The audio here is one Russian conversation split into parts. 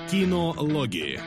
Кинологии.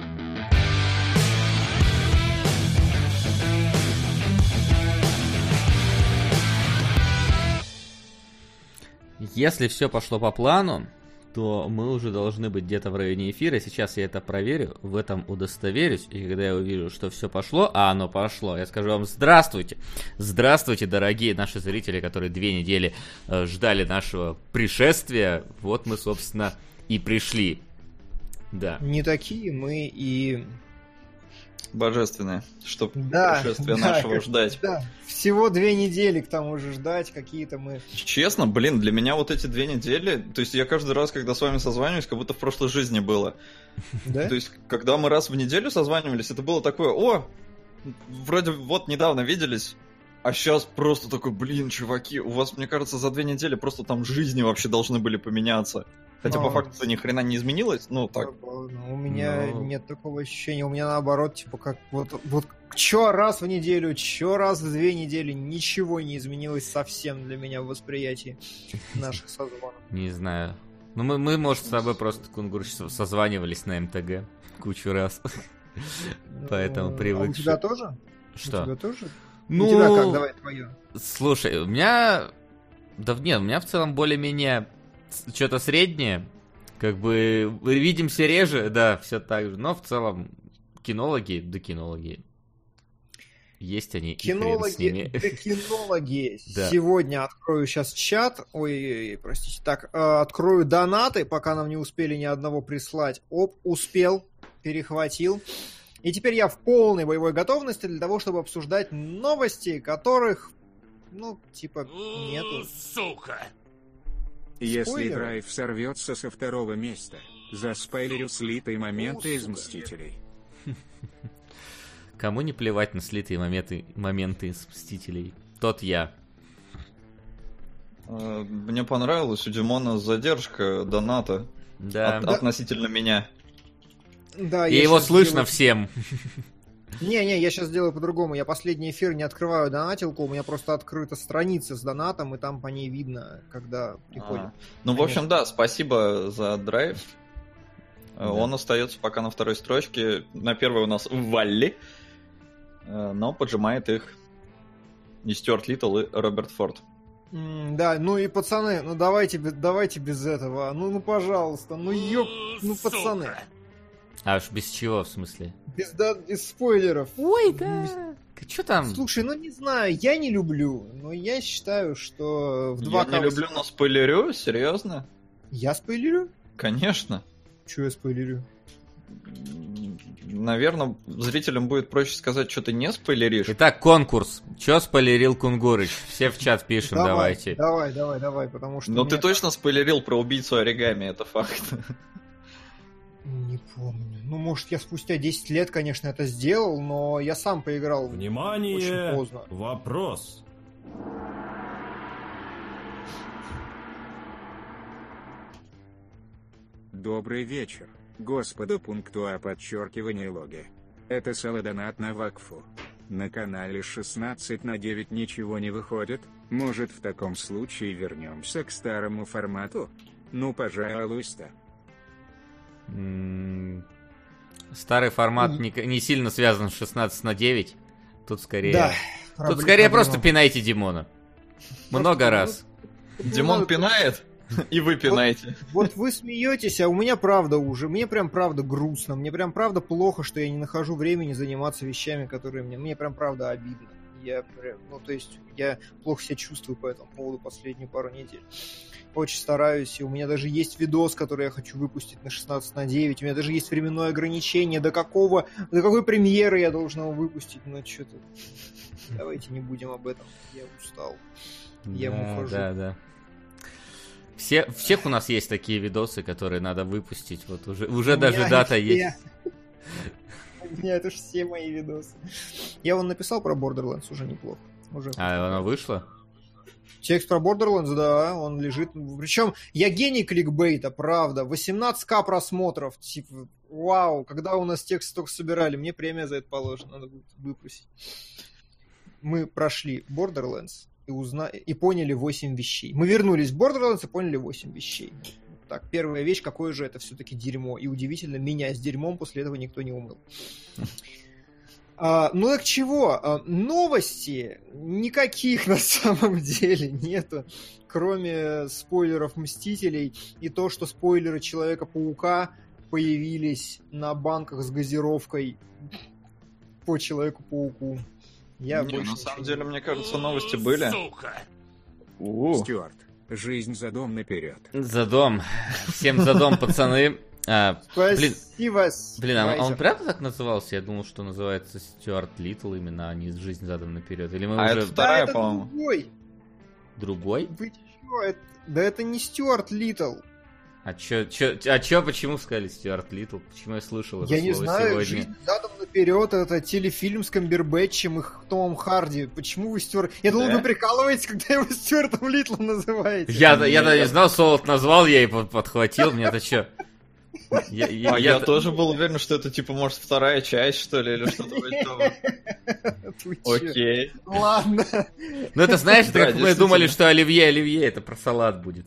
Если все пошло по плану, то мы уже должны быть где-то в районе эфира. Сейчас я это проверю, в этом удостоверюсь. И когда я увижу, что все пошло, а оно пошло, я скажу вам здравствуйте. Здравствуйте, дорогие наши зрители, которые 2 недели ждали нашего пришествия. Вот мы, собственно, и пришли. Да. Не такие мы и... Божественные, чтобы да, пришествия нашего ждать. Да. Всего 2 недели к тому же ждать, какие-то мы... Честно, для меня вот эти 2 недели, то есть я каждый раз, когда с вами созваниваюсь, как будто в прошлой жизни было. Да? То есть, когда мы раз в неделю созванивались, это было такое, вроде вот недавно виделись, а сейчас просто такой, чуваки, у вас, мне кажется, за 2 недели просто там жизни вообще должны были поменяться. Хотя по факту ни хрена не изменилось, так. У меня нет такого ощущения, у меня наоборот, типа как вот чё раз в неделю, чё раз в 2 недели, ничего не изменилось совсем для меня в восприятии наших созвонов. Не знаю. Мы, может, с тобой просто, Кунгур, созванивались на МТГ кучу раз. Поэтому привыкший. А у тебя тоже? Что? У тебя тоже? Ну, у тебя как? Давай твое. Слушай, у меня... Да нет, у меня в целом более-менее что-то среднее. Как бы видимся реже, да, все так же. Но в целом кинологи. Есть они, кинологи. Да. Сегодня открою сейчас чат. Ой, простите. Так, открою донаты, пока нам не успели ни одного прислать. Успел, перехватил. И теперь я в полной боевой готовности для того, чтобы обсуждать новости, которых, нету. Сука! Если драйв сорвется со 2-го места, заспойлерю слитые моменты из Мстителей. Кому не плевать на слитые моменты из Мстителей? Тот я. Мне понравилась у Димона задержка доната относительно меня. Да, и его слышно всем. Не, я сейчас сделаю по-другому. Я последний эфир не открываю донатилку, у меня просто открыта страница с донатом, и там по ней видно, когда приходит. В общем, да, спасибо за драйв. Да. Он остается пока на 2-й строчке. На 1-й у нас Валли, но поджимает их и Стюарт Литтл, и Роберт Форд. Да, и пацаны, давайте без этого. Пожалуйста, пацаны. А уж без чего, в смысле? Без спойлеров. Ой, да. Что там? Слушай, не знаю, я не люблю, но я считаю, что в 2К... Я не люблю, но спойлерю? Серьезно? Я спойлерю? Конечно. Чего я спойлерю? Наверное, зрителям будет проще сказать, что ты не спойлеришь. Итак, конкурс. Чё спойлерил Кунгурыч? Все в чат пишем, давайте. Давай, потому что... Но ты точно спойлерил про убийцу оригами, это факт. Не помню. Может, я спустя 10 лет, конечно, это сделал, но я сам поиграл Внимание! очень поздно. Вопрос. Добрый вечер, господа _, логи. Это саладонат на вакфу. На канале 16:9 ничего не выходит, может в таком случае вернемся к старому формату? Пожалуйста. Старый формат не сильно связан с 16:9. Тут скорее... Да. Тут скорее просто пинайте Димона. Много раз. Димон пинает, и вы пинаете. Вот вы смеетесь, а у меня правда мне прям правда грустно, мне прям правда плохо, что я не нахожу времени заниматься вещами, которые мне прям правда обидно. Я прям, я плохо себя чувствую по этому поводу последнюю пару недель. Очень стараюсь, и у меня даже есть видос, который я хочу выпустить на 16:9, у меня даже есть временное ограничение, до какой премьеры я должен его выпустить, что-то... Давайте не будем об этом, я устал, я ухожу. Да. Всех у нас есть такие видосы, которые надо выпустить, вот уже даже дата есть. У меня это же все мои видосы. Я написал про Borderlands, уже неплохо. А оно вышло? Текст про Borderlands, да, он лежит. Причем я гений кликбейта, правда. 18К просмотров. Типа, вау, когда у нас текст только собирали, мне премия за это положена, надо будет выпросить. Мы прошли Borderlands и поняли 8 вещей. Мы вернулись в Borderlands и поняли 8 вещей. так, первая вещь, какое же это все-таки дерьмо. И удивительно, меня с дерьмом после этого никто не умыл. Ну так чего? Новости никаких на самом деле нету, кроме спойлеров Мстителей и то, что спойлеры Человека-паука появились на банках с газировкой по Человеку-пауку. На самом деле, мне кажется, новости были. Стюарт, жизнь задом наперед. Задом. Всем задом, пацаны. Спасибо. Блин, а он правда так назывался? Я думал, что называется Стюарт Литл именно, а не «Жизнь задом наперед». Или мы уже... Это вторая, это по-моему. Другой. Другой? Вы чё? Да это не Стюарт Литл. Почему сказали Стюарт Литл? Почему я слышал это Я не слово знаю, сегодня? «Жизнь задом наперед» — это телефильм с Камбербэтчем и Томом Харди. Почему вы Стюарт... Я думал, Да? вы прикалываетесь, когда его Стюартом Литлом называете. Я-то не знал, Солод назвал, я и подхватил, мне-то чё? Я тоже был уверен, что это, типа, может, вторая часть, что ли, или что-то вроде того. Вы чё? Окей. Ладно. Ну это знаешь, Да, как мы действительно. думали, что оливье это про салат будет.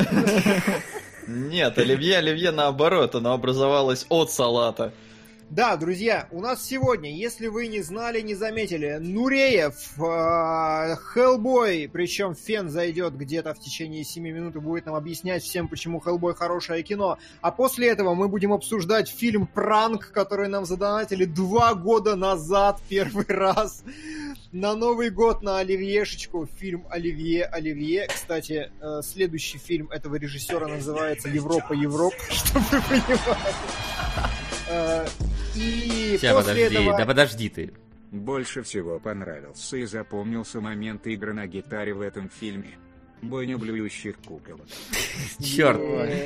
Нет, оливье наоборот, оно образовалось от салата. Да, друзья, у нас сегодня, если вы не знали, не заметили, Нуреев, Хеллбой, причем Фен зайдет где-то в течение 7 минут и будет нам объяснять всем, почему Хеллбой хорошее кино. А после этого мы будем обсуждать фильм «Пранк», который нам задонатили 2 года назад первый раз на Новый год на Оливьешечку. Фильм «Оливье». Кстати, следующий фильм этого режиссера называется «Европа, чтобы вы понимали». И Сейчас, после подожди, этого... да подожди ты. Больше всего понравился и запомнился момент игры на гитаре в этом фильме. Бойня блюющих куколок. Черт.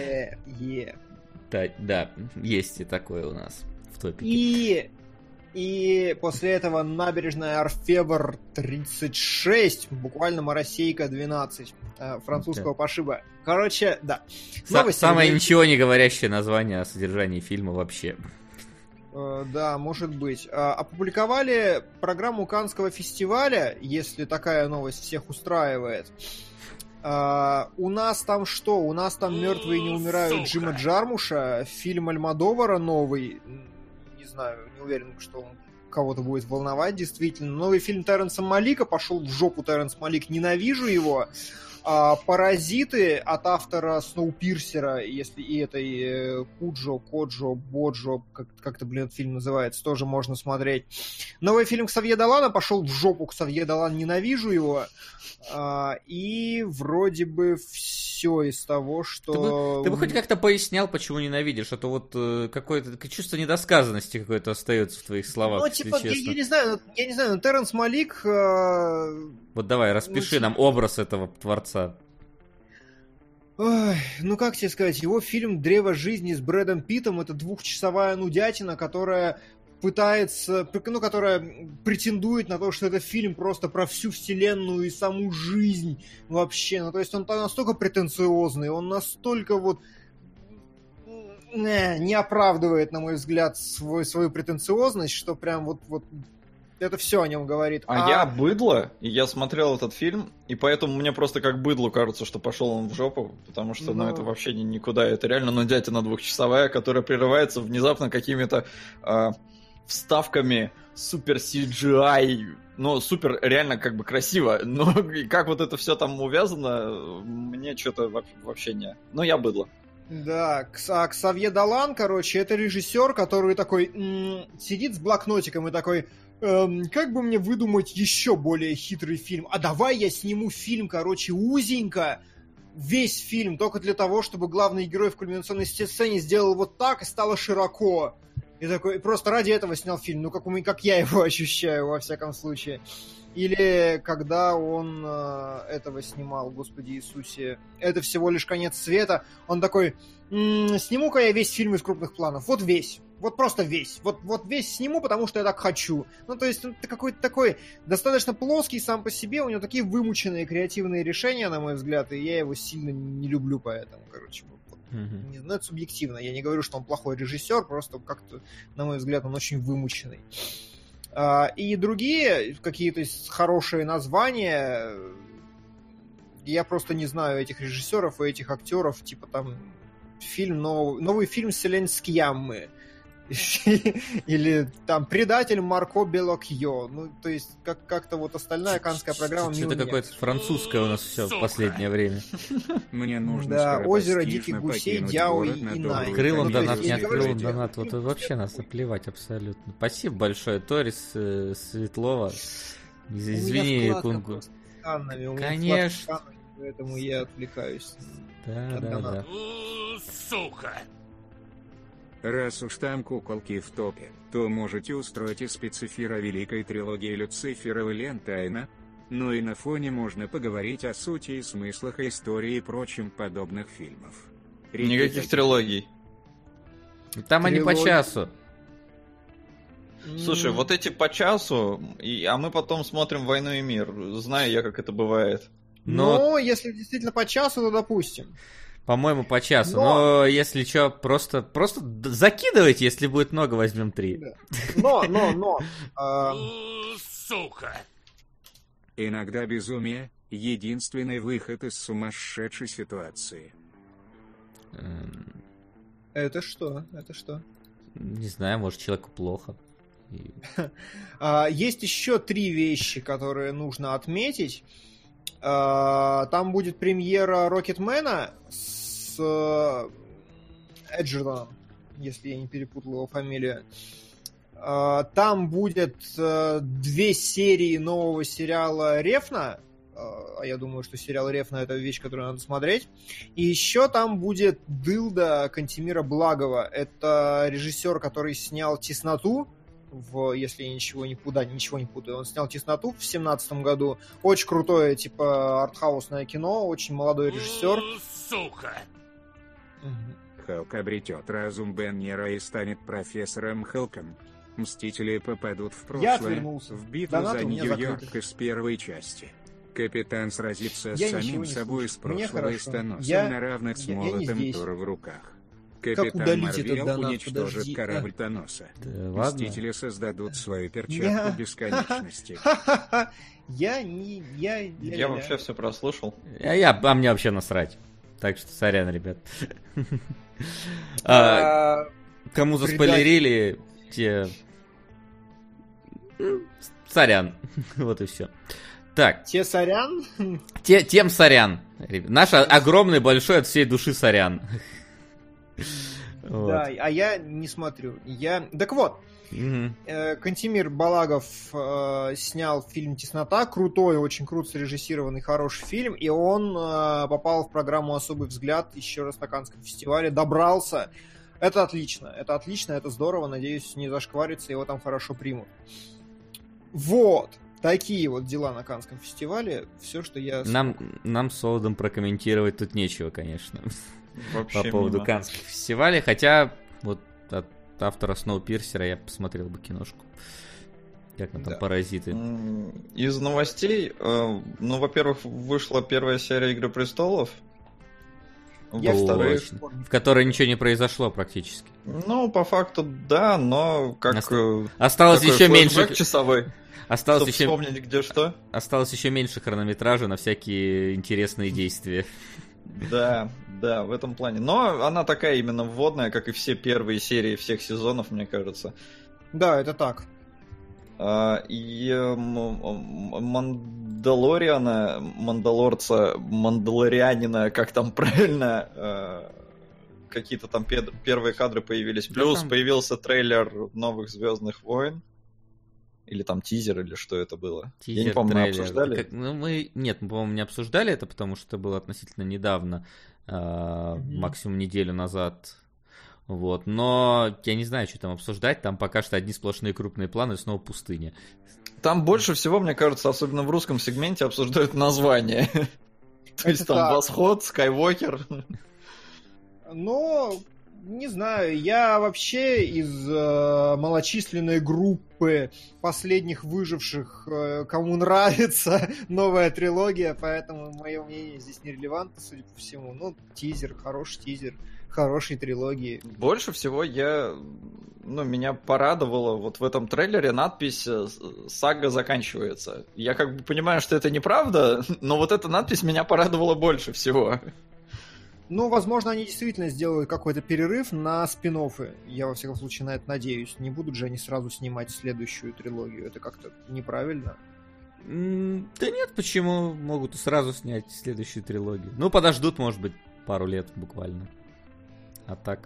Да, есть и такое у нас в топике. И после этого набережная Орфевр 36, буквально Моросейка 12, французского пошиба. Короче, да. Самое ничего не говорящее название о содержании фильма вообще. Да, может быть. Опубликовали программу Каннского фестиваля, если такая новость всех устраивает. У нас там что? У нас там «Мертвые не умирают» Джима Джармуша, фильм Альмодовара новый. Не знаю, не уверен, что он кого-то будет волновать, действительно. Новый фильм Терренса Малика, пошел в жопу Терренс Малик, ненавижу его. «Паразиты» от автора Сноупирсера, если и этой Боджо, как-то, этот фильм называется, тоже можно смотреть. Новый фильм Ксавье Долана, пошел в жопу Ксавье Долан, ненавижу его. И вроде бы все из того, что... Ты бы хоть как-то пояснял, почему ненавидишь, а то вот какое-то чувство недосказанности какое-то остается в твоих словах, если честно. Я не знаю, но Терренс Малик... Вот давай, распиши нам образ этого творца. Ой, ну как тебе сказать, его фильм «Древо жизни» с Брэдом Питтом — это 2-часовая нудятина, которая которая претендует на то, что это фильм просто про всю вселенную и саму жизнь вообще. Ну, то есть он настолько претенциозный, он настолько вот не оправдывает, на мой взгляд, свою претенциозность, что прям вот это все о нем говорит. Я быдло, и я смотрел этот фильм, и поэтому мне просто как быдлу кажется, что пошел он в жопу, потому что, это вообще никуда. Это реально нудятина 2-часовая, которая прерывается внезапно какими-то вставками супер CGI, супер реально как бы красиво, но как вот это все там увязано, мне что-то вообще не... я быдло. Да, Ксавье Долан, короче, это режиссер, который такой сидит с блокнотиком и такой... как бы мне выдумать еще более хитрый фильм? А давай я сниму фильм, узенько, весь фильм, только для того, чтобы главный герой в кульминационной сцене сделал вот так и стало широко. И такой, просто ради этого снял фильм, как я его ощущаю, во всяком случае. Или когда он этого снимал, Господи Иисусе, это всего лишь конец света, он такой, сниму-ка я весь фильм из крупных планов, вот весь. Вот просто весь. Вот весь сниму, потому что я так хочу. То есть, это какой-то такой достаточно плоский сам по себе. У него такие вымученные креативные решения, на мой взгляд, и я его сильно не люблю поэтому, Не знаю, это субъективно. Я не говорю, что он плохой режиссер, просто как-то, на мой взгляд, он очень вымученный. И другие какие-то хорошие названия, я просто не знаю этих режиссеров и этих актеров, типа там фильм новый фильм с Зеленскиямы. Или там «Предатель Марко Белокьё». Ну, то есть, как-то вот остальная каннская программа... Что-то какое-то французское у нас все в последнее время. Мне нужно Да, «Озеро диких скоропостижно гусей», покинуть «Дяо» город и на «Най». добрую Крылом Ну, то есть, донат, если нет, говорить, крылом что- донат, вот вообще нас наплевать абсолютно. Спасибо большое, Торис Светлова. Извини, у меня вклад Кунгу. с Каннами, у меня Конечно. вклад с Каннами, поэтому я отвлекаюсь. Да, от да, доната. да. Сука! Раз уж там куколки в топе, то можете устроить и спецэфир о великой трилогии Люцифера и Лен Тайна. Ну и на фоне можно поговорить о сути и смыслах истории и прочим подобных фильмов. Никаких трилогий. Там они по Трилогия. часу. Слушай, вот эти по часу, а мы потом смотрим «Войну и мир». Знаю я, как это бывает. Но, Но если действительно по часу, то допустим. по-моему, по часу. Но- Но если что, просто закидывайте, если будет много, возьмем 3. Да. Но. Сука! Иногда безумие — единственный выход из сумасшедшей ситуации. Это что? Это что? Не знаю, может, человеку плохо. И- Есть еще 3 вещи, которые нужно отметить. Там будет премьера Рокетмена с Эджертоном, если я не перепутал его фамилию. Там будет 2 серии нового сериала Рефна. А я думаю, что сериал Рефна — это вещь, которую надо смотреть. И еще там будет Дылда Кантемира Благова. Это режиссер, который снял «Тесноту», если я ничего не путаю. Он снял «Тесноту» в 2017 году. Очень крутое, типа, артхаусное кино. Очень молодой режиссер. Сука! Халк обретет разум Беннера и станет профессором Халком. Мстители попадут в Я прошлое, отвернулся. в битву Донаты за у меня Нью-Йорк закрыты. из первой части. Капитан сразится Я с ничего самим не собой с слышу. Мне прошлого и хорошо. станосом Я- на равных с я не молотом здесь. Тора в руках. Как Капитан удалить этот Марвел донат? уничтожит Подожди. корабль Таноса. Да ладно. Мстители создадут свою Я- перчатку бесконечности. Я вообще все прослушал. А мне вообще насрать. Так что сорян, ребят. Кому заспойлерили, те... Сорян. Вот и все. Так, Те сорян? тем сорян. Наш огромный, большой от всей души сорян. Вот. Да, а я не смотрю. Так вот, Мгм. Кантемир Балагов снял фильм «Теснота». Крутой, очень круто срежиссированный, хороший фильм. И он попал в программу «Особый взгляд» еще раз на Каннском фестивале. Добрался. Это отлично, это здорово. Надеюсь, не зашкварится, его там хорошо примут. Вот. Такие вот дела на Каннском фестивале. Все, что я... Нам с Солодом прокомментировать тут нечего, конечно, Вообще по поводу мимо. Каннских фестивалей. Хотя вот от автора Сноупирсера я посмотрел бы киношку. Как там, Да. «Паразиты». Из новостей, ну, во-первых, вышла первая серия «Игры престолов». Я Во-вторых, Точно. В которой ничего не произошло практически. ну, по факту, да, но как... Осталось такой еще флешбэк меньше... часовой, Осталось чтобы еще... вспомнить, где что. Осталось еще меньше хронометража на всякие интересные действия. Да, в этом плане. Но она такая именно вводная, как и все первые серии всех сезонов, мне кажется. Да, это так. Мандалорианина, как там правильно, какие-то там первые кадры появились. Плюс там- появился трейлер новых Звездных войн. Или там тизер, или что это было. Я не Тизер, помню, мы трейлер. обсуждали. Нет, мы, по-моему, не обсуждали это, потому что это было относительно недавно, максимум неделю назад. Вот. Но я не знаю, что там обсуждать. Там пока что одни сплошные крупные планы, снова пустыня. Там больше всего, мне кажется, особенно в русском сегменте обсуждают название. То есть там так. Восход, Скайуокер. Но, не знаю, я вообще из малочисленной группы последних выживших, кому нравится новая трилогия, поэтому мое мнение здесь нерелевантно, судя по всему. Ну, тизер, хорошей трилогии. Больше всего меня порадовало вот в этом трейлере надпись «Сага заканчивается». Я как бы понимаю, что это неправда, но вот эта надпись меня порадовала больше всего. Ну, возможно, они действительно сделают какой-то перерыв на спин-оффы. Я, во всяком случае, на это надеюсь. Не будут же они сразу снимать следующую трилогию. Это как-то неправильно. Да нет, почему? Могут и сразу снять следующую трилогию. Ну, подождут, может быть, пару лет буквально. А так...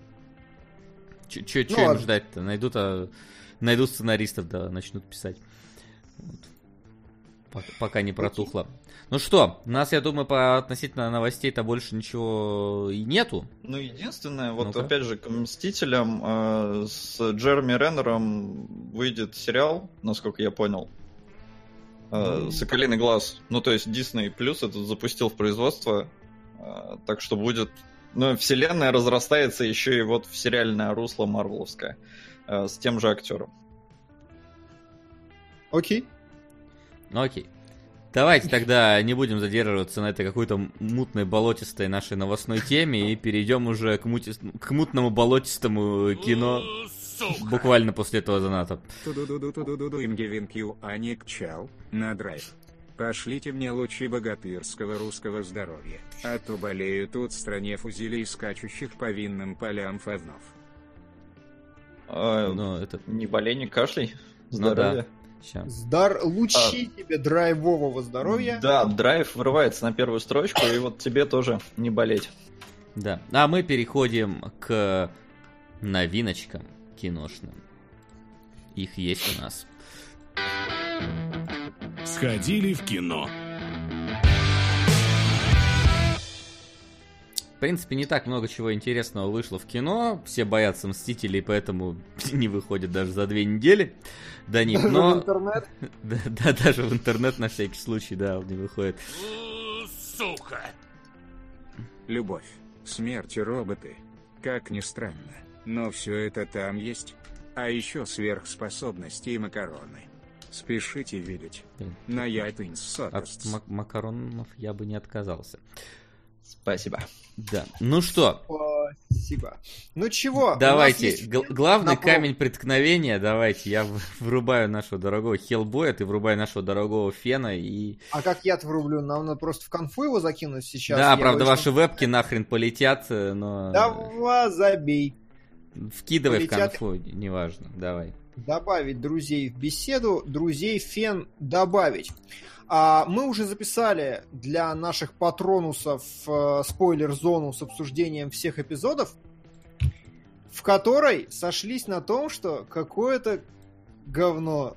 Че им ждать-то? Найдут сценаристов, да, начнут писать. Вот. Пока не протухло. Ну что, у нас, я думаю, по относительно новостей-то больше ничего и нету. Ну, единственное, вот опять же, к «Мстителям» с Джереми Реннером выйдет сериал, насколько я понял. «Соколиный глаз». Ну, то есть Disney Plus это запустил в производство, так что будет... Ну, вселенная разрастается еще и вот в сериальное русло марвеловское с тем же актером. Окей. Ну, окей. Давайте тогда не будем задерживаться на этой какой-то мутной болотистой нашей новостной теме и перейдем уже к мутному болотистому кино буквально после этого доната. I'm giving you a nick chow на драйв. Пошлите мне лучи богатырского русского здоровья, а то болею тут в стране фузелей, скачущих по винным полям фавнов. Не болей, не кашляй. Здоровья. Лучи тебе драйвового здоровья. Да, драйв врывается на первую строчку, и вот тебе тоже не болеть. Да, а мы переходим к новиночкам киношным. Их есть у нас. Сходили в кино. В принципе, не так много чего интересного вышло в кино. Все боятся Мстителей, поэтому не выходят даже за 2 недели. Да нет, но... в интернет? Да, даже в интернет на всякий случай, да, он не выходит. Сука! Любовь, смерть и роботы. Как ни странно, но все это там есть. А еще сверхспособности и макароны. Спешите видеть. На iTunes. От макаронов я бы не отказался. Спасибо. Да. Ну что? Спасибо. Ну чего? Давайте. Главный камень преткновения. Давайте. Я врубаю нашего дорогого Хеллбоя, ты врубай нашего дорогого Фена и... А как я-то врублю? Нам надо просто в конфу его закинуть сейчас. Да, правда, ваши вебки нахрен полетят, но... Давай, забей. Вкидывай полетят... в конфу, неважно. Давай. Добавить друзей в беседу, друзей Фен добавить. Мы уже записали для наших патронусов спойлер-зону с обсуждением всех эпизодов, в которой сошлись на том, что какое-то говно.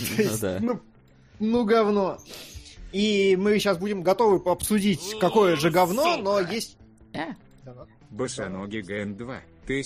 Ну, говно. И мы сейчас будем готовы обсудить, какое же говно, но есть... Босоногий Ген 2,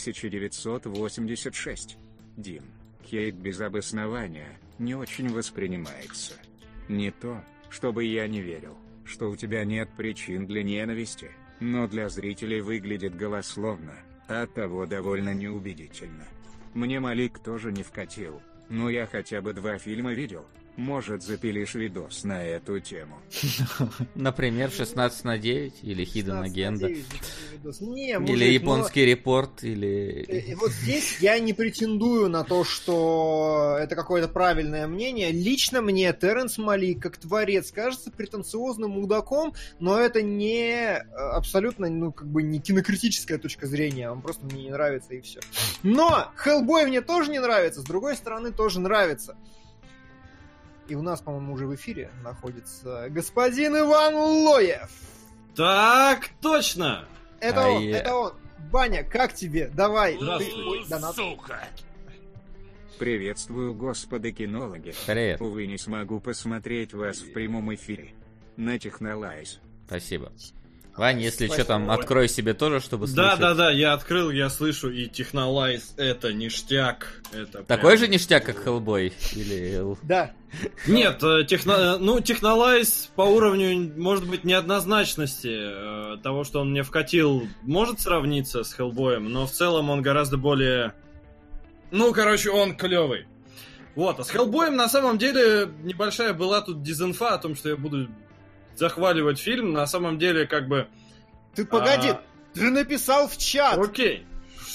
1986. Дим. Хейт без обоснования не очень воспринимается. Не то, чтобы я не верил, что у тебя нет причин для ненависти, но для зрителей выглядит голословно, а оттого довольно неубедительно. Мне Малик тоже не вкатил, но я хотя бы 2 фильма видел. Может, запилишь видос на эту тему? Например, 16:9 или Hidden Agenda. Не, мужик, или японский репорт, или... Вот здесь я не претендую на то, что это какое-то правильное мнение. Лично мне Терренс Малик, как творец, кажется претенциозным мудаком, но это не абсолютно, не кинокритическая точка зрения. Он просто мне не нравится, и все. Но Хеллбой мне тоже не нравится, с другой стороны, тоже нравится. И у нас, по-моему, уже в эфире находится господин Иван Лоев. Так, точно! Это он. Баня, как тебе? Давай. Сука! Приветствую, господа кинологи. Привет. Увы, не смогу посмотреть вас в прямом эфире. На Технолайз. Спасибо. Вань, если что там, открой себе тоже, чтобы слышать. Да, я открыл, я слышу, и Технолайз это ништяк. Это такой же ништяк, как Хеллбой? Или... Да. Нет, Технолайз по уровню, может быть, неоднозначности того, что он мне вкатил, может сравниться с Хеллбоем, но в целом он гораздо более... он клевый. Вот, а с Хеллбоем на самом деле небольшая была тут дезинфа о том, что я буду захваливать фильм. На самом деле, Ты погоди, ты же написал в чат. Окей.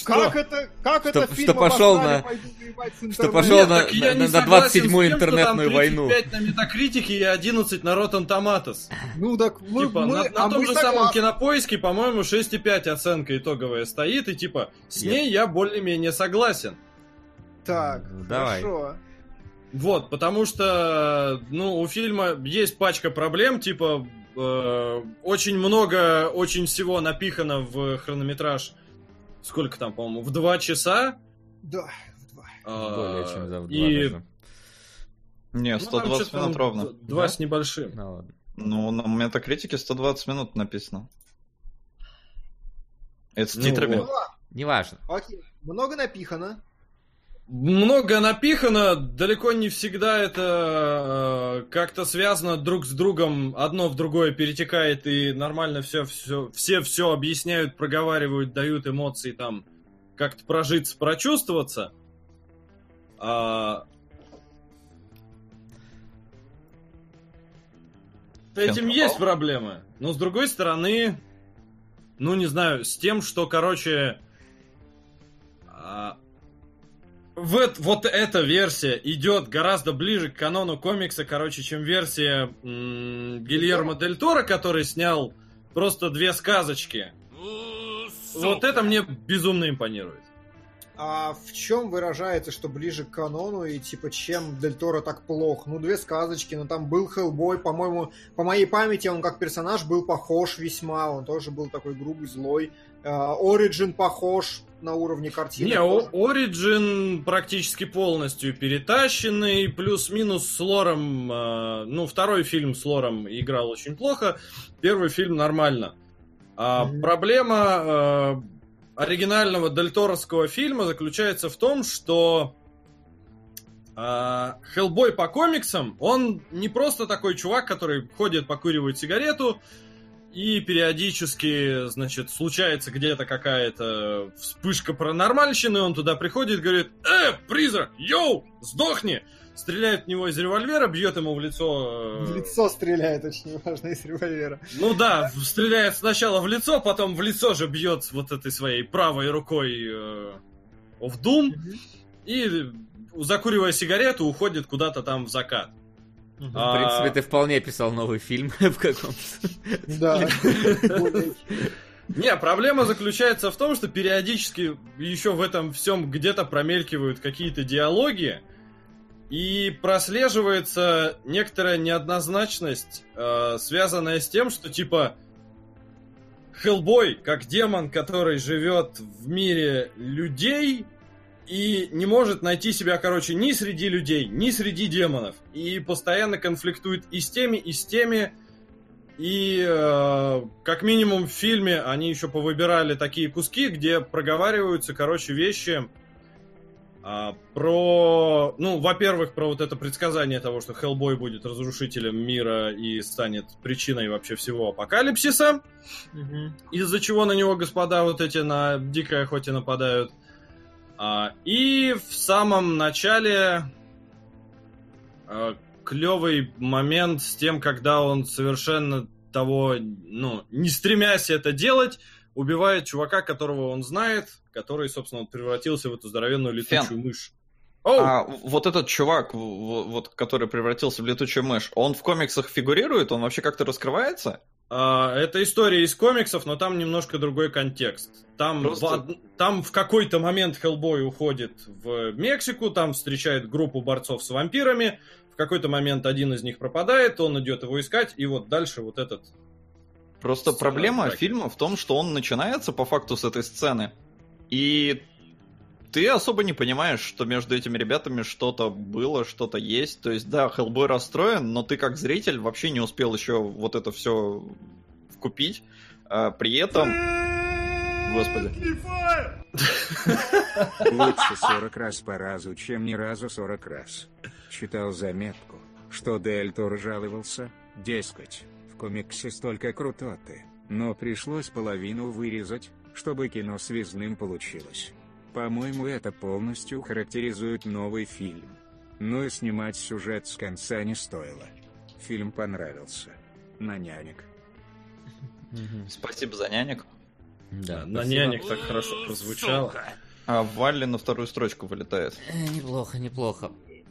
Как это Что фильм пошел обосрали, на- пойду воевать с что интернетом? пошел Нет, на так я не 27-ю согласен с тем, что там интернетную войну. 35 на Метакритике и 11 на Rotten Tomatoes. Ну так мы, Типа, мы- на а том мы же самом согласны. Кинопоиске, по-моему, 6,5 оценка итоговая стоит, и типа, с Нет. ней я более-менее согласен. Так, Ну, давай. хорошо. Вот, потому что, ну, у фильма есть пачка проблем, типа, очень много, очень всего напихано в хронометраж. Сколько там, по-моему, в 2 часа? Да, в 2. Более чем за 2 И- даже. Не, Ну, там 120 что-то минут там ровно. 2 Да? с небольшим. Ну ладно. Ну, на Метакритике 120 минут написано. Это с Ну титрами. вот. Неважно. Окей, много напихано. Много напихано, далеко не всегда это как-то связано друг с другом, одно в другое перетекает и нормально все объясняют, проговаривают, дают эмоции там как-то прожиться, прочувствоваться. С этим попал? есть проблемы. Но с другой стороны, ну не знаю, с тем, что, короче, вот эта версия идет гораздо ближе к канону комикса, короче, чем версия Гильермо Дель Торо, который снял просто 2 сказочки. Вот это мне безумно импонирует. А в чем выражается, что ближе к канону и типа чем Дель Торо так плох? Ну, 2 сказочки, но там был Хеллбой, по-моему, по моей памяти он как персонаж был похож весьма, он тоже был такой грубый, злой. Ориджин похож на уровне картины. Не, тоже. Ориджин практически полностью перетащенный, плюс-минус с лором. Ну, второй фильм с лором играл очень плохо, первый фильм нормально. Проблема оригинального дельторовского фильма заключается в том, что Хеллбой по комиксам, он не просто такой чувак, который ходит, покуривает сигарету, и периодически, значит, случается где-то какая-то вспышка паранормальщины, он туда приходит и говорит: призрак, йоу, сдохни! Стреляет в него из револьвера, бьет ему в лицо... В лицо стреляет, очень важно, из револьвера. Ну да, стреляет сначала в лицо, потом в лицо же бьет вот этой своей правой рукой в Doom, и, закуривая сигарету, уходит куда-то там в закат. В принципе, ты вполне писал новый фильм в каком-то. Да. Не, проблема заключается в том, что периодически еще в этом всем где-то промелькивают какие-то диалоги, и прослеживается некоторая неоднозначность, связанная с тем, что типа Хеллбой, как демон, который живет в мире людей и не может найти себя, короче, ни среди людей, ни среди демонов, и постоянно конфликтует и с теми, и с теми. И как минимум в фильме они еще повыбирали такие куски, где проговариваются, короче, вещи про, ну, во-первых, про вот это предсказание того, что Хеллбой будет разрушителем мира и станет причиной вообще всего апокалипсиса, из-за чего на него господа вот эти на дикой охоте нападают. И в самом начале клевый момент с тем, когда он совершенно того, ну, не стремясь это делать, убивает чувака, которого он знает, который, собственно, превратился в эту здоровенную летучую мышь. Вот этот чувак, вот, который превратился в летучую мышь, он в комиксах фигурирует? Он вообще как-то раскрывается? Это история из комиксов, но там немножко другой контекст. Там в какой-то момент Хеллбой уходит в Мексику, там встречает группу борцов с вампирами, в какой-то момент один из них пропадает, он идет его искать, и вот дальше вот этот... Просто проблема фильма в том, что он начинается по факту с этой сцены, и ты особо не понимаешь, что между этими ребятами что-то было, что-то есть. То есть, да, Хеллбой расстроен, но ты как зритель вообще не успел еще вот это все вкупить. При этом... Господи. Лучше 40 раз по разу, чем ни разу 40 раз. Читал заметку, что Дель Торо жаловался, дескать, в комиксе столько крутоты, но пришлось половину вырезать, чтобы кино связным получилось. По-моему, это полностью характеризует новый фильм. Ну и снимать сюжет с конца не стоило. Фильм понравился. На нянек. Спасибо за нянек. Да, На спасибо. нянек так хорошо прозвучало. Сука. А Валли на вторую строчку вылетает. Неплохо, неплохо.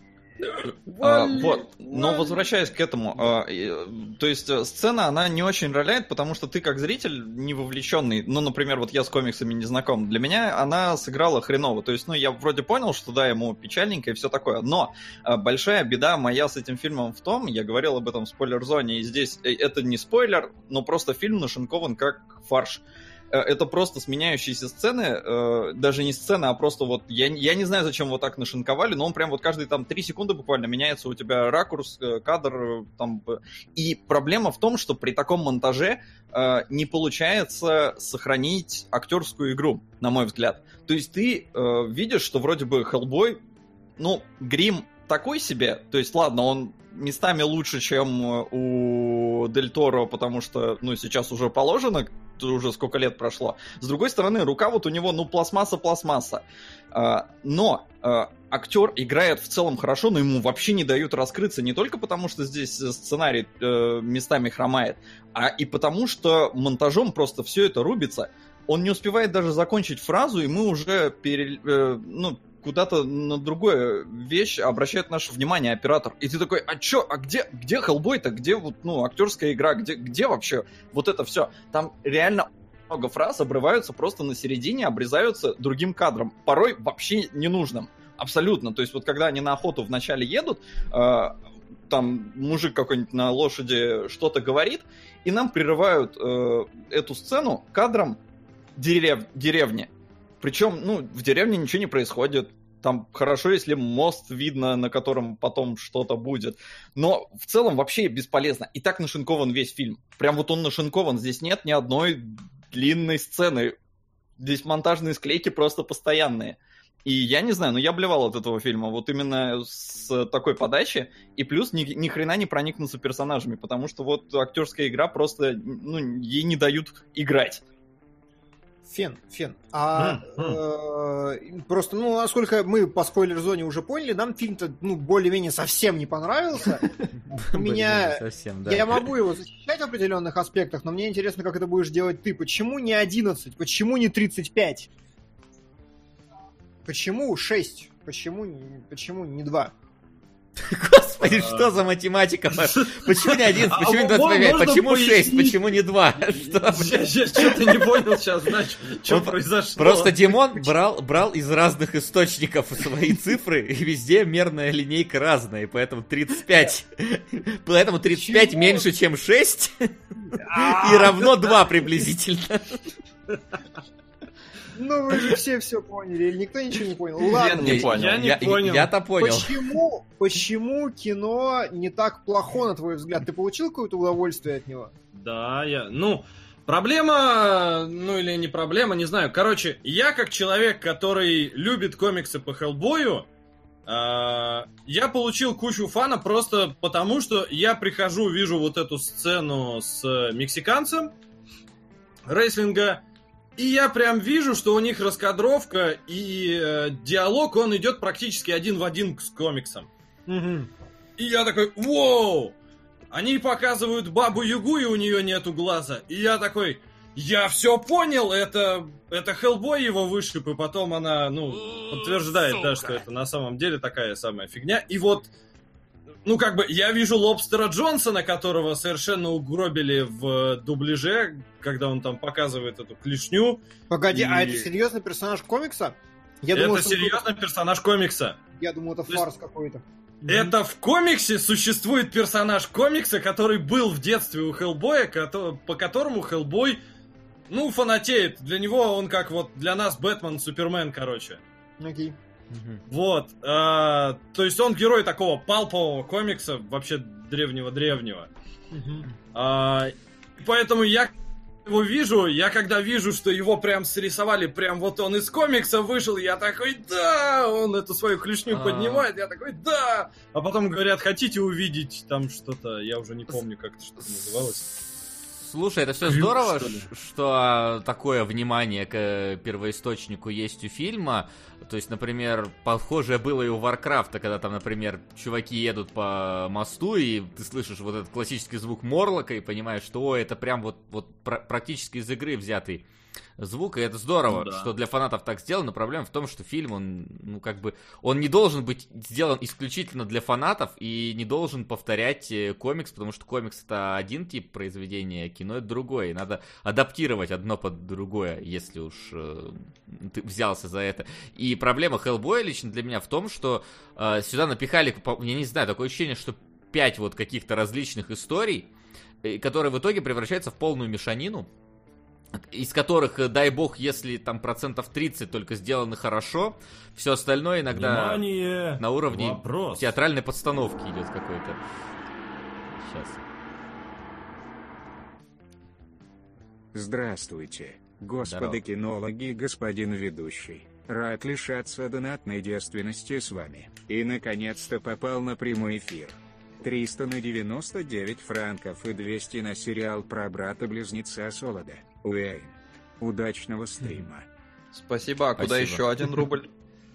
Вот, но возвращаясь к этому, то есть сцена, она не очень роляет, потому что ты как зритель не вовлеченный, ну, например, вот я с комиксами не знаком, для меня она сыграла хреново, то есть, ну, я вроде понял, что да, ему печальненько и все такое, но большая беда моя с этим фильмом в том, я говорил об этом в спойлер-зоне, и здесь это не спойлер, но просто фильм нашинкован как фарш. Это просто сменяющиеся сцены, даже не сцена, а просто вот, я не знаю, зачем его так нашинковали, но он прям вот каждые там 3 секунды буквально меняется у тебя ракурс, кадр, там, и проблема в том, что при таком монтаже не получается сохранить актерскую игру, на мой взгляд. То есть ты видишь, что вроде бы Хеллбой, ну, грим такой себе, то есть, ладно, он местами лучше, чем у Дель Торо, потому что, ну, сейчас уже положено, уже сколько лет прошло. С другой стороны, рука вот у него, ну, пластмасса. Но актер играет в целом хорошо, но ему вообще не дают раскрыться не только потому, что здесь сценарий местами хромает, а и потому, что монтажом просто все это рубится. Он не успевает даже закончить фразу, и мы уже куда-то на другую вещь обращает наше внимание оператор. И ты такой, а где Хеллбой-то? Где вот, ну, актерская игра? Где вообще вот это все? Там реально много фраз обрываются просто на середине, обрезаются другим кадром. Порой вообще ненужным. Абсолютно. То есть вот когда они на охоту вначале едут, там мужик какой-нибудь на лошади что-то говорит, и нам прерывают эту сцену кадром деревни. Причем, ну, в деревне ничего не происходит. Там хорошо, если мост видно, на котором потом что-то будет. Но в целом вообще бесполезно. И так нашинкован весь фильм. Прям вот он нашинкован. Здесь нет ни одной длинной сцены. Здесь монтажные склейки просто постоянные. И я не знаю, но я блевал от этого фильма. Вот именно с такой подачи. И плюс ни хрена не проникнуться персонажами. Потому что вот актерская игра просто, ну, ей не дают играть. Фен. Просто, ну, насколько мы по спойлер-зоне уже поняли, нам фильм-то, ну, более-менее совсем не понравился. У меня... Совсем, да. Я могу его защищать в определенных аспектах, но мне интересно, как это будешь делать ты. Почему не 11? Почему не 35? Почему 6? Почему не 2? Господи, что за математика? Почему не 11? Почему не 25? Почему 6? Почему не 2? Я что-то не понял сейчас, значит, что произошло. Просто Димон брал из разных источников свои цифры, и везде мерная линейка разная, и поэтому 35. Поэтому 35 меньше, чем 6, и равно 2 приблизительно. Ну, вы же все поняли, или никто ничего не понял? Ладно. Не понял. Я не понял. Я-то понял. Почему кино не так плохо, на твой взгляд? Ты получил какое-то удовольствие от него? Да, проблема, ну или не проблема, не знаю. Короче, я как человек, который любит комиксы по Хеллбою, я получил кучу фана просто потому, что я прихожу, вижу вот эту сцену с мексиканцем рестлинга, и я прям вижу, что у них раскадровка и диалог, он идет практически один в один с комиксом. Угу. И я такой, воу! Они показывают Бабу-Ягу, и у нее нету глаза. И я такой, я все понял, это Хеллбой его вышиб, и потом она, ну, подтверждает, да, что это на самом деле такая самая фигня. И вот, ну, как бы, я вижу Лобстера Джонсона, которого совершенно угробили в дубляже, когда он там показывает эту клешню. Погоди, И- а это серьезный персонаж комикса? Я Это думал, что- серьезный персонаж комикса. Я думал, это То есть- фарс какой-то. Это в комиксе существует персонаж комикса, который был в детстве у Хеллбоя, по которому Хеллбой, ну, фанатеет. Для него он как вот для нас Бэтмен, Супермен, короче. Окей. Вот. То есть он герой такого палпового комикса, вообще древнего-древнего. Поэтому я его вижу, я когда вижу, что его прям срисовали, прям вот он из комикса вышел, я такой, да, он эту свою клешню поднимает, я такой, да. А потом говорят, хотите увидеть там что-то, я уже не помню, как это что-то называлось. Слушай, это все Крюк, здорово, что ли? что такое внимание к первоисточнику есть у фильма. То есть, например, похожее было и у Варкрафта, когда там, например, чуваки едут по мосту, и ты слышишь вот этот классический звук Морлока, и понимаешь, что это прям вот практически из игры взятый звук, и это здорово, Да. что для фанатов так сделано, но проблема в том, что фильм, он, ну, как бы, он не должен быть сделан исключительно для фанатов и не должен повторять комикс, потому что комикс это один тип произведения, кино это другое, и надо адаптировать одно под другое, если уж ты взялся за это. И проблема Хеллбоя лично для меня в том, что сюда напихали, я не знаю, такое ощущение, что 5 вот каких-то различных историй, которые в итоге превращаются в полную мешанину, из которых, дай бог, если там 30% только сделаны хорошо, все остальное иногда Внимание! на уровне Вопрос. театральной подстановки идет какой-то. Сейчас. Здравствуйте, господа Здорово. кинологи и господин ведущий. Рад лишаться донатной девственности с вами. И наконец-то попал на прямой эфир. 300 на 99 франков и 200 на сериал про брата-близнеца Солода. Уэйн. Удачного стрима. Спасибо, а куда Спасибо. еще 1 рубль?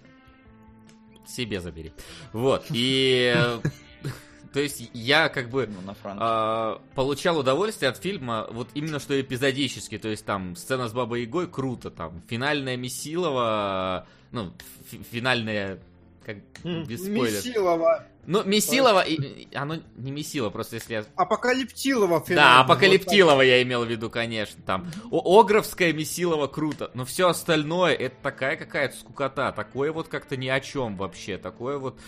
Себе забери. Вот, и... То есть я как бы Ну, на франк. получал удовольствие от фильма вот именно что эпизодически, то есть там сцена с Бабой Ягой круто, там финальная Месилова, ну, финальная, как без спойлеров. Месилова. Ну, Месилова, оно не Месилова, просто если я... Апокалиптилова. Да, финальный. Апокалиптилова я имел в виду, конечно, там. Огровская Месилова круто, но все остальное это такая какая-то скукота, такое вот как-то ни о чем вообще, такое вот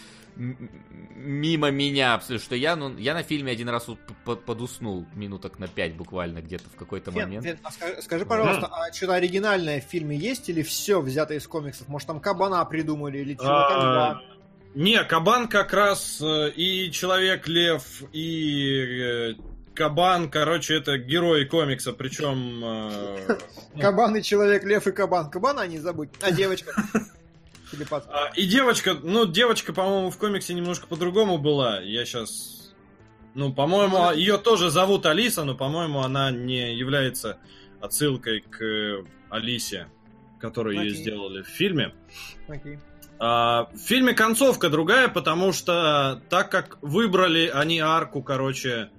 мимо меня абсолютно, что я на фильме один раз подуснул минуток на 5 буквально где-то в какой-то момент. Фен, а скажи, пожалуйста, а что-то оригинальное в фильме есть или все взято из комиксов? Может, там кабана придумали или чувака-льва? Не, кабан как раз и Человек-лев, и кабан, короче, это герои комикса, причем... Кабан и человек, лев и кабан. Кабана не забудь. А девочка? Телепат. И девочка, ну, девочка, по-моему, в комиксе немножко по-другому была. Я сейчас... Ну, по-моему, ее тоже зовут Алиса, но, по-моему, она не является отсылкой к Алисе, которую ее Окей. сделали в фильме. Окей. В фильме концовка другая, потому что так как выбрали они арку, короче...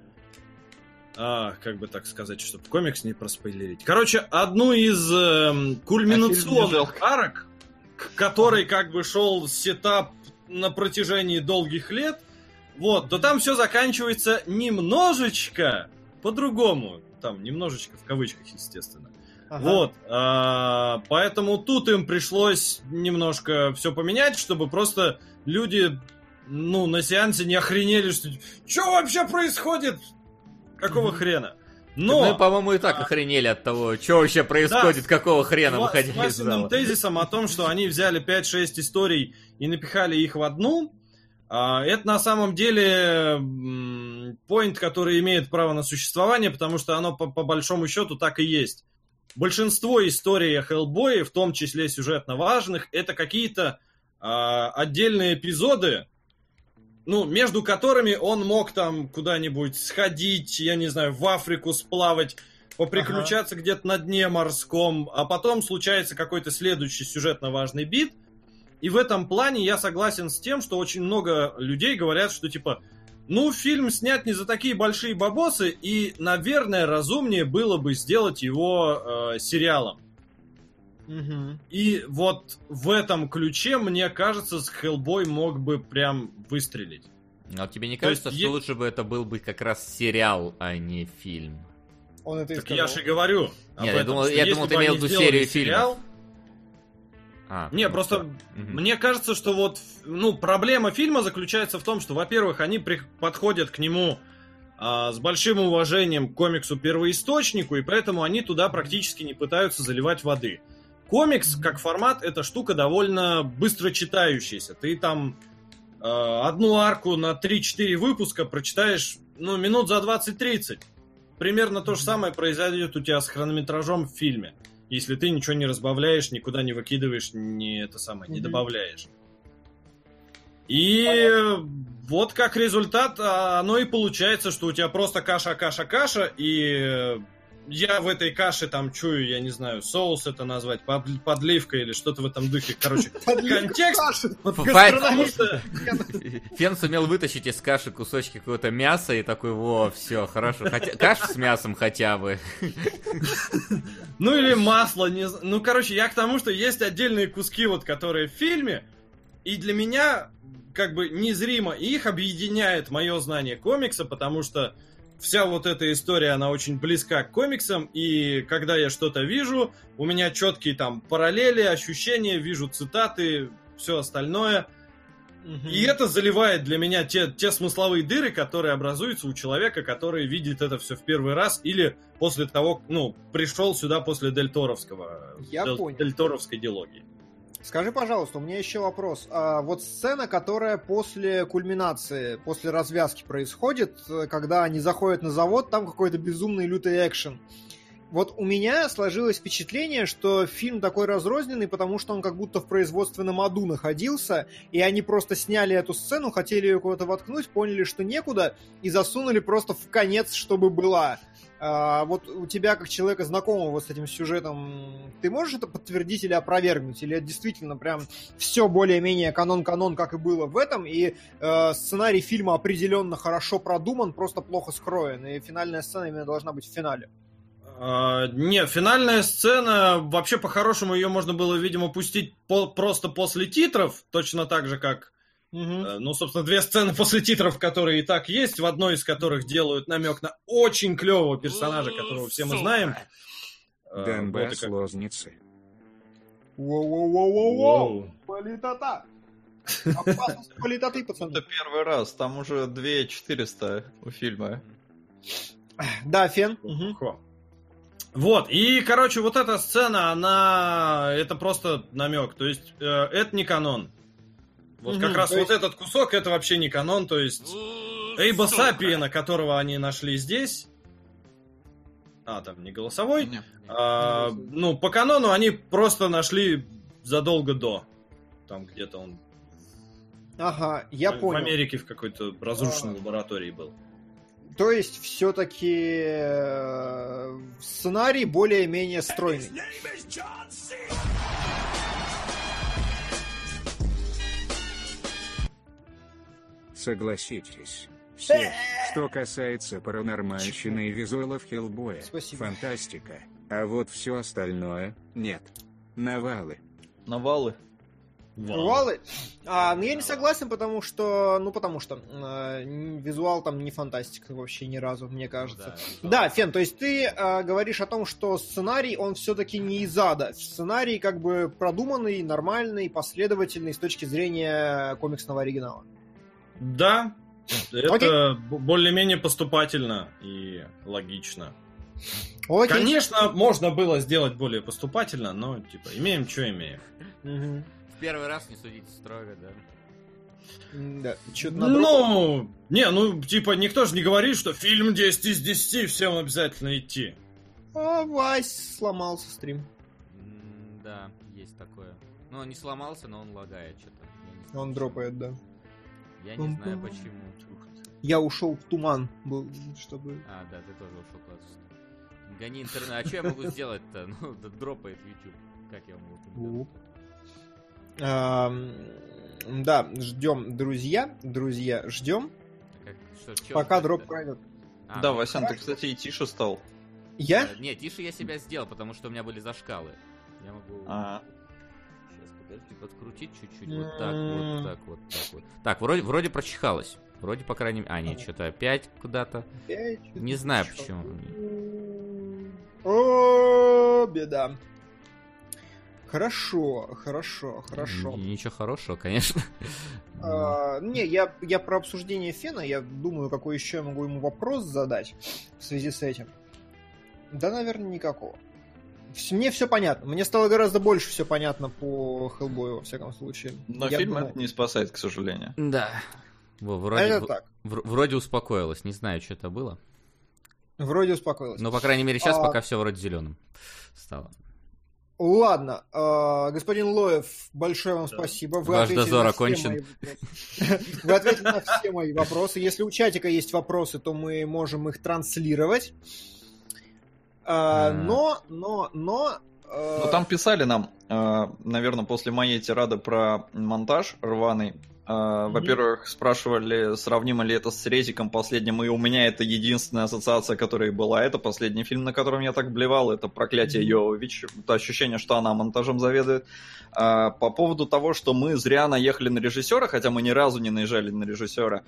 как бы так сказать, чтобы комикс не проспойлерить. Короче, одну из кульминационных арок, к которой как бы шел сетап на протяжении долгих лет, вот, то там все заканчивается немножечко по-другому. Там немножечко в кавычках, естественно. Ага. Вот, поэтому тут им пришлось немножко все поменять, чтобы просто люди, ну, на сеансе не охренели, что вообще происходит? Какого хрена? Но... Мы, по-моему, и так охренели от того, что вообще происходит, какого хрена, выходя из С зала. тезисом о том, что они взяли 5-6 историй и напихали их в одну, это на самом деле поинт, который имеет право на существование, потому что оно по большому счету так и есть. Большинство историй о Хеллбое, в том числе сюжетно важных, это какие-то отдельные эпизоды, ну, между которыми он мог там куда-нибудь сходить, я не знаю, в Африку сплавать, поприключаться где-то на дне морском, а потом случается какой-то следующий сюжетно важный бит. И в этом плане я согласен с тем, что очень много людей говорят, что типа, ну, фильм снят не за такие большие бабосы, и, наверное, разумнее было бы сделать его сериалом. Мгм. И вот в этом ключе, мне кажется, Хеллбой мог бы прям выстрелить. А тебе не То кажется, есть что лучше бы это был бы как раз сериал, а не фильм? Он это и Так сказал. я же и говорю. об Нет, этом, что я если думал, бы ты имел в они виду сделали серию сериал- фильмов. Не, ну просто всё. Мгм. мне кажется, что вот, ну, проблема фильма заключается в том, что, во-первых, они подходят к нему с большим уважением к комиксу-первоисточнику, и поэтому они туда практически не пытаются заливать воды. Комикс, как формат, эта штука довольно быстро читающаяся. Ты там одну арку на 3-4 выпуска прочитаешь, ну, минут за 20-30. Примерно то же самое произойдет у тебя с хронометражом в фильме. Если ты ничего не разбавляешь, никуда не выкидываешь, не добавляешь. И вот как результат, оно и получается, что у тебя просто каша, и я в этой каше там чую, я не знаю, соус это назвать, подливка или что-то в этом духе. Короче, контекст... Фен сумел вытащить из каши кусочки какого-то мяса и такой, во, все, хорошо. Каша с мясом хотя бы. Ну или масло, не знаю. Ну, короче, я к тому, что есть отдельные куски, вот, которые в фильме, и для меня как бы незримо, и их объединяет мое знание комикса, потому что вся вот эта история, она очень близка к комиксам, и когда я что-то вижу, у меня четкие там параллели, ощущения, вижу цитаты, все остальное. И это заливает для меня те смысловые дыры, которые образуются у человека, который видит это все в первый раз, или после того, ну, пришел сюда после Дель-Торовской дилогии. Скажи, пожалуйста, у меня еще вопрос. Вот сцена, которая после кульминации, после развязки происходит, когда они заходят на завод, там какой-то безумный лютый экшен. Вот у меня сложилось впечатление, что фильм такой разрозненный, потому что он как будто в производственном аду находился, и они просто сняли эту сцену, хотели ее куда-то воткнуть, поняли, что некуда, и засунули просто в конец, чтобы была. Вот у тебя, как человека знакомого с этим сюжетом, ты можешь это подтвердить или опровергнуть? Или это действительно прям все более-менее канон-канон, как и было в этом, и сценарий фильма определенно хорошо продуман, просто плохо скроен, и финальная сцена именно должна быть в финале? Нет, финальная сцена, вообще по-хорошему ее можно было, видимо, пустить просто после титров, точно так же, как ну, собственно, две сцены после титров, которые и так есть, в одной из которых делают намек на очень клевого персонажа, которого все мы знаем. Донбасс, лозницы. Воу-воу-воу-воу-воу! Политота! Опасность политоты, пацаны. Это первый раз, там уже 2400 у фильма. Да, Фен. Вот, и, короче, вот эта сцена, это просто намек, то есть это не канон. Вот как раз вот этот кусок, это вообще не канон, то есть Эйба Сапиена, которого они нашли здесь, там не голосовой, ну, по канону они просто нашли задолго до, там где-то он я понял. В Америке в какой-то разрушенной лаборатории был. То есть все-таки сценарий более-менее стройный. Согласитесь. Все, что касается паранормальщины и визуалов Хеллбоя, фантастика. А вот все остальное — нет. Навалы. Навалы? Ну, я не согласен, потому что визуал там не фантастика вообще ни разу, мне кажется. Да, Фен, то есть ты говоришь о том, что сценарий, он все-таки не из ада. Сценарий как бы продуманный, нормальный, последовательный с точки зрения комиксного оригинала. Да, это более-менее поступательно и логично. Конечно, можно было сделать более поступательно, но, типа, имеем, что имеем. Первый раз не судите строго, да? Да, типа, никто же не говорит, что фильм 10 из 10, всем обязательно идти. Вась, сломался стрим. Да, есть такое. Ну, он не сломался, но он лагает что-то. Он дропает, да. Я не знаю почему. Я ушел в туман, чтобы... Да, ты тоже ушел куда-то. Гони интернет. А что я могу сделать-то? Ну, дропает YouTube. Как я могу да, ждем, друзья, ждем. Пока дроп пройдет. Да, Васян, ты, кстати, и тише стал. Я? Нет, тише я себя сделал, потому что у меня были зашкалы. Я могу... Сейчас, подожди, подкрутить чуть-чуть. Вот так. Так, вроде прочихалось. Вроде, по крайней мере... нет, что-то опять куда-то. Не знаю, почему. О, беда. Хорошо. Ничего хорошего, конечно. Не, я про обсуждение Фена, я думаю, какой еще я могу ему вопрос задать в связи с этим. Да, наверное, никакого. Мне все понятно. Мне стало гораздо больше все понятно по Хеллбою, во всяком случае. Но фильм это не спасает, к сожалению. Да. Вроде успокоилось. Не знаю, что это было. Вроде успокоилось. Но, по крайней мере, сейчас пока все вроде зеленым стало. Ладно, господин Лоев, большое вам спасибо. Ваш дозор окончен. Вы ответили на все мои вопросы. Если у чатика есть вопросы, то мы можем их транслировать. Но... Ну, там писали нам, наверное, после моей тирады про монтаж рваный. Во-первых, спрашивали, сравнимо ли это с Резиком последним, и у меня это единственная ассоциация, которая была. Это последний фильм, на котором я так блевал, это «Проклятие Йовович». Это ощущение, что она монтажом заведует. По поводу того, что мы зря наехали на режиссера, хотя мы ни разу не наезжали на режиссера,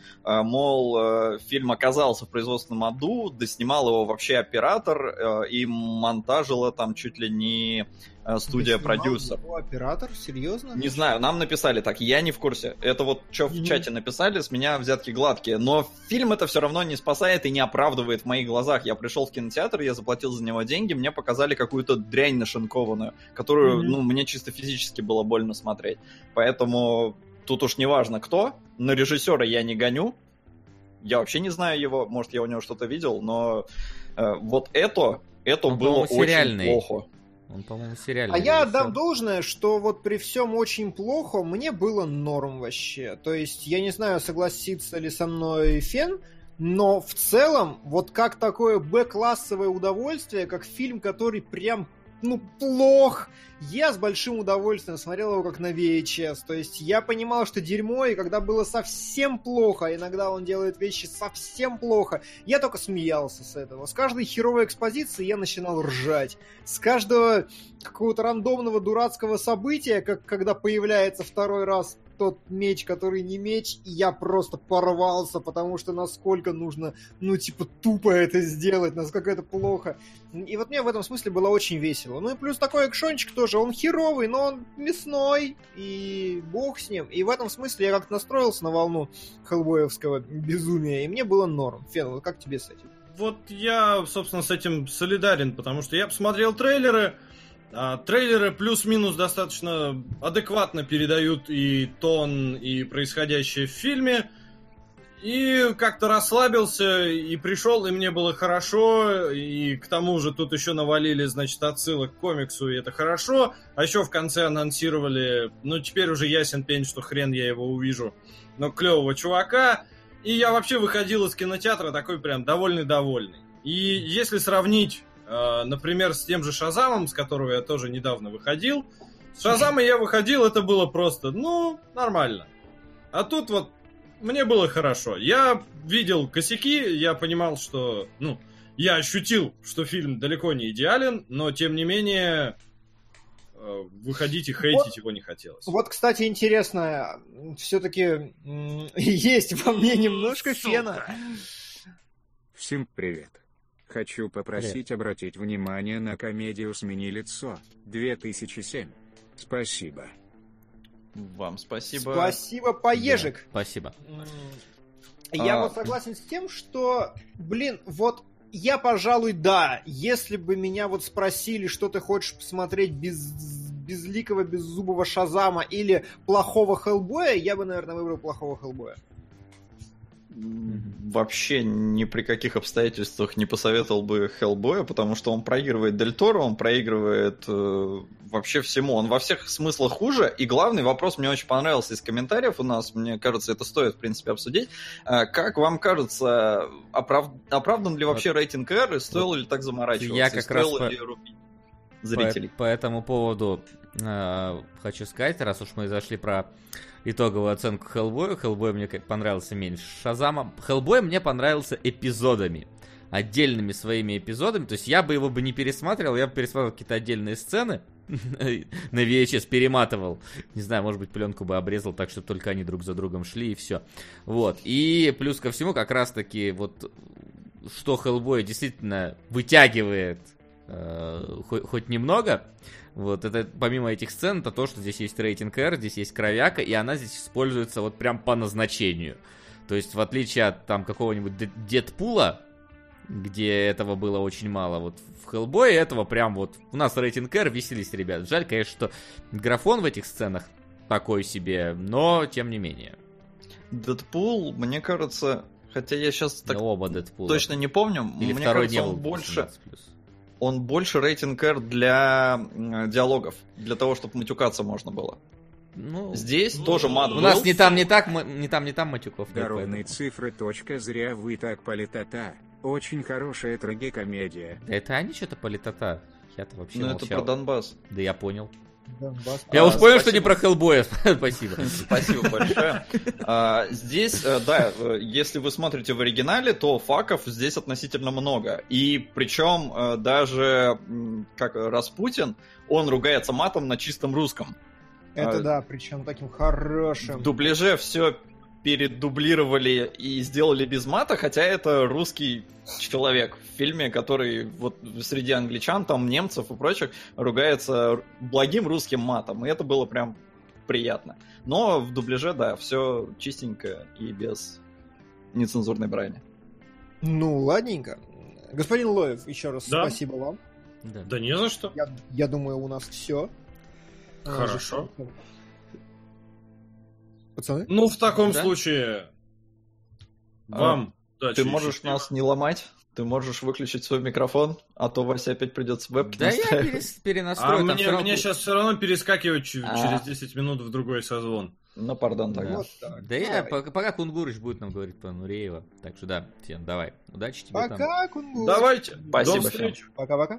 мол, фильм оказался в производственном аду, доснимал его вообще оператор, и монтажила там чуть ли не студия-продюсер. Оператор? Серьезно? Не знаю, нам написали так, я не в курсе. Это вот что в чате написали, с меня взятки гладкие. Но фильм это все равно не спасает и не оправдывает в моих глазах. Я пришел в кинотеатр, я заплатил за него деньги, мне показали какую-то дрянь нашинкованную, которую, мне чисто физически было больно смотреть. Поэтому тут уж не важно кто, на режиссера я не гоню. Я вообще не знаю его, может, я у него что-то видел, но вот это было очень плохо. Он, по-моему, сериальный. А я отдам должное, что вот при всем очень плохо мне было норм вообще. То есть, я не знаю, согласится ли со мной Фен, но в целом, вот как такое Б-классовое удовольствие, как фильм, который прям, плох, я с большим удовольствием смотрел его как на VHS. То есть я понимал, что дерьмо, и когда было совсем плохо, иногда он делает вещи совсем плохо, я только смеялся с этого. С каждой херовой экспозиции я начинал ржать. С каждого какого-то рандомного дурацкого события, как когда появляется второй раз тот меч, который не меч, и я просто порвался, потому что насколько нужно, тупо это сделать, насколько это плохо. И вот мне в этом смысле было очень весело. Ну и плюс такой экшончик тоже, он херовый, но он мясной, и бог с ним. И в этом смысле я как-то настроился на волну хеллбоевского безумия, и мне было норм. Фен, вот как тебе с этим? Вот я, собственно, с этим солидарен, потому что я посмотрел трейлеры, трейлеры плюс-минус достаточно адекватно передают и тон, и происходящее в фильме. И как-то расслабился, и пришел, и мне было хорошо. И к тому же тут еще навалили, отсылок к комиксу, и это хорошо. А еще в конце анонсировали, теперь уже ясен пень, что хрен я его увижу, но клевого чувака. И я вообще выходил из кинотеатра такой прям довольный-довольный. И если сравнить... например, с тем же Шазамом, с которого я тоже недавно выходил. С Шазама я выходил, это было просто, нормально. А тут вот мне было хорошо. Я видел косяки, я понимал, что, я ощутил, что фильм далеко не идеален, но тем не менее выходить и хейтить его не хотелось. Вот, кстати, интересно, все-таки есть во мне немножко фена. Всем привет. Хочу попросить обратить внимание на комедию «Смени лицо» 2007. Спасибо. Вам спасибо. Спасибо, Поежик. Да, спасибо. Я вот согласен с тем, что, я, пожалуй, да. Если бы меня вот спросили, что ты хочешь посмотреть безликого, беззубого Шазама или плохого Хеллбоя, я бы, наверное, выбрал плохого Хеллбоя. Вообще ни при каких обстоятельствах не посоветовал бы Хеллбоя, потому что он проигрывает Дель Торо, он проигрывает вообще всему. Он во всех смыслах хуже. И главный вопрос мне очень понравился из комментариев у нас. Мне кажется, это стоит, в принципе, обсудить. Как вам кажется, оправдан ли вообще рейтинг R и стоило ли так заморачиваться? Я как раз ли рубить зрителей? По этому поводу хочу сказать, раз уж мы зашли про итоговую оценку Хеллбоя. Хеллбой мне понравился меньше Шазама. Хеллбой мне понравился эпизодами. Отдельными своими эпизодами. То есть я бы его не пересматривал, я бы пересматривал какие-то отдельные сцены. На VHS перематывал. Не знаю, может быть, пленку бы обрезал так, чтобы только они друг за другом шли, и все. Вот. И плюс ко всему, как раз-таки, вот, что Хеллбой действительно вытягивает хоть немного. Вот, это помимо этих сцен, это то, что здесь есть рейтинг R, здесь есть кровяка, и она здесь используется вот прям по назначению. То есть, в отличие от там какого-нибудь Дэдпула, где этого было очень мало, вот в Хеллбое этого прям вот... У нас рейтинг R, веселись, ребят. Жаль, конечно, что графон в этих сценах такой себе, но тем не менее. Дэдпул, мне кажется, хотя я сейчас так оба Дэдпула. Точно не помню, или мне второй кажется, не был больше... 18+. Он больше рейтинг R для диалогов, для того, чтобы матюкаться можно было. Здесь тоже мат был. У нас не там матюков нет. Ровные цифры. Зря вы так политота. Очень хорошая трагикомедия. Да это они что-то политота. Я-то вообще Ну, молчал. это про Донбасс. Да я понял. Донбасс. Я уж понял, что спасибо. не про Хеллбоя. Спасибо. Спасибо большое. Здесь, да, если вы смотрите в оригинале, то факов здесь относительно много. И причем даже как Распутин, он ругается матом на чистом русском. Это да, причем таким хорошим. В дубляже все передублировали и сделали без мата, хотя это русский человек в фильме, который вот среди англичан, там немцев и прочих ругается благим русским матом, и это было прям приятно. Но в дубляже, да, все чистенько и без нецензурной брани. Ну, ладненько. Господин Лоев, еще раз Да. спасибо вам. Да. Да не за что. Я думаю, у нас все. Хорошо. Пацаны? Ну, в таком Да? случае вам удачи Ты и можешь счастливо. нас не ломать, ты можешь выключить свой микрофон, а то Васе опять придется вебки Да я настраивать. перенастрою. там всё равно мне будет- сейчас все равно перескакивать А. через 10 минут в другой созвон. Ну, пардон, Да. тогда. Вот так. Да я, Давай. пока Кунгурыч будет нам говорить про Нуреева. Так что да, Фен, давай. Удачи тебе там. Пока, Кунгур. Давайте. Спасибо, До встречи. Пока-пока.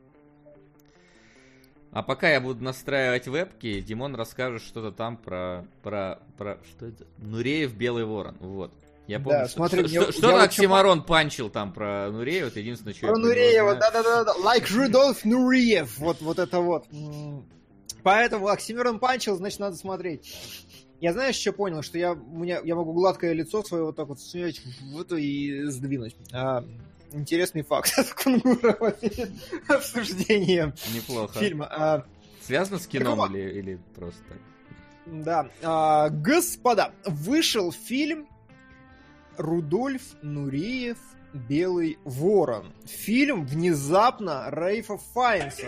А пока я буду настраивать вебки, Димон расскажет что-то там про что это? Нуреев Белый Ворон. Вот. Я помню, Да, что, смотри, что, я- что я на вот Оксимарон панчил там про Нуреева, это единственное, что Про я про него Нуреева, знаю. да-да-да. Like Рудольф Нуриев. Вот это вот. Поэтому Оксимирон панчил, значит, надо смотреть. Я, знаешь, что понял? Что я могу гладкое лицо свое вот так вот снять в эту и сдвинуть. Интересный факт от Кунгурова перед обсуждением Неплохо. фильма. Связано с кином Какого? или просто так? Да. Господа, вышел фильм «Рудольф Нуриев. Белый ворон». Фильм внезапно Рейфа Файнса.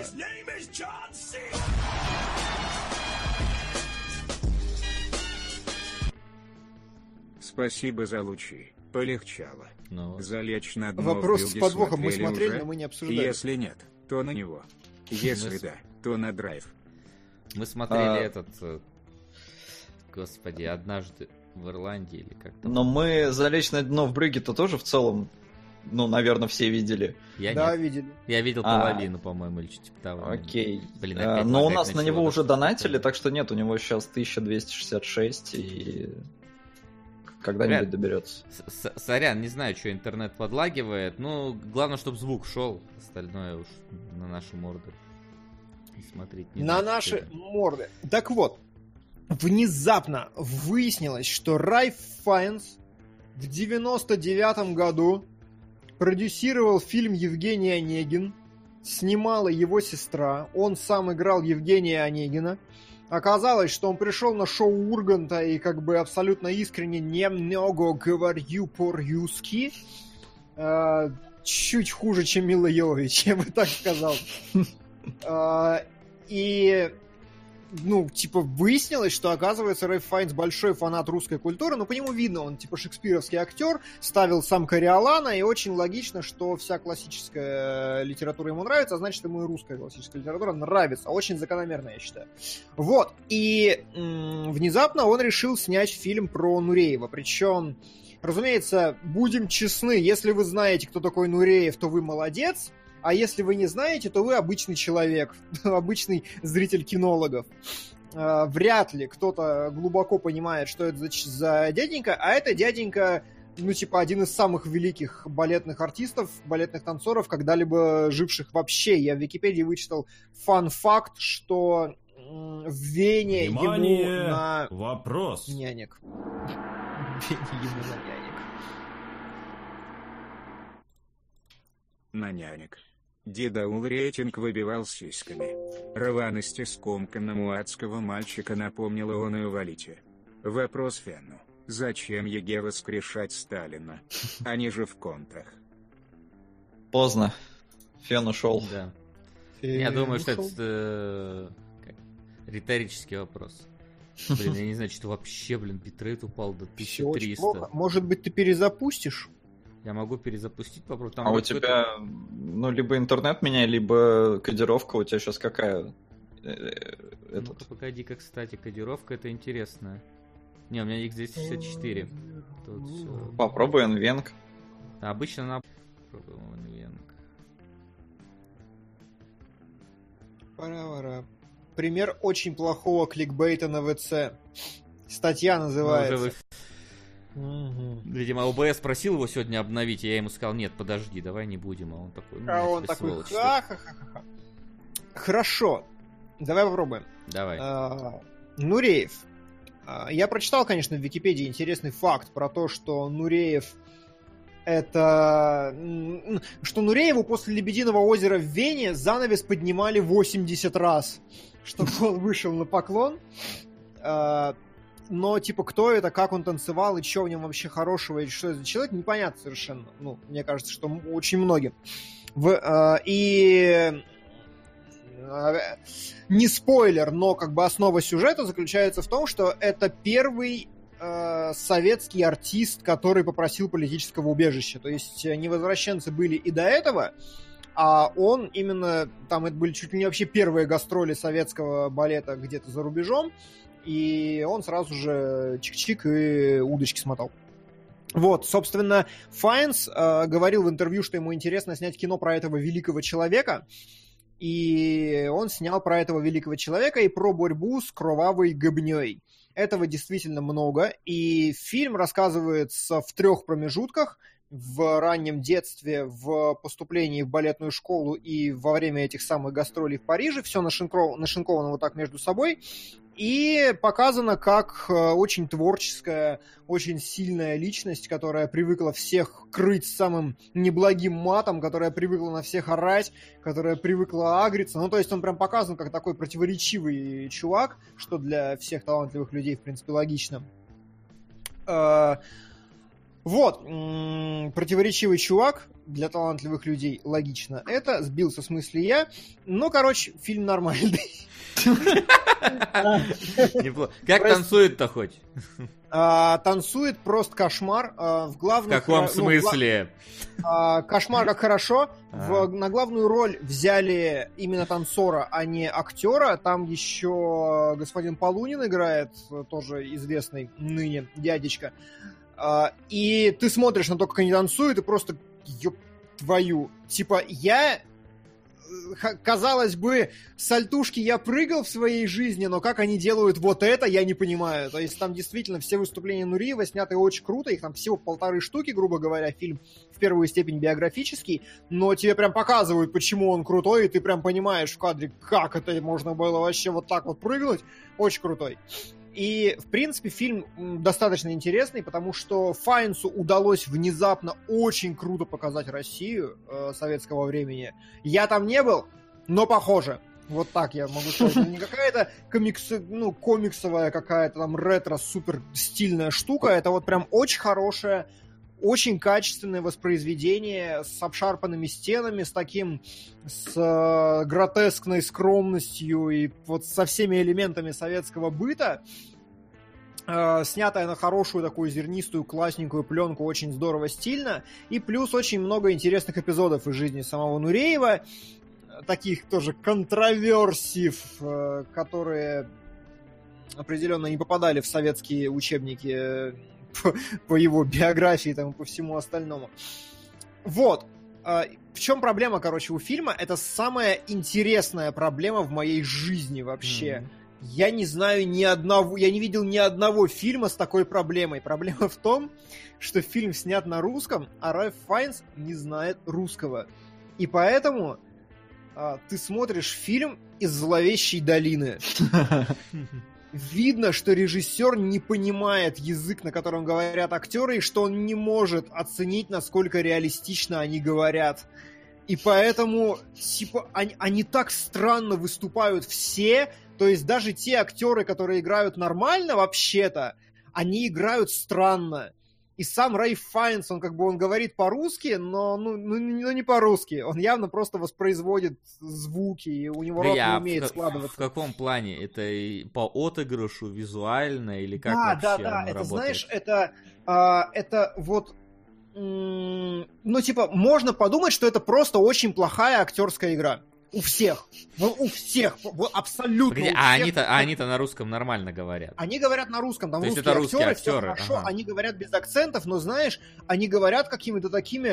Спасибо за лучи. Полегчало. Ну, Залечь на дно Вопрос в с Юге подвохом. Мы смотрели смотрели, уже? но мы не обсуждали. Если нет, то на него. Если Мы да, то на драйв. мы смотрели этот... Господи, однажды в Ирландии или как-то. Но мы «Залечь на дно в Брюгге»-то тоже в целом, ну, наверное, все видели. Я Да, нет. видели. Я видел А. половину, по-моему, или что-то типа того. Окей. Блин, опять Но у лагать нас на начало, него да, уже что-то донатили, такое. так что нет, у него сейчас 1266, и когда-нибудь Вряд- доберется. Сорян, не знаю, что интернет подлагивает. Ну, главное, чтобы звук шел. Остальное уж на наши морды. И смотреть не На знаю, что наши это. морды. Так вот, внезапно выяснилось, что Райф Файнс в 99-м году продюсировал фильм «Евгений Онегин», снимала его сестра, он сам играл Евгения Онегина. Оказалось, что он пришел на шоу Урганта и как бы абсолютно искренне немного говорю по-русски. Чуть хуже, чем Мила Йовович, я бы так сказал. И, ну, типа, выяснилось, что, оказывается, Рейф Файнс большой фанат русской культуры, но по нему видно, он, типа, шекспировский актер, ставил сам Кориолана, и очень логично, что вся классическая литература ему нравится, а значит, ему и русская классическая литература нравится. Очень закономерно, я считаю. Вот, и внезапно он решил снять фильм про Нуреева, причем, разумеется, будем честны, если вы знаете, кто такой Нуреев, то вы молодец, а если вы не знаете, то вы обычный человек, обычный зритель кинологов. Вряд ли кто-то глубоко понимает, что это за дяденька, а это дяденька, ну, типа, один из самых великих балетных артистов, балетных танцоров, когда-либо живших вообще. Я в Википедии вычитал фан-факт, что в Вене ему Внимание! на Вопрос. нянек. В Вене ему на нянек. На нянек. Дедаул рейтинг выбивал сиськами. Рваности скомканному адского мальчика напомнила он и увалите. Вопрос Фену. Зачем ЕГЭ воскрешать Сталина? Они же в контрах. Поздно. Фен ушел. Да. Я думаю, что это риторический вопрос. Блин, я не знаю, что вообще, блин, битрейт упал до Всё очень 1300. плохо. Может быть, ты перезапустишь? Я могу перезапустить, попробовать. Там А у вроде какой-то- тебя, ну, либо интернет меняй, либо кодировка у тебя сейчас какая? Ну-ка, погоди-ка, кстати, кодировка это интересная. Не, у меня x264. Тут всё. Попробуй NVENC. Обычно она... попробуем Ван Венг. Пора-пора. Пример очень плохого кликбейта на ВЦ. Статья называется. Видимо, ОБС просил его сегодня обновить, и я ему сказал, нет, подожди, давай не будем. А он такой, А он такой, ха-ха-ха-ха. Хорошо, давай попробуем. Давай. Нуреев. Я прочитал, конечно, в Википедии интересный факт про то, что Нуреев это... Что Нурееву после «Лебединого озера» в Вене занавес поднимали 80 раз, чтобы он вышел на поклон. Но, типа, кто это, как он танцевал, и что в нем вообще хорошего, и что это за человек, непонятно совершенно. Ну, мне кажется, что очень многим. Не спойлер, но как бы основа сюжета заключается в том, что это первый советский артист, который попросил политического убежища. То есть невозвращенцы были и до этого, а он именно, там это были чуть ли не вообще первые гастроли советского балета где-то за рубежом, и он сразу же чик-чик и удочки смотал. Вот, собственно, Файнс говорил в интервью, что ему интересно снять кино про этого великого человека, и он снял про этого великого человека и про борьбу с кровавой гыбней. Этого действительно много, и фильм рассказывается в 3 промежутках: в раннем детстве, в поступлении в балетную школу и во время этих самых гастролей в Париже. Все нашинковано вот так между собой. И показано как очень творческая, очень сильная личность, которая привыкла всех крыть самым неблагим матом, которая привыкла на всех орать, которая привыкла агриться. Ну, то есть он прям показан как такой противоречивый чувак, что для всех талантливых людей, в принципе, логично. Вот, противоречивый чувак для талантливых людей, логично. Это сбился с мысли я. Ну, короче, фильм нормальный. Как танцует-то хоть? Танцует просто кошмар. В каком смысле? Кошмар как хорошо. На главную роль взяли именно танцора, а не актера. Там еще господин Полунин играет, тоже известный ныне дядечка. И ты смотришь на то, как они танцуют, и просто, ёб твою, типа, казалось бы, сальтушки я прыгал в своей жизни, но как они делают вот это, я не понимаю. То есть там действительно все выступления Нуриева сняты очень круто, их там всего 1,5 штуки, грубо говоря, фильм в первую степень биографический, но тебе прям показывают, почему он крутой, и ты прям понимаешь в кадре, как это можно было вообще вот так вот прыгнуть. Очень крутой. И, в принципе, фильм достаточно интересный, потому что Файнсу удалось внезапно очень круто показать Россию советского времени. Я там не был, но похоже. Вот так я могу сказать. Не какая-то комиксовая какая-то там ретро-супер стильная штука. Это вот прям очень хорошая, очень качественное воспроизведение с обшарпанными стенами, с гротескной скромностью и вот со всеми элементами советского быта, снятая на хорошую такую зернистую, классненькую пленку, очень здорово, стильно, и плюс очень много интересных эпизодов из жизни самого Нуреева, таких тоже контроверсив, которые определенно не попадали в советские учебники по его биографии там, и по всему остальному. Вот. В чем проблема, короче, у фильма? Это самая интересная проблема в моей жизни вообще. Я не знаю я не видел ни одного фильма с такой проблемой. Проблема в том, что фильм снят на русском, а Ральф Файнс не знает русского. И поэтому ты смотришь фильм из «Зловещей долины». Видно, что режиссер не понимает язык, на котором говорят актеры, и что он не может оценить, насколько реалистично они говорят. И поэтому, типа, они так странно выступают все, то есть даже те актеры, которые играют нормально вообще-то, они играют странно. И сам Ральф Файнс, он говорит по-русски, но не по-русски. Он явно просто воспроизводит звуки, и у него рот не умеет складываться. В каком плане? Это и по отыгрышу визуально, или как вообще Да. Это, работает? знаешь, это вот... можно подумать, что это просто очень плохая актерская игра. У всех. У всех. Абсолютно. Погоди, у всех. они-то на русском нормально говорят. Они говорят на русском. Там то русские есть это актеры, все хорошо. Ага. Они говорят без акцентов, но, знаешь, они говорят какими-то такими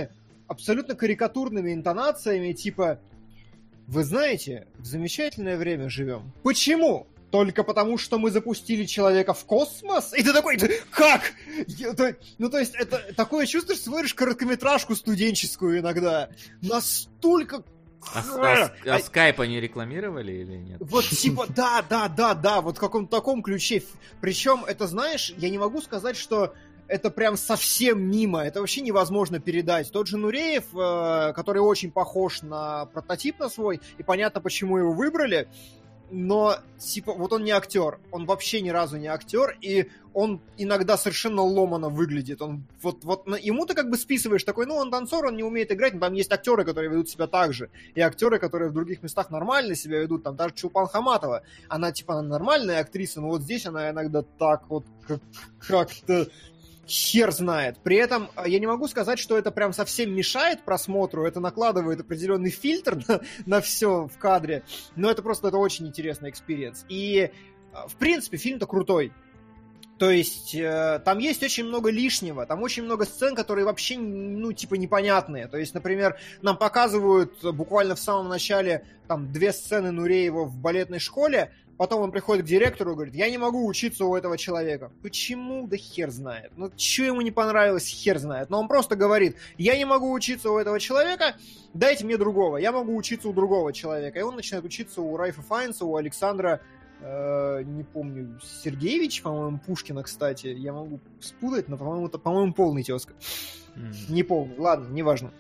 абсолютно карикатурными интонациями, типа: вы знаете, в замечательное время живем. Почему? Только потому, что мы запустили человека в космос? И ты такой: как? Ну, то есть, это такое чувство, что смотришь короткометражку студенческую иногда. Настолько... А скайпа не рекламировали или нет? Вот типа, да, вот в каком-то таком ключе. Причем, это, знаешь, я не могу сказать, что это прям совсем мимо. Это вообще невозможно передать. Тот же Нуреев, который очень похож на прототип на свой, и понятно, почему его выбрали, но, типа, вот он не актер. Он вообще ни разу не актер, и он иногда совершенно ломано выглядит. Он вот ему ты как бы списываешь такой: ну, он танцор, он не умеет играть, но там есть актеры, которые ведут себя так же. И актеры, которые в других местах нормально себя ведут, там даже Чулпан Хаматова. Она, типа, она нормальная актриса, но вот здесь она иногда так вот как-то... Хер знает. При этом я не могу сказать, что это прям совсем мешает просмотру, это накладывает определенный фильтр на все в кадре, но это просто очень интересный экспириенс. И, в принципе, фильм-то крутой. То есть, там есть очень много лишнего, там очень много сцен, которые вообще, ну, типа, непонятные. То есть, например, нам показывают буквально в самом начале там 2 сцены Нуреева в балетной школе, потом он приходит к директору и говорит: я не могу учиться у этого человека. Почему? Да хер знает. Ну, что ему не понравилось, хер знает. Но он просто говорит: я не могу учиться у этого человека, дайте мне другого. Я могу учиться у другого человека. И он начинает учиться у Райфа Файнса, у Александра, не помню, Сергеевич, по-моему, Пушкина, кстати. Я могу спутать, но, по-моему, это, по-моему, полный тезка. Не помню. Ладно, неважно.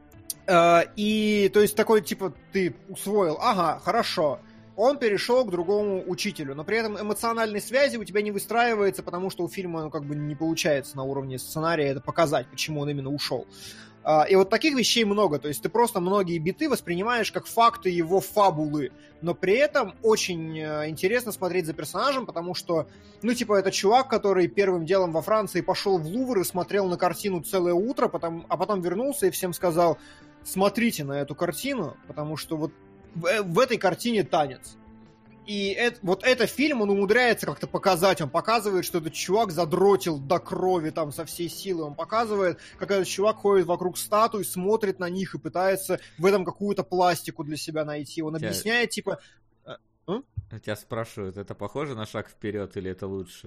И, то есть, такой, типа, ты усвоил: ага, хорошо. Он перешел к другому учителю, но при этом эмоциональной связи у тебя не выстраивается, потому что у фильма, ну, как бы не получается на уровне сценария это показать, почему он именно ушел. И вот таких вещей много, то есть ты просто многие биты воспринимаешь как факты его фабулы, но при этом очень интересно смотреть за персонажем, потому что, ну, типа, это чувак, который первым делом во Франции пошел в Лувр и смотрел на картину целое утро, а потом вернулся и всем сказал: смотрите на эту картину, потому что вот в этой картине танец. И вот этот фильм, он умудряется как-то показать. Он показывает, что этот чувак задротил до крови там со всей силы. Он показывает, как этот чувак ходит вокруг статуй, смотрит на них и пытается в этом какую-то пластику для себя найти. Он объясняет, типа... Тебя спрашивают, это похоже на «Шаг вперед» или это лучше?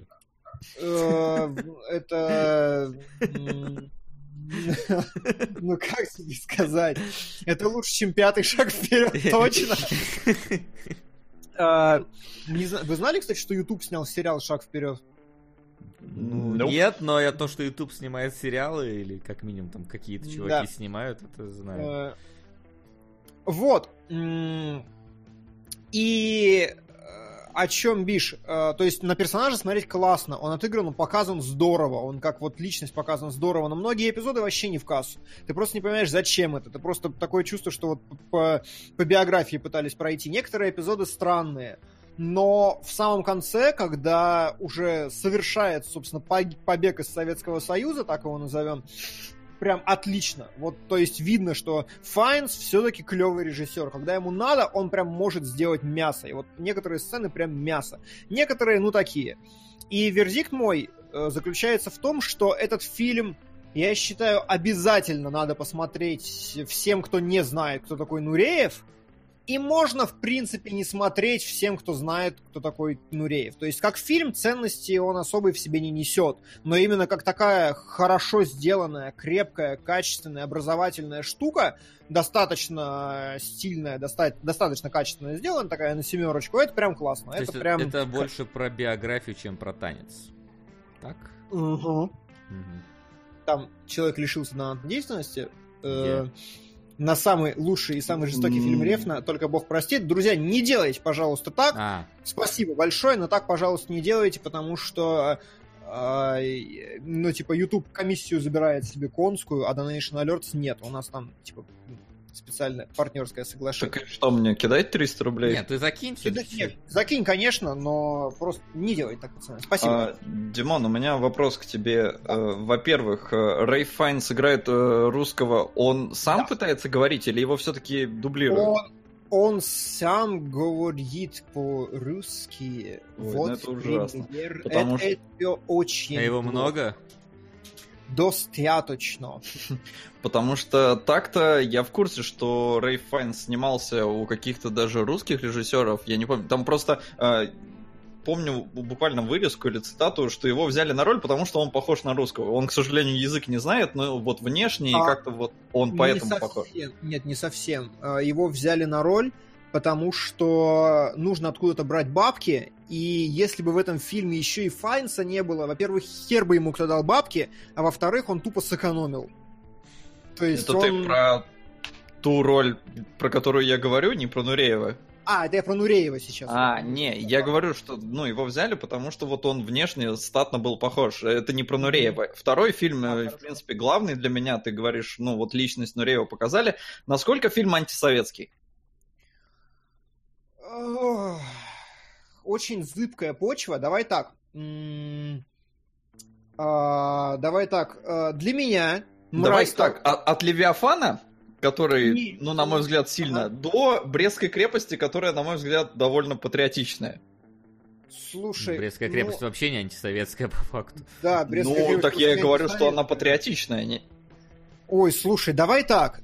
Это... Ну, как тебе сказать? Это лучше, чем 5-й шаг вперед, точно. Вы знали, кстати, что YouTube снял сериал «Шаг вперед»? Нет, но я то, что YouTube снимает сериалы, или как минимум там какие-то чуваки снимают, это знаю. Вот. И... О чем Биш? То есть на персонажа смотреть классно, он отыгран, он показан здорово, он как вот личность показан здорово, но многие эпизоды вообще не в кассу. Ты просто не понимаешь, зачем это. Ты просто такое чувство, что вот по биографии пытались пройти. Некоторые эпизоды странные, но в самом конце, когда уже совершается, собственно, побег из Советского Союза, так его назовем, прям отлично. Вот, то есть видно, что Файнс все-таки клевый режиссер. Когда ему надо, он прям может сделать мясо. И вот некоторые сцены прям мясо. Некоторые, ну, такие. И вердикт мой заключается в том, что этот фильм, я считаю, обязательно надо посмотреть всем, кто не знает, кто такой Нуреев. И можно, в принципе, не смотреть всем, кто знает, кто такой Нуреев. То есть, как фильм, ценности он особой в себе не несет. Но именно как такая хорошо сделанная, крепкая, качественная, образовательная штука, достаточно стильная, достаточно качественно сделана, такая на 7, это прям классно. То это прям... Это больше про биографию, чем про танец. Так? Угу. Там человек лишился на действенности. На самый лучший и самый жестокий фильм Рефна, только Бог простит. Друзья, не делайте, пожалуйста, так. Спасибо большое, но так, пожалуйста, не делайте, потому что, ну, типа, YouTube комиссию забирает себе конскую, а Donation Alerts нет. У нас там, типа, специальное партнерское соглашение. Так что, мне кидать 300 рублей? Нет, ты закинь. Нет, закинь, конечно, но просто не делай так, пацаны. Спасибо. Димон, у меня вопрос к тебе. Во-первых, Рэй Файнс играет русского. Он сам пытается говорить или его все-таки дублируют? Он сам говорит по-русски. Ой, вот, это ужасно. Это очень... А его много? Достаточно. Потому что так-то я в курсе, что Рэйф Файнс снимался у каких-то даже русских режиссеров, я не помню, там просто помню буквально вырезку или цитату, что его взяли на роль, потому что он похож на русского. Он, к сожалению, язык не знает, но вот внешне и как-то вот он поэтому похож. Нет, не совсем. Его взяли на роль, потому что нужно откуда-то брать бабки, и если бы в этом фильме еще и Файнса не было, во-первых, хер бы ему кто дал бабки, а во-вторых, он тупо сэкономил. То есть это ты про ту роль, про которую я говорю, не про Нуреева? Это я про Нуреева сейчас. Не, я говорю, что его взяли, потому что вот он внешне статно был похож. Это не про Нуреева. Второй фильм, в принципе, главный для меня, ты говоришь, вот личность Нуреева показали. Насколько фильм антисоветский? Очень зыбкая почва. Давай так. Для меня... Давай так, от Левиафана, который, на мой взгляд, сильно, до Брестской крепости, которая, на мой взгляд, довольно патриотичная. Слушай... Брестская крепость вообще не антисоветская, по факту. Да, Брестская крепость... так я и говорю, что она патриотичная. Ой, слушай, давай так.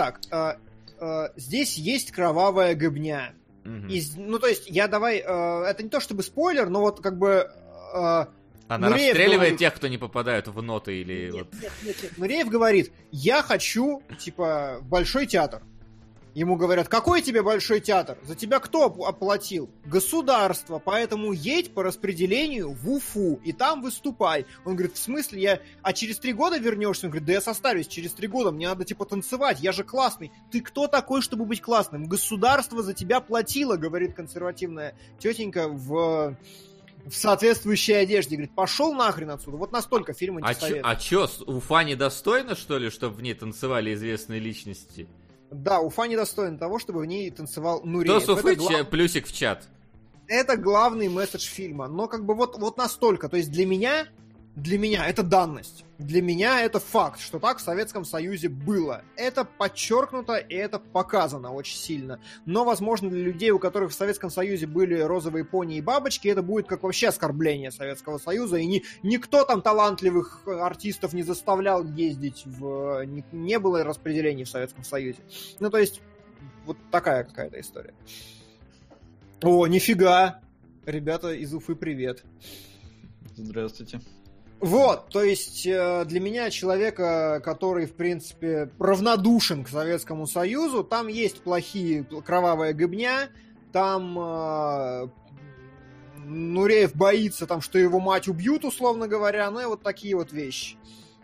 Здесь есть кровавая гыбня. То есть, это не то чтобы спойлер, но вот как бы... Она Нуреев расстреливает говорит... тех, кто не попадают в ноты или... Нет. Нуреев говорит, я хочу, в большой театр. Ему говорят, какой тебе большой театр? За тебя кто оплатил? Государство, поэтому едь по распределению в Уфу и там выступай. Он говорит, в смысле, а через 3 года вернешься? Он говорит, да я состарюсь через 3 года, мне надо танцевать, я же классный. Ты кто такой, чтобы быть классным? Государство за тебя платило, говорит консервативная тетенька в соответствующей одежде. Говорит, пошел нахрен отсюда. Вот настолько фильм антисоветский. А чё, Уфа недостойна, что ли, чтобы в ней танцевали известные личности? Да, Уфа недостойна того, чтобы в ней танцевал Нуреев. Кто с Уфы, плюсик в чат. Это главный месседж фильма. Но вот настолько. То есть для меня это данность. Для меня это факт, что так в Советском Союзе было. Это подчеркнуто и это показано очень сильно. Но, возможно, для людей, у которых в Советском Союзе были розовые пони и бабочки, это будет как вообще оскорбление Советского Союза. И никто там талантливых артистов не заставлял ездить не было распределений в Советском Союзе. То есть, вот такая какая-то история. О, нифига! Ребята из Уфы, привет. Здравствуйте. Вот, то есть для меня человека, который, в принципе, равнодушен к Советскому Союзу, там есть плохие, кровавая гыбня, там Нуреев боится, что его мать убьют, условно говоря, и вот такие вот вещи.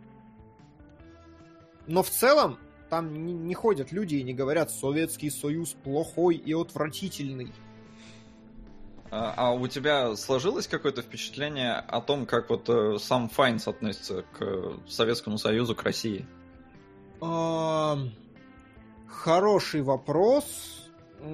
Но в целом там не ходят люди и не говорят «Советский Союз плохой и отвратительный». А у тебя сложилось какое-то впечатление о том, как сам Файнс относится к Советскому Союзу, к России? Хороший вопрос.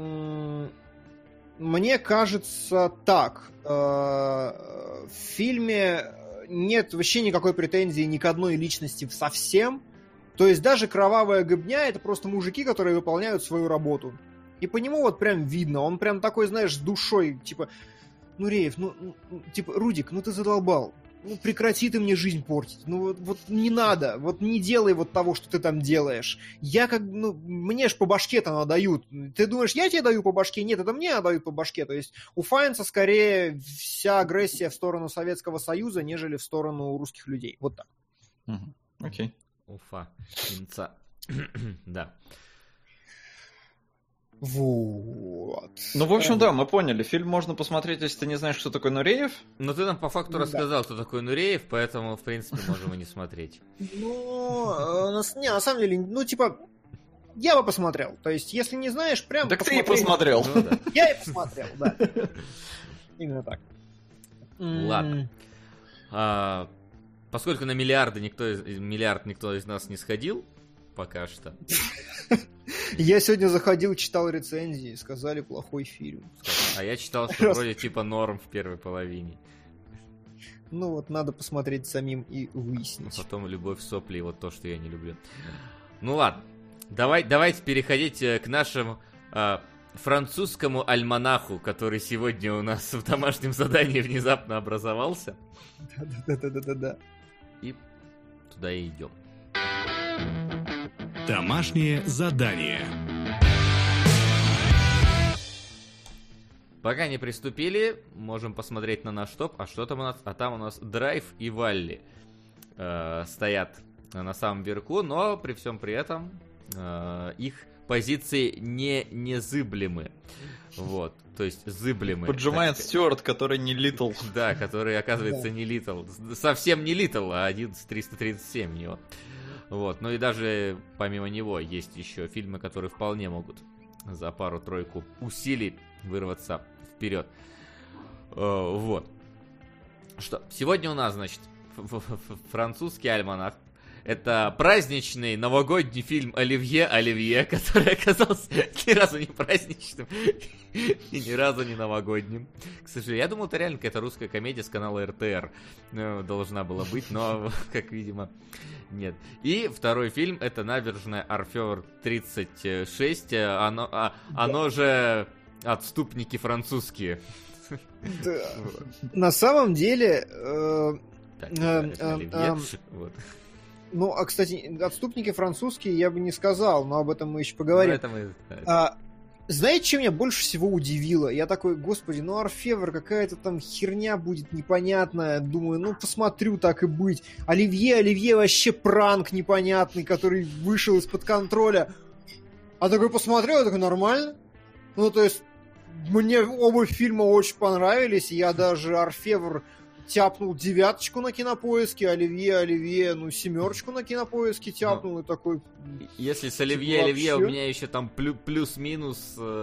Мне кажется, так. В фильме нет вообще никакой претензии ни к одной личности совсем. То есть даже кровавая гыбня — это просто мужики, которые выполняют свою работу. И по нему прям видно, он прям такой, знаешь, с душой, Нуреев, Рудик, ты задолбал, прекрати ты мне жизнь портить, вот не надо, не делай того, что ты там делаешь. Я мне ж по башке-то надают. Ты думаешь, я тебе даю по башке? Нет, это мне дают по башке. То есть у Файнса скорее вся агрессия в сторону Советского Союза, нежели в сторону русских людей. Вот так. Окей. Уфа, Кинца. Да. Вот. В общем, да, мы поняли. Фильм можно посмотреть, если ты не знаешь, кто такой Нуреев. Но ты нам по факту рассказал, кто такой Нуреев, поэтому, в принципе, можем и не смотреть. На самом деле, я бы посмотрел. То есть, если не знаешь, прям... Так ты и посмотрел. Я и посмотрел, да. Именно так. Ладно. Поскольку на миллиард никто из нас не сходил, пока что. Я сегодня заходил, читал рецензии, сказали плохой фильм. А я читал, что вроде норм в первой половине. Надо посмотреть самим и выяснить. Потом любовь, сопли и то, что я не люблю. Ладно, давайте переходить к нашему французскому альманаху, который сегодня у нас в домашнем задании внезапно образовался. Да. И туда и идем. Домашнее задание. Пока не приступили, можем посмотреть на наш топ. А что там у нас? А там у нас Драйв и Валли стоят на самом верху, но при всем при этом их позиции не незыблемы. Вот, то есть зыблемы. Поджимает Стюарт, который не Литл. Да, который, оказывается, не Литл. Совсем не Литл, а 11-337 у него. Вот, ну и даже помимо него есть еще фильмы, которые вполне могут за пару-тройку усилий вырваться вперед. Вот. Что, сегодня у нас, значит, французский альманах. Это праздничный новогодний фильм «Оливье», который оказался ни разу не праздничным и ни разу не новогодним. К сожалению, я думал, это реально какая-то русская комедия с канала РТР должна была быть, но, как видимо, нет. И второй фильм — это «Набережная Орфевр 36», оно же «Отступники французские». На самом деле... Вот. Ну, а, кстати, «Отступники французские» я бы не сказал, но об этом мы еще поговорим. Знаете, что меня больше всего удивило? Я такой, господи, ну Орфевр, какая-то там херня будет непонятная. Думаю, ну посмотрю, так и быть. Оливье вообще пранк непонятный, который вышел из-под контроля. А такой посмотрел, я такой, нормально. Ну, то есть, мне оба фильма очень понравились. Я даже Орфевр тяпнул 9 на Кинопоиске, Оливье, ну 7 на Кинопоиске тяпнул, и такой... Если с Оливье, у меня еще там плюс-минус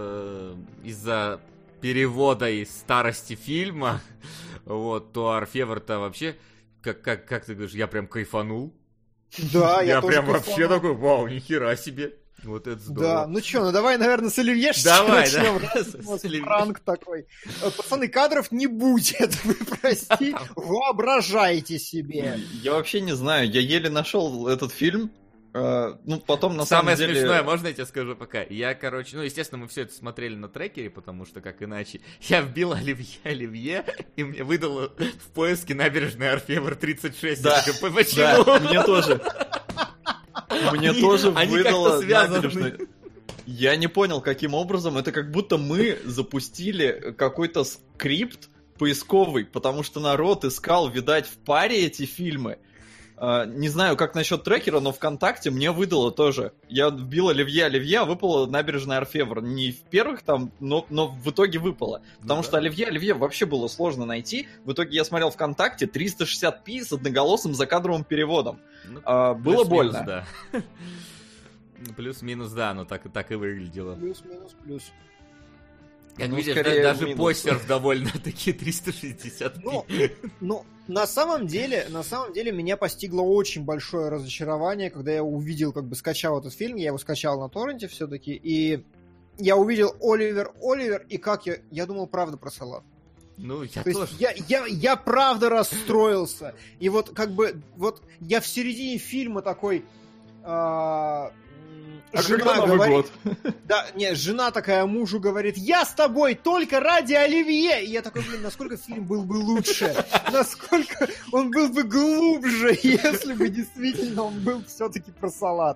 из-за перевода и старости фильма, вот, то Орфевр-то вообще, как ты говоришь, я прям кайфанул. Да, я прям вообще такой, вау, нихера себе. Вот это здорово. Да, ну чё, ну давай, наверное, с Оливье начнем. Давай, пранк такой. Пацаны, кадров не будет, вы прости, воображайте себе. Я вообще не знаю, я еле нашел этот фильм. Ну, потом на самом деле... Самое смешное, можно я тебе скажу пока? Я, короче, ну, естественно, мы все это смотрели на трекере, потому что, как иначе, я вбил Оливье, и мне выдало в поиске «Набережная Орфевр 36». Да, почему? Да, мне тоже. Мне тоже выдало «Набережную». Я не понял, каким образом. Это как будто мы запустили какой-то скрипт поисковый, потому что народ искал, видать, в паре эти фильмы. Не знаю, как насчет трекера, но ВКонтакте мне выдало тоже. Я вбил Оливье, а выпало «Набережная Орфевр». Не в первых там, но в итоге выпало. Потому что Оливье вообще было сложно найти. В итоге я смотрел ВКонтакте 360p с одноголосым закадровым переводом. Ну, было больно. Да. Плюс-минус, да, но так и выглядело. Плюс-минус. Как видишь, даже постер довольно-таки 360. Ну, на самом деле, меня постигло очень большое разочарование, когда я увидел, как бы скачал этот фильм, я его скачал на торренте все-таки, и я увидел Оливер, и как я думал, правда, про салат. Ну, я То тоже. Есть, я правда расстроился. И вот как бы, вот я в середине фильма такой... Жена говорит, да, не, жена такая мужу говорит, я с тобой только ради Оливье. И я такой, блин, насколько фильм был бы лучше, насколько он был бы глубже, если бы действительно он был все-таки про салат.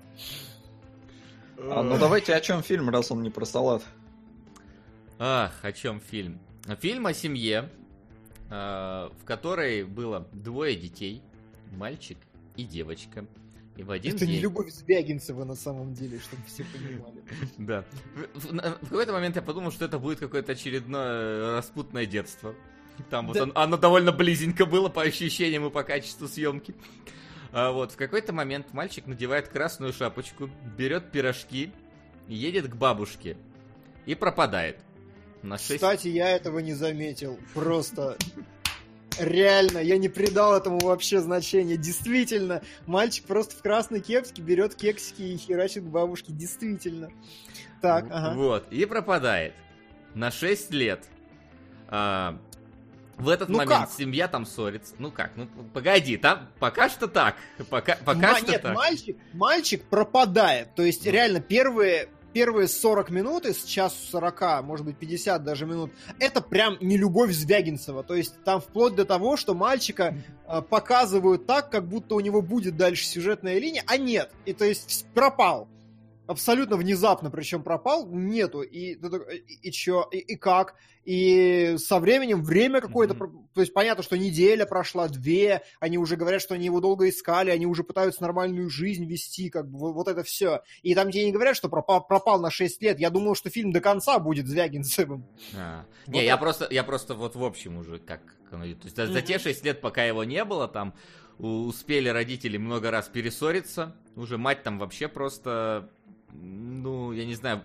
Ну давайте о чем фильм, раз он не про салат. Ах, о чем фильм? Фильм о семье, в которой было 2 детей, мальчик и девочка. И в один Это день... не Любовь Звягинцева на самом деле, чтобы все понимали. Да. В какой-то момент я подумал, что это будет какое-то очередное распутное детство. Там вот оно довольно близенько было по ощущениям и по качеству съемки. А вот в какой-то момент мальчик надевает красную шапочку, берет пирожки, едет к бабушке и пропадает. Кстати, я этого не заметил. Просто... Реально, я не придал этому вообще значения. Действительно, мальчик просто в красной кепке берет кексики и херачит к бабушке. Действительно. Так, ага. Вот, и пропадает. На 6 лет. В этот момент семья там ссорится. Ну как? Ну погоди, там пока что так. Пока что Нет, так. мальчик пропадает. То есть реально первые первые 40 минут из часу 40, может быть 50 даже минут, это прям не любовь Звягинцева. То есть там вплоть до того, что мальчика показывают так, как будто у него будет дальше сюжетная линия, а нет. И то есть пропал. Абсолютно внезапно, причем пропал, нету. И чё, и как? И со временем время какое-то... То есть понятно, что неделя прошла, 2, они уже говорят, что они его долго искали, они уже пытаются нормальную жизнь вести, как бы вот это все. И там тебе не говорят, что пропал на 6 лет. Я думал, что фильм до конца будет Звягинцевым. Не, я просто вот в общем уже как... То есть за те 6 лет, пока его не было, там успели родители много раз перессориться. Уже мать там вообще просто... Ну, я не знаю...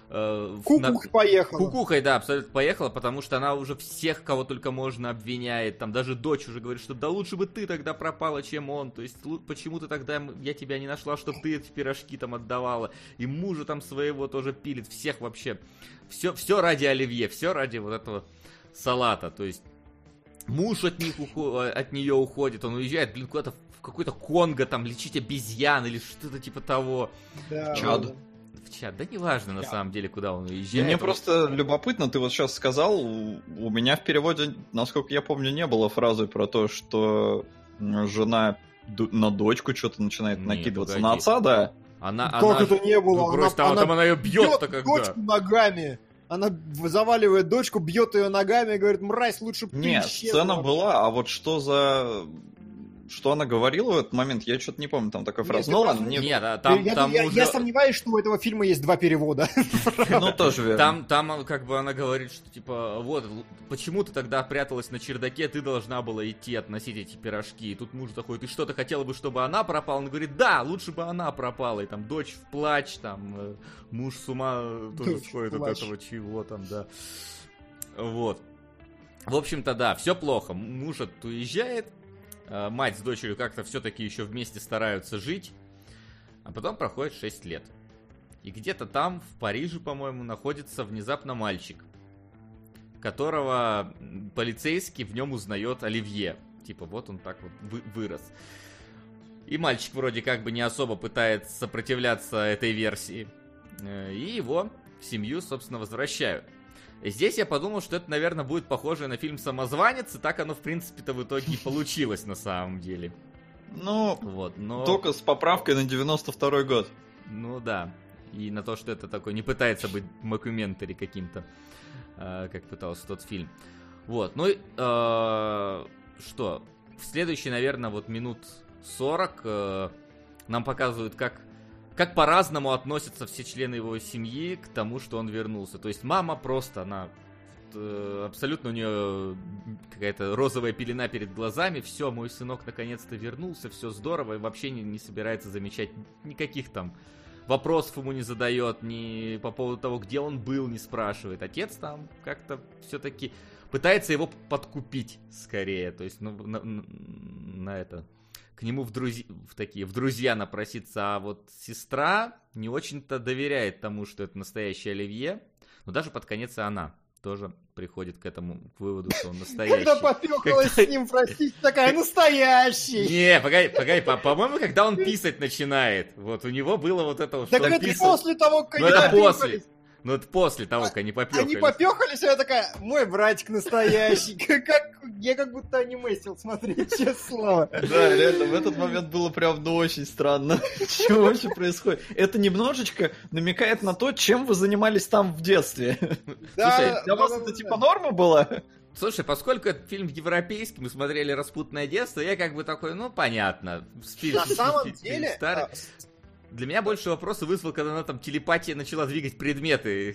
Поехала. Кукухой, да, абсолютно поехала, потому что она уже всех, кого только можно, обвиняет. Там даже дочь уже говорит, что да лучше бы ты тогда пропала, чем он. То есть почему ты тогда, я тебя не нашла, чтобы ты эти пирожки там отдавала. И мужа там своего тоже пилит. Всех вообще. Все ради оливье, все ради вот этого салата. То есть муж от нее уходит, он уезжает, куда-то в какой-то Конго там лечить обезьян или что-то типа того. Да, Чад. В Чад, да неважно на самом деле, куда он уезжает. Мне просто любопытно, ты вот сейчас сказал, у меня в переводе, насколько я помню, не было фразы про то, что жена на дочку что-то начинает накидываться. Погоди. На отца, да? Как это не было? Ну, просто она ее бьет-то когда. Дочку ногами. Она заваливает дочку, бьет ее ногами и говорит, мразь, лучше бы ты Нет, исчезла. сцена была, а вот что за... Что она говорила в этот момент, я что-то не помню, там такая фраза. Ну ладно, Нет, я сомневаюсь, что у этого фильма есть 2 перевода. Ну, тоже верно. Там как бы она говорит, что типа, вот, почему ты тогда пряталась на чердаке, ты должна была идти относить эти пирожки. И тут муж заходит, и что, ты хотела бы, чтобы она пропала? Он говорит, да, лучше бы она пропала. И там дочь в плач, там муж с ума тоже сходит от этого чего там, да. Вот. В общем-то, да, все плохо. Муж уезжает. Мать с дочерью как-то все-таки еще вместе стараются жить. А потом проходит 6 лет. И где-то там, в Париже, по-моему, находится внезапно мальчик, которого полицейский в нем узнает Оливье. Типа, вот он так вот вырос. И мальчик вроде как бы не особо пытается сопротивляться этой версии. И его в семью, собственно, возвращают. Здесь я подумал, что это, наверное, будет похоже на фильм «Самозванец», и так оно, в принципе-то, в итоге и получилось на самом деле. Ну, вот, но... только с поправкой на 92-й год. Ну да, и на то, что это такой, не пытается быть мокюментари каким-то, как пытался тот фильм. Вот, ну, что, в следующие, наверное, вот минут 40 нам показывают, как по-разному относятся все члены его семьи к тому, что он вернулся. То есть мама просто, она абсолютно у нее какая-то розовая пелена перед глазами. Все, мой сынок наконец-то вернулся, все здорово, и вообще не собирается замечать никаких там вопросов ему не задает, ни по поводу того, где он был, не спрашивает. Отец там как-то все-таки пытается его подкупить скорее. То есть, ну, на это... К нему в друзья напроситься, а вот сестра не очень-то доверяет тому, что это настоящий Оливье. Но даже под конец и она тоже приходит к выводу, что он настоящий. Когда попёхалась с ним просить, такая, настоящий! Не, погоди, по-моему, когда он писать начинает, вот у него было вот это вот, что он писал. Так это после того, как они попёхались. Ну, это после того, как они попёхались. Они попёхались, а я такая, мой братик настоящий. Я как будто аниме сел смотреть, честное слово. Да, реально, в этот момент было прям, ну, очень странно. Что вообще происходит? Это немножечко намекает на то, чем вы занимались там в детстве. Слушай, для вас это типа норма была? Слушай, поскольку это фильм европейский, мы смотрели «Распутное детство», я как бы такой, ну, понятно. На самом деле... Для меня больше вопросов вызвал, когда она там телепатия начала двигать предметы.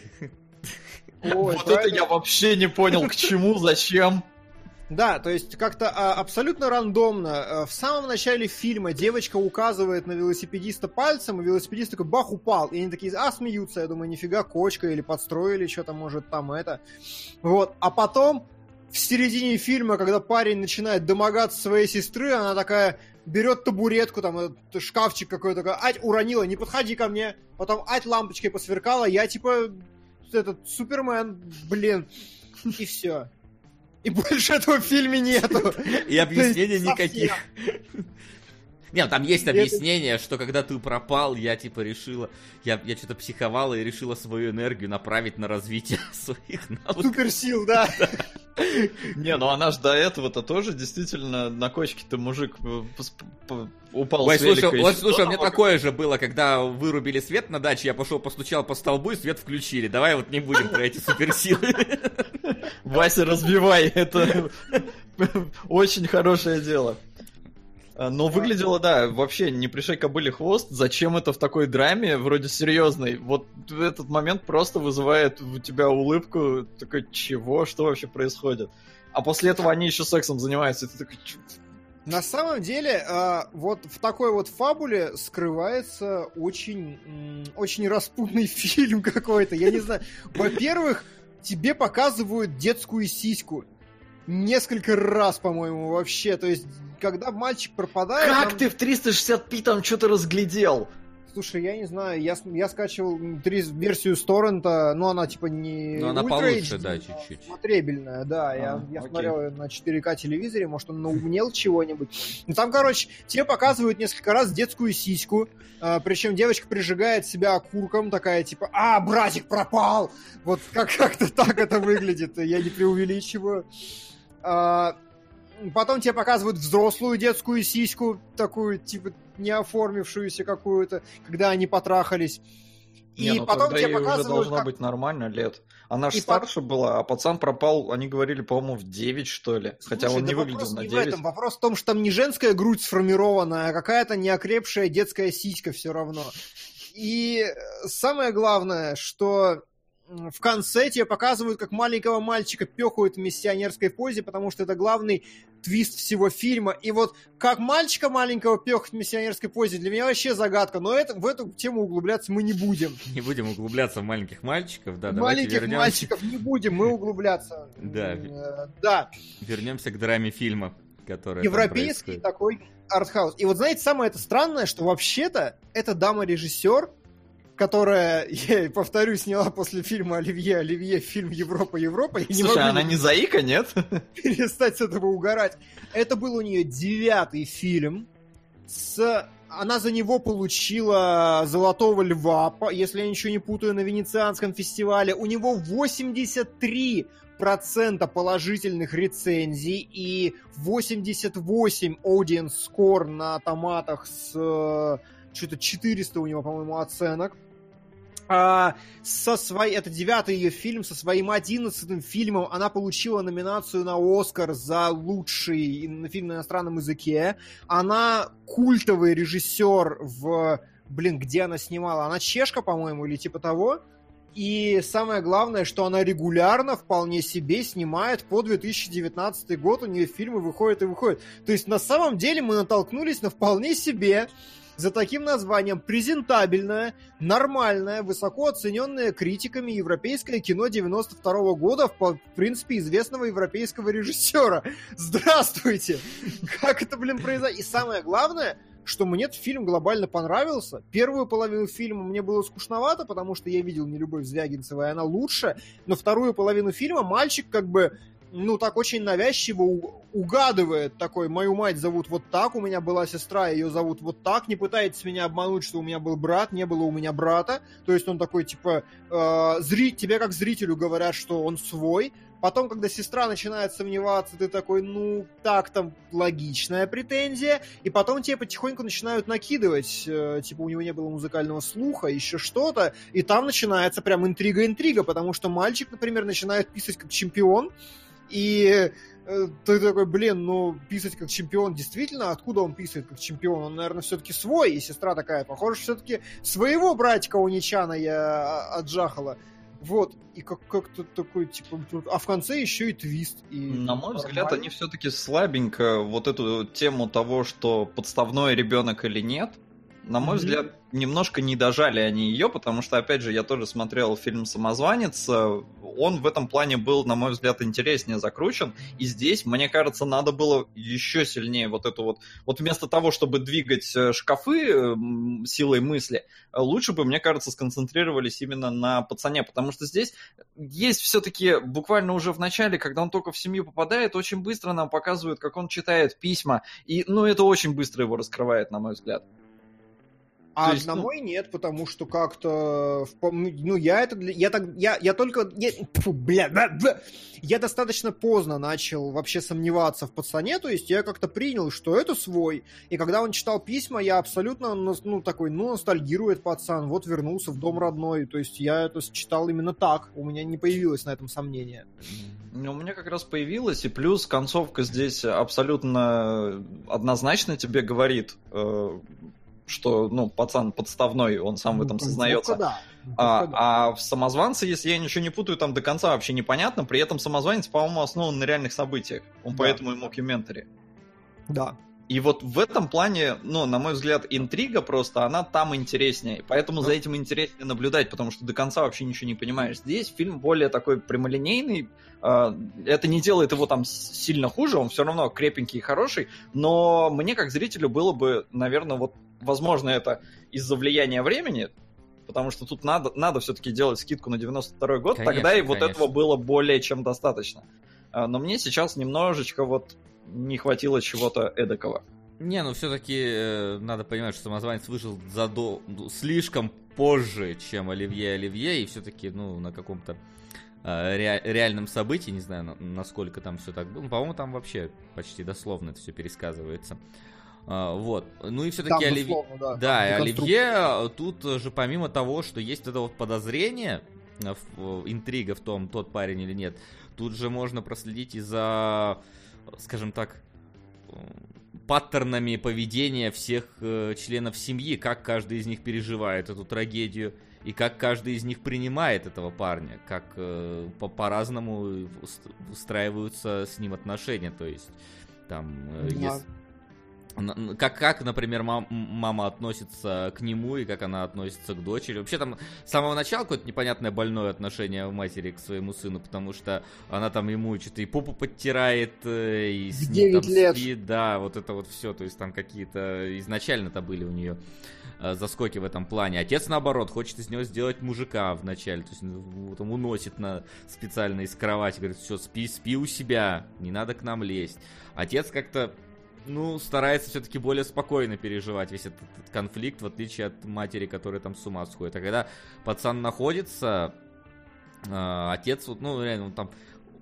Вот это я вообще не понял, к чему, зачем. Да, то есть как-то абсолютно рандомно. В самом начале фильма девочка указывает на велосипедиста пальцем, и велосипедист такой бах упал. И они такие, смеются. Я думаю, нифига, кочка или подстроили что-то, может, там это. Вот, а потом... В середине фильма, когда парень начинает домогаться своей сестры, она такая берет табуретку, там, шкафчик какой-то, такой, ать, уронила, не подходи ко мне. Потом, ать, лампочкой посверкала, я, типа, этот, Супермен, блин. И все. И больше этого в фильме нету. И объяснений никаких. Нет, там есть объяснение, что когда ты пропал, я типа решила, я что-то психовала и решила свою энергию направить на развитие своих навыков. Суперсил, да. Не, ну она ж до этого-то тоже действительно на кочке-то мужик упал Ой, с велика. слушай, у меня такое же было, когда вырубили свет на даче, я пошел постучал по столбу и свет включили. Давай вот не будем про эти суперсилы. Вася, разбивай, это очень хорошее дело. Но выглядело, да, вообще не пришей кобыле хвост. Зачем это в такой драме, вроде серьезной? Вот этот момент просто вызывает у тебя улыбку. Такой, чего? Что вообще происходит? А после этого они еще сексом занимаются. И ты такой, На самом деле, вот в такой вот фабуле скрывается очень распутный фильм какой-то. Я не знаю. Во-первых, тебе показывают детскую сиську. Несколько раз, по-моему, вообще. То есть, когда мальчик пропадает... Как ты в 360p там что-то разглядел? Слушай, я не знаю, я скачивал версию с торрента, но она типа не... Но она Ultra получше, HD, да, чуть-чуть. Смотребельная, да. Я окей. смотрел ее на 4К телевизоре, может, он наумнел чего-нибудь. Ну там, короче, тебе показывают несколько раз детскую сиську, причем девочка прижигает себя окурком, такая типа, братик пропал! Вот как-то так это выглядит, я не преувеличиваю. Потом тебе показывают взрослую детскую сиську, такую, типа, не оформившуюся какую-то, когда они потрахались. И потом тебе показывают... уже должно быть нормально лет. Она же старше была, а пацан пропал, они говорили, по-моему, в 9, что ли. Слушай, хотя он не выглядел на 9. Вопрос в том, что там не женская грудь сформированная, а какая-то неокрепшая детская сиська все равно. И самое главное, что... В конце тебе показывают, как маленького мальчика пёхают в миссионерской позе, потому что это главный твист всего фильма. И вот как мальчика маленького пёхать в миссионерской позе, для меня вообще загадка. Но в эту тему углубляться мы не будем. Не будем углубляться в маленьких мальчиков, да, Маленьких мальчиков не будем мы углубляться. Да. Вернемся к драме фильма, который европейский такой артхаус. И вот знаете, самое это странное, что вообще-то эта дама-режиссер, которая, я повторю, сняла после фильма «Оливье» фильм «Европа». Слушай, она не заика, нет? Перестать с этого угорать. Это был у нее 9-й фильм. Она за него получила «Золотого льва», если я ничего не путаю, на Венецианском фестивале. У него 83% положительных рецензий и 88 audience score на томатах с что-то 400 у него, по-моему, оценок. Это 9-й ее фильм, со своим 11-м фильмом она получила номинацию на Оскар за лучший фильм на иностранном языке. Она культовый режиссер где она снимала? Она чешка, по-моему, или типа того. И самое главное, что она регулярно, вполне себе, снимает по 2019 год. У нее фильмы выходят и выходят. То есть, на самом деле, мы натолкнулись на вполне себе... за таким названием презентабельное, нормальное, высоко оцененное критиками европейское кино 92-го года, в принципе, известного европейского режиссера. Здравствуйте! Как это, произошло? И самое главное, что мне этот фильм глобально понравился. Первую половину фильма мне было скучновато, потому что я видел «Нелюбовь Звягинцева», и она лучше, но вторую половину фильма мальчик так очень навязчиво угадывает такой: мою мать зовут вот так, у меня была сестра, ее зовут вот так, не пытается меня обмануть, что у меня был брат, не было у меня брата. То есть он такой, типа, тебе как зрителю говорят, что он свой. Потом, когда сестра начинает сомневаться, ты такой, так-то логичная претензия. И потом тебе потихоньку начинают накидывать, типа, у него не было музыкального слуха, еще что-то. И там начинается прям интрига, потому что мальчик, например, начинает писать как чемпион. И ты такой, писать как чемпион, действительно, откуда он писает как чемпион? Он, наверное, все-таки свой. И сестра такая, похоже, все-таки своего братика Уничана я отжахала. Вот, и как-то такой, типа, а в конце еще и твист. И на мой взгляд, они все-таки слабенько вот эту тему того, что подставной ребенок или нет, на мой взгляд, немножко не дожали они ее, потому что, опять же, я тоже смотрел фильм «Самозванец», он в этом плане был, на мой взгляд, интереснее закручен, и здесь, мне кажется, надо было еще сильнее вот это вот вместо того, чтобы двигать шкафы силой мысли, лучше бы, мне кажется, сконцентрировались именно на пацане, потому что здесь есть все-таки буквально уже в начале, когда он только в семью попадает, очень быстро нам показывают, как он читает письма, и, это очень быстро его раскрывает, на мой взгляд. А одному и нет, потому что как-то... Я достаточно поздно начал вообще сомневаться в пацане, то есть я как-то принял, что это свой. И когда он читал письма, я абсолютно, ностальгирует пацан, вот вернулся в дом родной. То есть я это читал именно так, у меня не появилось на этом сомнения. У меня как раз появилось, и плюс концовка здесь абсолютно однозначно тебе говорит... что, пацан подставной, он сам в этом сознается. Да. А в «Самозванце», если я ничего не путаю, там до конца вообще непонятно, при этом «Самозванец», по-моему, основан на реальных событиях. Он поэтому и мокюментари. Да. И вот в этом плане, на мой взгляд, интрига просто, она там интереснее. Поэтому за этим интереснее наблюдать, потому что до конца вообще ничего не понимаешь. Здесь фильм более такой прямолинейный. Это не делает его там сильно хуже, он все равно крепенький и хороший. Но мне, как зрителю, было бы, наверное, возможно, это из-за влияния времени, потому что тут надо все-таки делать скидку на 92-й год, конечно, тогда и конечно. этого было более чем достаточно. Но мне сейчас немножечко не хватило чего-то эдакого. Все-таки надо понимать, что «Самозванец» вышел слишком позже, чем «Оливье», и все-таки, на каком-то реальном событии, не знаю, насколько там все так было. По-моему, там вообще почти дословно это все пересказывается. И все-таки Оливье, тут же помимо того, что есть это подозрение, интрига в том, тот парень или нет, тут же можно проследить и за, скажем так, паттернами поведения всех членов семьи, как каждый из них переживает эту трагедию, и как каждый из них принимает этого парня, как по-разному устраиваются с ним отношения, то есть там... Как, например, мама относится к нему и как она относится к дочери. Вообще там с самого начала какое-то непонятное больное отношение матери к своему сыну, потому что она там ему что-то и попу подтирает, и с ним там спит. Да, вот это вот все. То есть там какие-то изначально-то были у нее заскоки в этом плане. Отец, наоборот, хочет из него сделать мужика вначале. То есть там уносит специально из кровати. Говорит, все, спи у себя, не надо к нам лезть. Отец как-то старается все-таки более спокойно переживать весь этот конфликт, в отличие от матери, которая там с ума сходит. А когда пацан находится, отец, реально, он там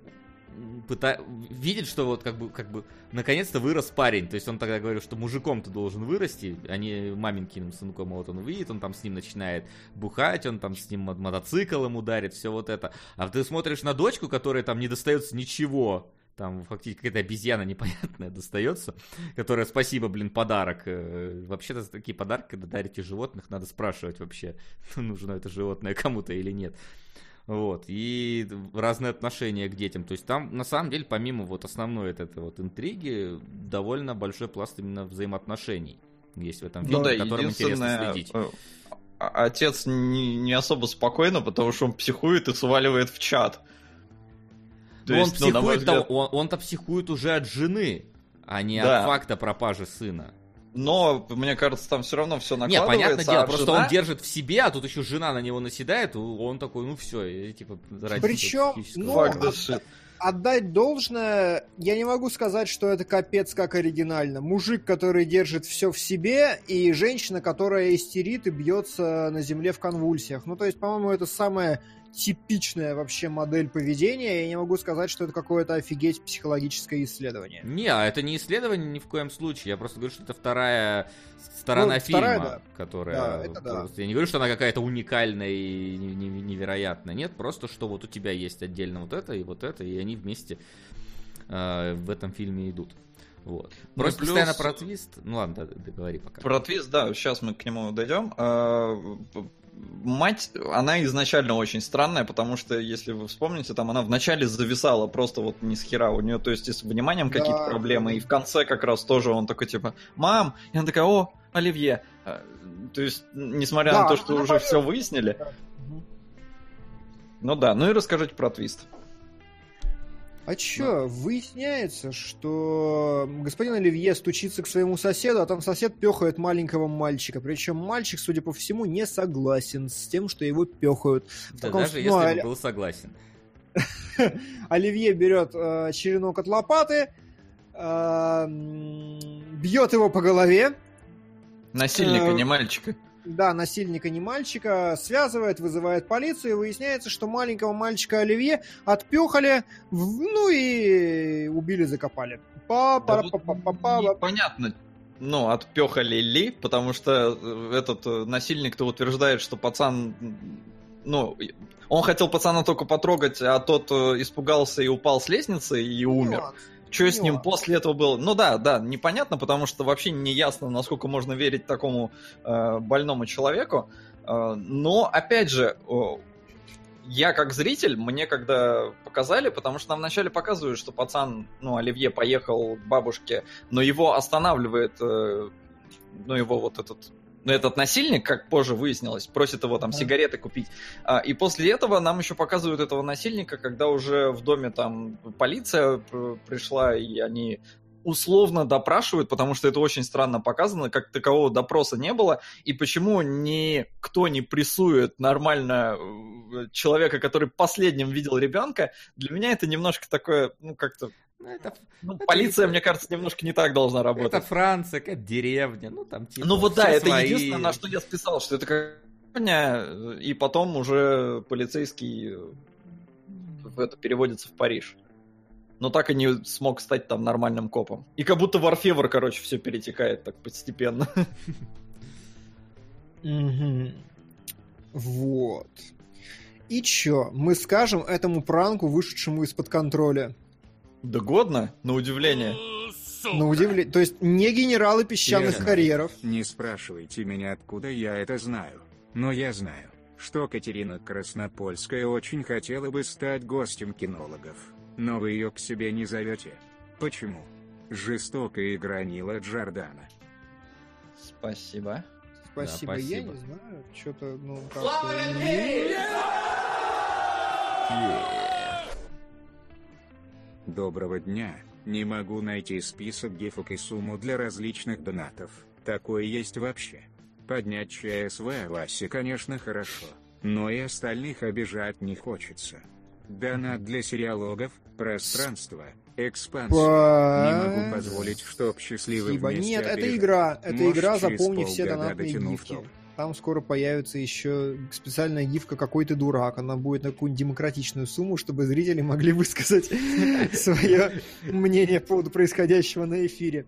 видит, что как бы наконец-то вырос парень. То есть он тогда говорил, что мужиком ты должен вырасти, а не маменькиным сынком. Вот он видит, он там с ним начинает бухать, он там с ним мотоцикл ему дарит, все вот это. А ты смотришь на дочку, которой там не достается ничего. Там фактически какая-то обезьяна непонятная достается, которая, спасибо, подарок. Вообще-то за такие подарки, когда дарите животных, надо спрашивать вообще, нужно это животное кому-то или нет. И разные отношения к детям. То есть там, на самом деле, помимо основной этой интриги, довольно большой пласт именно взаимоотношений есть в этом фильме, которым интересно следить. Отец не особо спокойно, потому что он психует и сваливает в чат. Он-то психует уже от жены, а не от факта пропажи сына. Но, мне кажется, там все равно все накладывается. Понятное дело, просто он держит в себе, а тут еще жена на него наседает, он такой, все, ради Причем, отдать должное, я не могу сказать, что это капец как оригинально. Мужик, который держит все в себе, и женщина, которая истерит и бьется на земле в конвульсиях. То есть, по-моему, это самая типичная вообще модель поведения. Я не могу сказать, что это какое-то офигеть психологическое исследование. Это не исследование ни в коем случае. Я просто говорю, что это вторая сторона фильма, которая... Я не говорю, что она какая-то уникальная и невероятная. Нет, просто что у тебя есть отдельно вот это, и они вместе в этом фильме идут. Просто постоянно про твист. Ладно, договори пока. Про твист, да, сейчас мы к нему дойдем. мать, она изначально очень странная, потому что, если вы вспомните, там она вначале зависала просто вот ни с хера. У нее, то есть, с вниманием какие-то проблемы, и в конце как раз тоже он такой, типа, мам! И она такая, о, Оливье! То есть, несмотря на то, что уже все выяснили. Ну да, ну и расскажите про твист. А чё, выясняется, что господин Оливье стучится к своему соседу, а там сосед пёхает маленького мальчика. Причем мальчик, судя по всему, не согласен с тем, что его пёхают. Да, даже если бы был согласен. Оливье берет черенок от лопаты, бьет его по голове. Насильника, не мальчика. Да, насильника, не мальчика, связывает, вызывает полицию, и выясняется, что маленького мальчика Оливье отпёхали, ну и убили, закопали. Понятно, ну, отпёхали ли, потому что этот насильник-то утверждает, что пацан, ну, он хотел пацана только потрогать, а тот испугался и упал с лестницы и умер. Что с ним после этого было? Ну да, непонятно, потому что вообще не ясно, насколько можно верить такому больному человеку. Но, опять же, я как зритель, мне когда показали, потому что нам вначале показывают, что пацан, ну, Оливье поехал к бабушке, но его останавливает, ну, его вот этот насильник, как позже выяснилось, просит его там сигареты купить. И после этого нам еще показывают этого насильника, когда уже в доме там полиция пришла, и они условно допрашивают, потому что это очень странно показано, как такового допроса не было, и почему никто не прессует нормально человека, который последним видел ребенка, для меня это немножко такое, ну, как-то... полиция, мне кажется, немножко не так должна работать. Это Франция, как деревня, ну там типа. Ну вот да, это свои... единственное, на что я списал, что это как деревня, и потом уже полицейский это переводится в Париж. Но так и не смог стать там нормальным копом. И как будто в Орфевр, короче, все перетекает так постепенно. Вот. И чё, мы скажем этому пранку, вышедшему из-под контроля? Да годно, на удивление. На удивление. То есть не генералы песчаных карьеров. Не спрашивайте меня, откуда я это знаю. Но я знаю, что Катерина Краснопольская очень хотела бы стать гостем кинологов. Но вы ее к себе не зовете. Почему? Жестокая игра Нила Джордана. Спасибо. Спасибо, Да, я спасибо. не знаю, что-то, ну, как-то... Доброго дня. Не могу найти список гифок и сумму для различных донатов. Такое есть вообще. Поднять ЧСВ Васе, конечно, хорошо. Но и остальных обижать не хочется. Донат для сериалогов, пространство, экспансию. Не могу позволить, чтоб счастливый вместе Нет, это обижать. игра. Это Может, игра, через запомни все полгода донатные дотяну в гифки. топ. Там скоро появится еще специальная гифка «Какой ты дурак». Она будет на какую-нибудь демократичную сумму, чтобы зрители могли высказать свое мнение по поводу происходящего на эфире.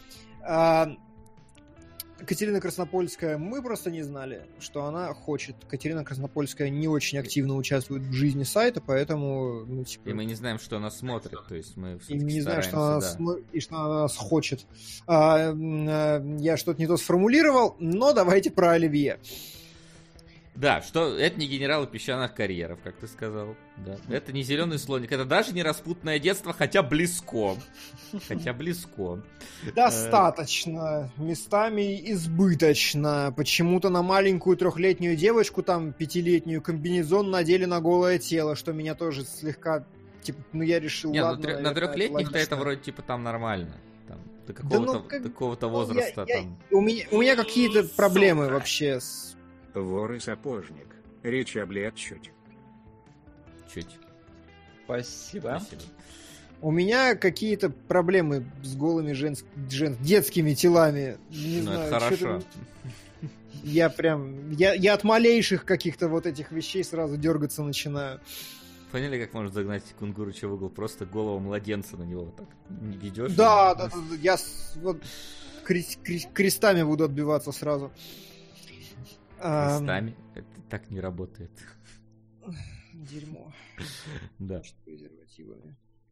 Катерина Краснопольская, мы просто не знали, что она хочет. Катерина Краснопольская не очень активно участвует в жизни сайта, поэтому... Ну, типа, И мы не знаем, что она смотрит, то есть мы и не знаю, что она, и что она нас хочет. Я что-то не то сформулировал, но давайте про Оливье. Да, что это не генералы песчаных карьеров, как ты сказал. Да. Это не зеленый слоник, это даже не распутное детство, хотя близко. Хотя близко. Достаточно. Местами избыточно. Почему-то на маленькую 3-летнюю девочку, там 5-летнюю, комбинезон надели на голое тело, что меня тоже слегка... Типа, ну я решил, Не, ладно, на 3-летних-то это логично. вроде типа там нормально. Там, до Да какого-то возраста там. У меня какие-то проблемы вообще с... Вор и сапожник. Речь облет чуть. Чуть. Спасибо. Спасибо. У меня какие-то проблемы с голыми детскими телами. Не Ну, знаю, это хорошо. что-то- Я прям... Я от малейших каких-то вот этих вещей сразу дергаться начинаю. Поняли, как можно загнать Кунгурыча в угол? Просто голову младенца на него вот так не ведешь? Да, я вот крестами буду отбиваться сразу. Местами. Это так не работает. Дерьмо. Да, С презервативами.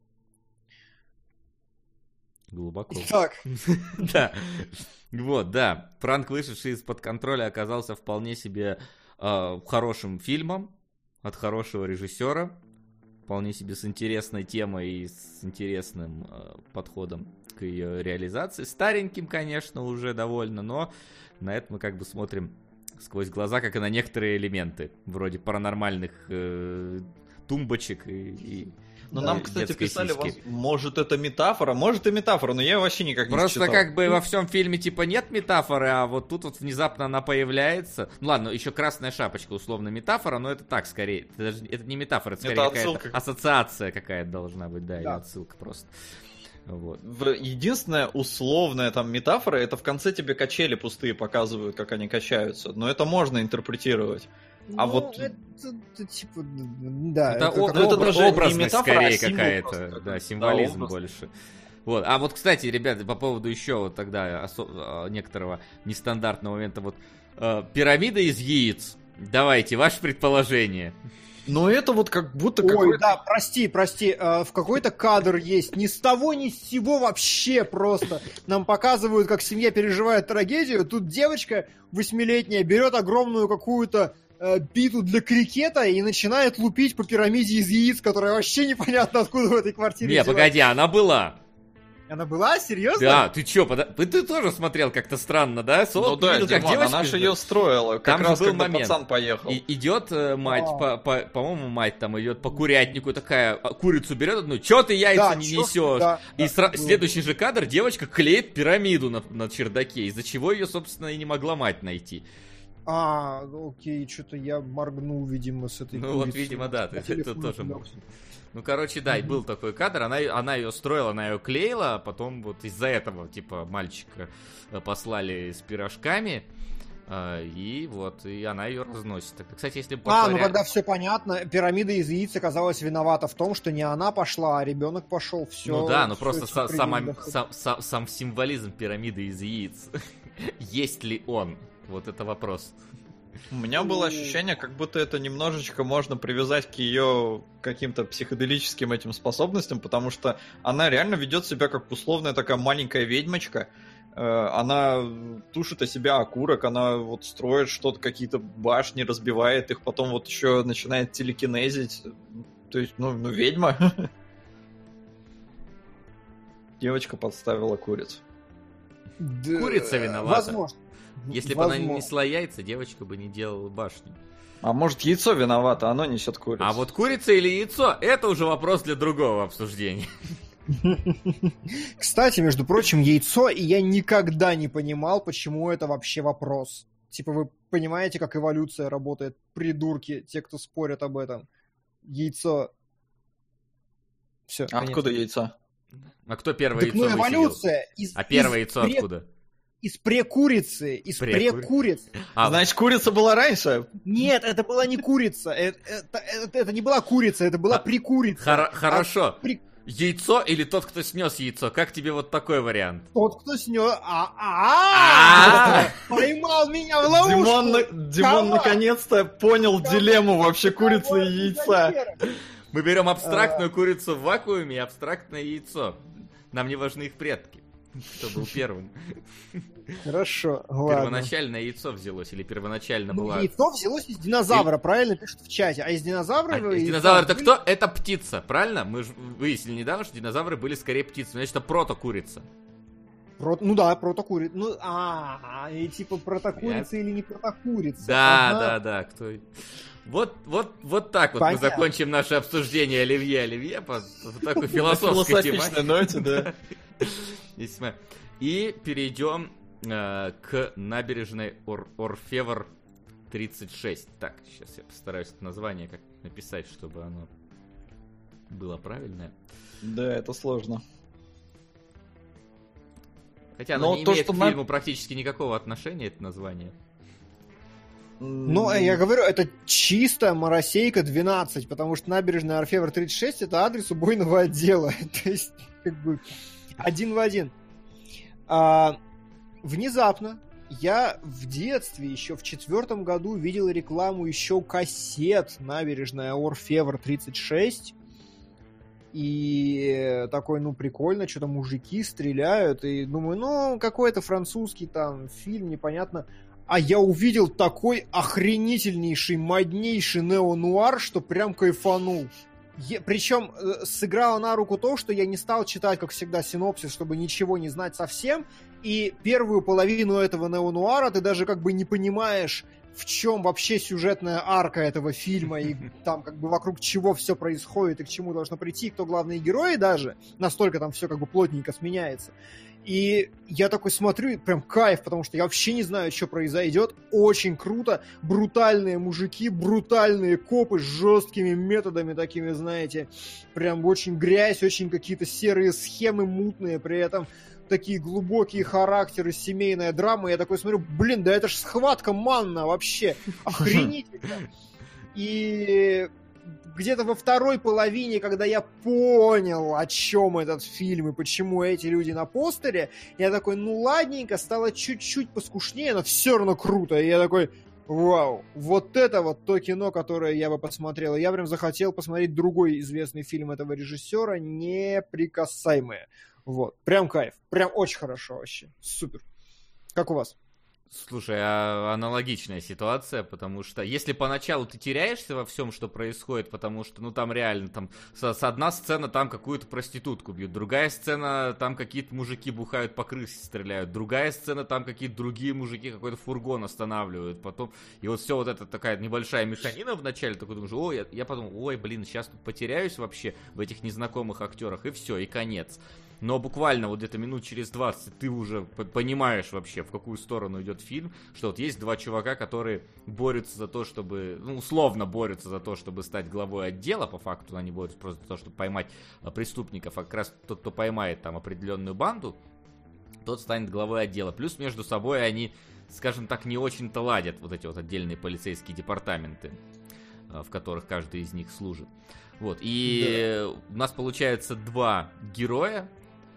глубоко. Так, Да. Вот, да. Пранк, вышедший из-под контроля, оказался вполне себе хорошим фильмом от хорошего режиссера, вполне себе с интересной темой и с интересным подходом к ее реализации. Стареньким, конечно, уже довольно, но на это мы как бы смотрим сквозь глаза, как и на некоторые элементы, вроде паранормальных тумбочек и Но нам, кстати, детской писали, сиськи. может это метафора, может и метафора, но я вообще никак не Просто считал. как бы во всем фильме типа нет метафоры, а вот тут вот внезапно она появляется. Ну ладно, еще красная шапочка условно метафора, но это так скорее. Это не метафора, это скорее Это какая-то отсылка. ассоциация какая-то должна быть, да, или Да. отсылка просто. Вот. Единственная условная там метафора, это в конце тебе качели пустые показывают, как они качаются. Но это можно интерпретировать. А Ну, вот- это типа, да. Это, как- Ну, это даже не образность метафора, а скорее символ какая-то, просто да, какой-то. символизм Да, образ. больше. Вот. А вот, кстати, ребята, по поводу еще вот тогда некоторого нестандартного момента, вот пирамида из яиц. Давайте, ваше предположение. Но это вот как будто Ой, какой-то... да, прости, в какой-то кадр есть ни с того, ни с сего вообще просто. Нам показывают, как семья переживает трагедию. Тут девочка 8-летняя берет огромную какую-то биту для крикета и начинает лупить по пирамиде из яиц, которая вообще непонятно откуда в этой квартире Не, взялась. погоди, она была. Она была? Серьезно? Да, ты чё, ты тоже смотрел как-то странно, да? Ну да, Видел, как Димон, девочка она же ее строила, как Там же раз был когда момент. пацан поехал. И идет мать, А. по-моему, мать там идет по курятнику, такая курицу берет одну, чё ты яйца Да, не чё- несешь? да, И да, было. следующий же кадр, девочка клеит пирамиду на чердаке, из-за чего ее, собственно, и не могла мать найти. Окей, что-то я моргнул, видимо, с этой Ну вот, курицей. видимо, да, ты На телефоне тоже отвлекся. можешь. Ну, короче, да, и был такой кадр, она ее строила, она ее клеила, а потом вот из-за этого, типа, мальчика послали с пирожками, и вот, и она ее разносит. Так, кстати, если бы пошла Ну ре- когда все понятно, пирамида из яиц оказалась виновата в том, что не она пошла, а ребенок пошел. Все. Ну да, но просто сам символизм пирамиды из яиц. Есть ли он? Вот это вопрос. У меня было ощущение, как будто это немножечко можно привязать к ее каким-то психоделическим этим способностям, потому что она реально ведет себя как условная такая маленькая ведьмочка. Она тушит о себя окурок, она вот строит что-то, какие-то башни, разбивает их, потом вот еще начинает телекинезить. То есть, ну ведьма. Девочка подставила курицу. Курица виновата. Возможно. Если бы она не Возможно. несла яйца, девочка бы не делала башню. А может, яйцо виновато, оно несет курицу. А вот курица или яйцо, это уже вопрос для другого обсуждения. Кстати, между прочим, яйцо, и я никогда не понимал, почему это вообще вопрос. Типа, вы понимаете, как эволюция работает? Придурки, те, кто спорят об этом. Яйцо... Все. А откуда яйцо? А кто первое Так, яйцо ну, высидел? эволюция. А первое яйцо откуда? Из прекурицы. Из прекуриц. А, Значит, курица была раньше? Нет, это была не курица. Это не была курица, это была прикурица. Хорошо. При- Яйцо или тот, кто снес яйцо? Как тебе вот такой вариант? Тот, кто снес... А. Поймал меня в ловушку! Димон Кого? наконец-то понял Кого? дилемму вообще курицы Кого и яйца. Мы берем абстрактную курицу в вакууме и абстрактное яйцо. Нам не важны их предки. Кто был первым? Хорошо, ладно. Первоначальное яйцо взялось или первоначально Ну, была... яйцо взялось из динозавра, правильно пишут в чате. А из динозавра... Динозавр это кто? Это птица, правильно? Мы же выяснили недавно, что динозавры были скорее птицами. Значит, это протокурица. Ну да, протокурица. Ну, и типа протокурица или не протокурица. Ага. Да, кто... Вот так вот Понятно. мы закончим наше обсуждение Оливье по такой философской Философичной тематике. ноте, да. Весьма. И перейдем к набережной Орфевр 36. Так, сейчас я постараюсь это название как написать, чтобы оно было правильное. Да, это сложно. Хотя оно Но не то, имеет что к на- фильму практически никакого отношения, это название. Ну, я говорю, это чисто Моросейка 12, потому что набережная Орфевр 36 это адрес убойного отдела. То есть, как бы, один в один. Внезапно я в детстве, еще в 4 году, видел рекламу еще кассет набережная Орфевр 36. И такой, ну, прикольно, что-то мужики стреляют. И думаю, ну, какой-то французский там фильм, непонятно. а я увидел такой охренительнейший, моднейший неонуар, что прям кайфанул. Причем сыграло на руку то, что я не стал читать, как всегда, синопсис, чтобы ничего не знать совсем, и первую половину этого неонуара ты даже как бы не понимаешь, в чем вообще сюжетная арка этого фильма, и там как бы вокруг чего все происходит, и к чему должно прийти, кто главные герои даже, настолько там все как бы плотненько сменяется. И я такой смотрю, и прям кайф, потому что я вообще не знаю, что произойдет. Очень круто. Брутальные мужики, брутальные копы с жесткими методами такими, знаете. Прям очень грязь, очень какие-то серые схемы мутные, при этом такие глубокие характеры, семейная драма. Я такой смотрю, блин, да это ж схватка манна вообще. Охренительно. И где-то во второй половине, когда я понял, о чем этот фильм и почему эти люди на постере, я такой, ну ладненько, стало чуть-чуть поскушнее, но все равно круто. И я такой, вау, вот это вот то кино, которое я бы посмотрел. И я прям захотел посмотреть другой известный фильм этого режиссера, «Неприкасаемые». Вот, прям кайф, прям очень хорошо вообще, супер. Как у вас? Слушай, аналогичная ситуация, потому что если поначалу ты теряешься во всем, что происходит, потому что, ну, там реально, там, с одна сцена, там какую-то проститутку бьют, другая сцена, там какие-то мужики бухают, по крысе стреляют, другая сцена, там какие-то другие мужики какой-то фургон останавливают, потом, и вот все вот это такая небольшая мешанина вначале, такой думаешь, ой, я подумал, ой, блин, сейчас тут потеряюсь вообще в этих незнакомых актерах, и все, и конец. Но буквально вот где-то минут через 20 ты уже понимаешь вообще, в какую сторону идет фильм, что вот есть два чувака, которые борются за то, чтобы, ну, условно борются за то, чтобы стать главой отдела, по факту они борются просто за то, чтобы поймать преступников, а как раз тот, кто поймает там определенную банду, тот станет главой отдела. Плюс между собой они, скажем так, не очень-то ладят, вот эти вот отдельные полицейские департаменты, в которых каждый из них служит. Вот, и да. У нас получается два героя.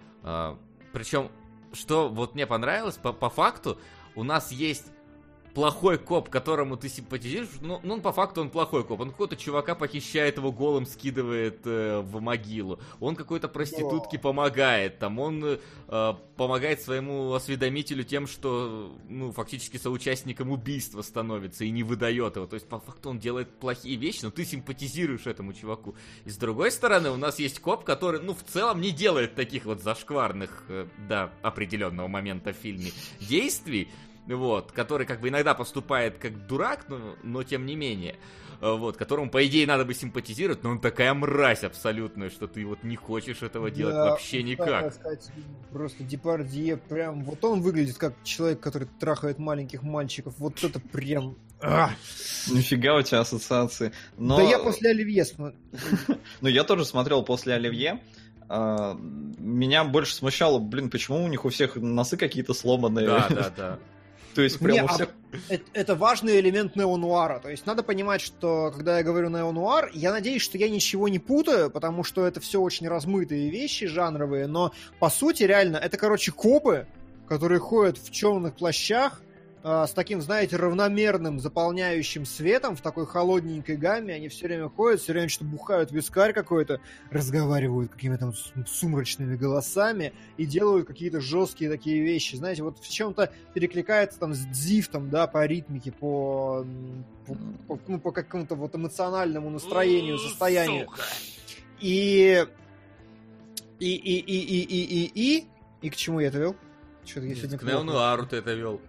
Причем, что вот мне понравилось, по факту, у нас есть плохой коп, которому ты симпатизируешь, ну, он по факту он плохой коп, он какого-то чувака похищает, его голым скидывает в могилу, он какой-то проститутке помогает, там он помогает своему осведомителю тем, что, ну, фактически соучастником убийства становится и не выдает его, то есть по факту он делает плохие вещи, но ты симпатизируешь этому чуваку. И с другой стороны у нас есть коп, который, ну, в целом не делает таких вот зашкварных до определенного момента в фильме действий, вот, который как бы иногда поступает как дурак, но тем не менее, вот, которому, по идее, надо бы симпатизировать, но он такая мразь абсолютная, что ты вот не хочешь этого делать вообще никак. Сказать, просто Депардье прям, вот он выглядит как человек, который трахает маленьких мальчиков, вот это прям... Нифига у тебя ассоциации. Но... Да я после Оливье смотрел. Ну, я тоже смотрел после Оливье. Меня больше смущало, блин, почему у них у всех носы какие-то сломанные. Да. То есть прям всех... Это важный элемент неонуара. То есть надо понимать, что когда я говорю неонуар, я надеюсь, что я ничего не путаю, потому что это все очень размытые вещи жанровые, но по сути реально это, короче, копы, которые ходят в черных плащах, с таким, знаете, равномерным заполняющим светом в такой холодненькой гамме, они все время ходят, все время что-то бухают вискарь какой-то, разговаривают какими-то сумрачными голосами и делают какие-то жесткие такие вещи, знаете, вот в чем-то перекликается там с Дзифтом, да, по ритмике, по какому-то вот эмоциональному настроению, состоянию. И к чему я это вел? Что-то я сегодня к неонуару ты это вел.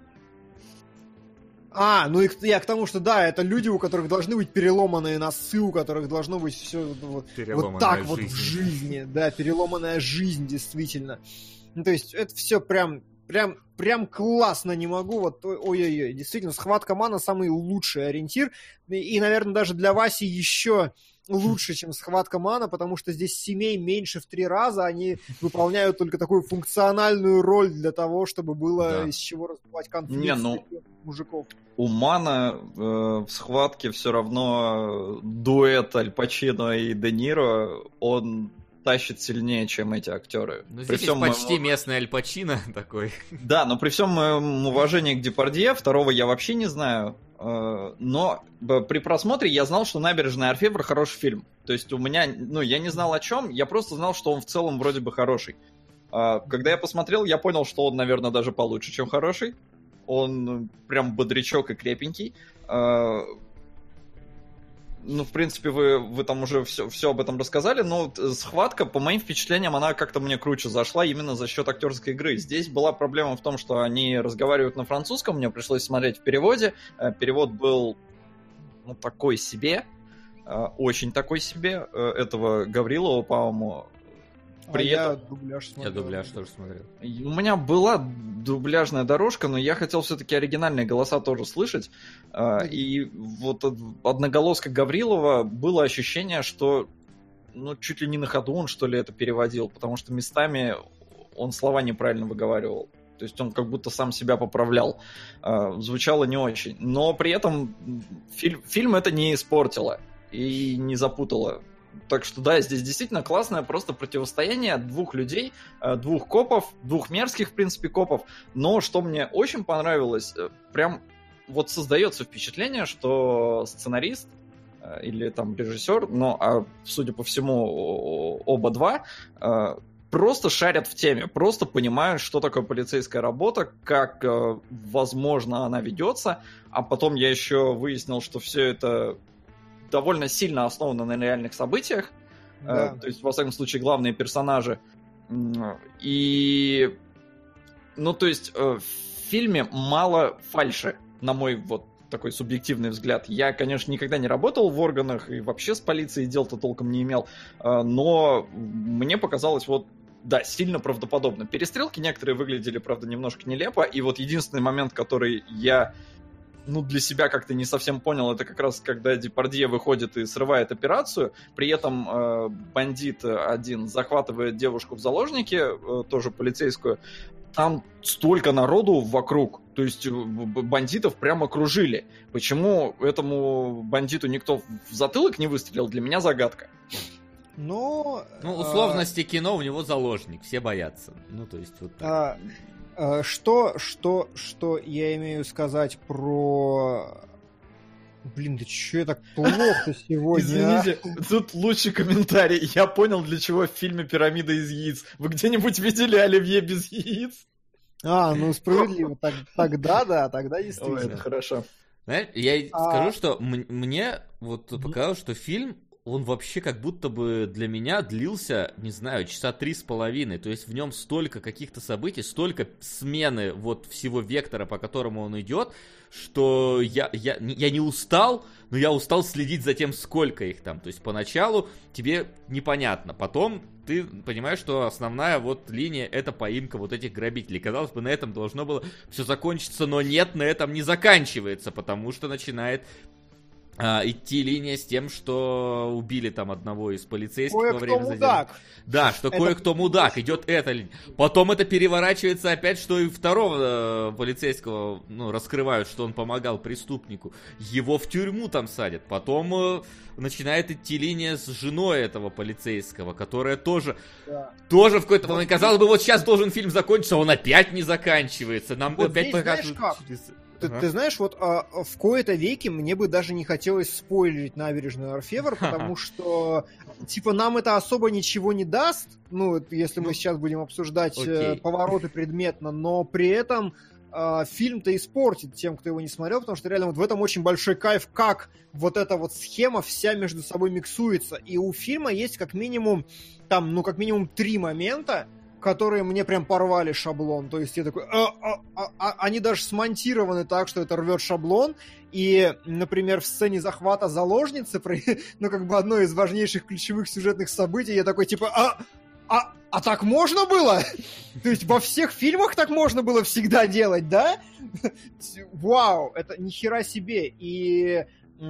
Ну я к тому, что да, это люди, у которых должны быть переломанные носы, у которых должно быть все вот так вот в жизни. Да, переломанная жизнь, действительно. Ну, то есть это все прям классно, не могу. Вот, ой-ой-ой, действительно, схватка мана самый лучший ориентир. И, наверное, даже для Васи еще лучше, чем схватка мана, потому что здесь семей меньше в 3 раза, они выполняют только такую функциональную роль для того, чтобы было из чего разбивать конфликт мужиков. У мана в схватке все равно дуэт Аль Пачино и Де Ниро, он тащит сильнее, чем эти актеры. Ну, здесь есть почти местный Аль Пачино такой. Да, но при всем моем уважении к Депардье, второго я вообще не знаю, но при просмотре я знал, что «Набережная Орфевр» хороший фильм. То есть у меня, я не знал о чем, я просто знал, что он в целом вроде бы хороший. Когда я посмотрел, я понял, что он, наверное, даже получше, чем хороший. он прям бодрячок и крепенький. Ну, в принципе, вы там уже все об этом рассказали, но вот схватка, по моим впечатлениям, она как-то мне круче зашла именно за счет актерской игры. Здесь была проблема в том, что они разговаривают на французском, мне пришлось смотреть в переводе. Перевод был, ну, такой себе, очень такой себе, этого Гаврилова, по-моему. Я дубляж смотрел. Я дубляж тоже смотрел. У меня была дубляжная дорожка, но я хотел все-таки оригинальные голоса тоже слышать. И вот одноголоска Гаврилова было ощущение, что ну, чуть ли не на ходу он, что ли, это переводил, потому что местами он слова неправильно выговаривал. То есть он как будто сам себя поправлял. Звучало не очень. Но при этом фильм это не испортило и не запутало. Так что да, здесь действительно классное просто противостояние двух людей, двух копов, двух мерзких, в принципе, копов. Но что мне очень понравилось, прям вот создается впечатление, что сценарист или там режиссер, но, судя по всему, оба два, просто шарят в теме, просто понимают, что такое полицейская работа, как, возможно, она ведется. А потом я еще выяснил, что все это довольно сильно основано на реальных событиях. Да. То есть, во всяком случае, главные персонажи. И, ну, то есть, в фильме мало фальши, на мой вот такой субъективный взгляд. Я, конечно, никогда не работал в органах и вообще с полицией дел-то толком не имел, но мне показалось вот да, сильно правдоподобно. Перестрелки некоторые выглядели, правда, немножко нелепо, и вот единственный момент, который я для себя как-то не совсем понял, это как раз когда Депардье выходит и срывает операцию, при этом бандит один захватывает девушку в заложники, тоже полицейскую, там столько народу вокруг, то есть бандитов прямо окружили. Почему этому бандиту никто в затылок не выстрелил, для меня загадка. Условности кино, у него заложник, все боятся. Ну, то есть вот так. Что я имею сказать про... Блин, да чё я так плохо сегодня? Извините, тут лучший комментарий. Я понял, для чего в фильме «Пирамида из яиц». Вы где-нибудь видели оливье без яиц? Справедливо. Тогда действительно. Ой, это хорошо. Знаешь, я скажу, что мне вот показалось, что фильм, он вообще как будто бы для меня длился, не знаю, часа 3,5. То есть в нем столько каких-то событий, столько смены вот всего вектора, по которому он идет, что я не устал, но я устал следить за тем, сколько их там. То есть поначалу тебе непонятно, потом ты понимаешь, что основная вот линия — это поимка вот этих грабителей. Казалось бы, на этом должно было все закончиться, но нет, на этом не заканчивается, потому что начинает идти линия с тем, что убили там одного из полицейских во время задержания. Да, что кое-кто мудак, идет эта линия. Потом это переворачивается опять, что и второго полицейского раскрывают, что он помогал преступнику. Его в тюрьму там садят. Потом начинает идти линия с женой этого полицейского, которая тоже в какой-то момент, казалось бы, вот сейчас должен фильм закончиться, он опять не заканчивается. Нам вот опять показывают... Ты знаешь, вот в кои-то веки мне бы даже не хотелось спойлерить «Набережную Орфевр», потому что, нам это особо ничего не даст, если мы сейчас будем обсуждать повороты предметно, но при этом фильм-то испортит тем, кто его не смотрел, потому что реально вот в этом очень большой кайф, как вот эта вот схема вся между собой миксуется. И у фильма есть как минимум 3 момента, которые мне прям порвали шаблон. То есть я такой... Они даже смонтированы так, что это рвет шаблон. И, например, в сцене захвата заложницы, одно из важнейших ключевых сюжетных событий, я такой, а так можно было? То есть во всех фильмах так можно было всегда делать, да? Вау, это нихера себе. И...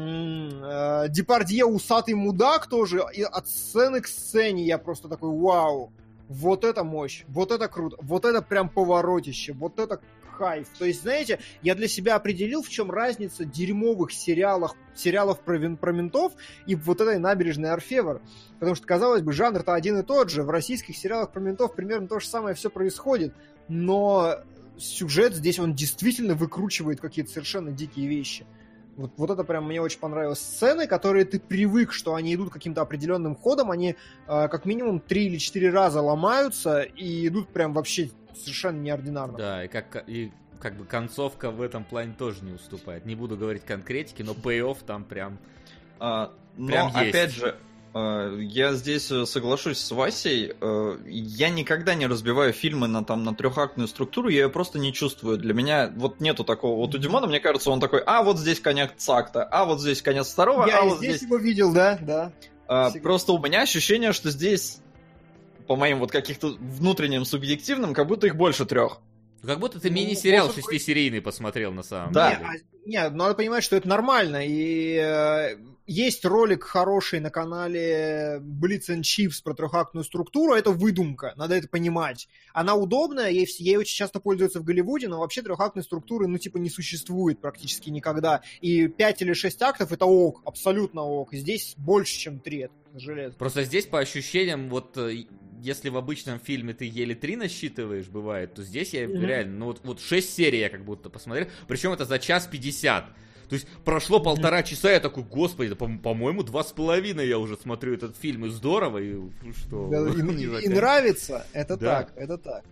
Депардье усатый мудак тоже. И от сцены к сцене я просто такой, вау. Вот это мощь, вот это круто, вот это прям поворотище, вот это кайф. То есть, знаете, я для себя определил, в чем разница дерьмовых сериалов про ментов и вот этой «Набережной Орфевр». Потому что, казалось бы, жанр-то один и тот же. В российских сериалах про ментов примерно то же самое все происходит. Но сюжет здесь, он действительно выкручивает какие-то совершенно дикие вещи. Вот это прям мне очень понравилось. Сцены, которые ты привык, что они идут каким-то определенным ходом, они как минимум 3 или 4 раза ломаются и идут прям вообще совершенно неординарно. Да, и как бы концовка в этом плане тоже не уступает. Не буду говорить конкретики, но пей-офф там прям Но, есть. опять же, я здесь соглашусь с Васей. Я никогда не разбиваю фильмы на трехактную структуру, я ее просто не чувствую. Для меня вот нету такого. Вот у Димона, мне кажется, он такой, вот здесь конец акта, вот здесь конец второго, Я вот здесь здесь... его видел, да. Просто у меня ощущение, что здесь, по моим вот каких-то внутренним субъективным, как будто их больше 3. Как будто ты мини-сериал может быть. 6-серийный посмотрел на самом Да. деле. Нет, надо понимать, что это нормально. И есть ролик хороший на канале Blitz and Chips про трехактную структуру. Это выдумка, надо это понимать. Она удобная, ей очень часто пользуются в Голливуде, но вообще трехактной структуры, не существует практически никогда. И 5 или 6 актов это ок, абсолютно ок. Здесь больше, чем 3, это железо. Просто здесь по ощущениям, вот если в обычном фильме ты еле 3 насчитываешь, бывает, то здесь я реально, вот 6 серий я как будто посмотрел, причем это за 1:50. То есть прошло 1,5 часа, я такой, господи, по-моему, 2,5 я уже смотрю этот фильм, и здорово, и что... Да, и нравится, это Да. так, это так.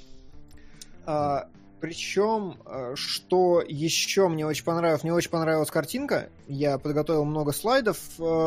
Причем, что еще мне очень понравилась картинка, я подготовил много слайдов,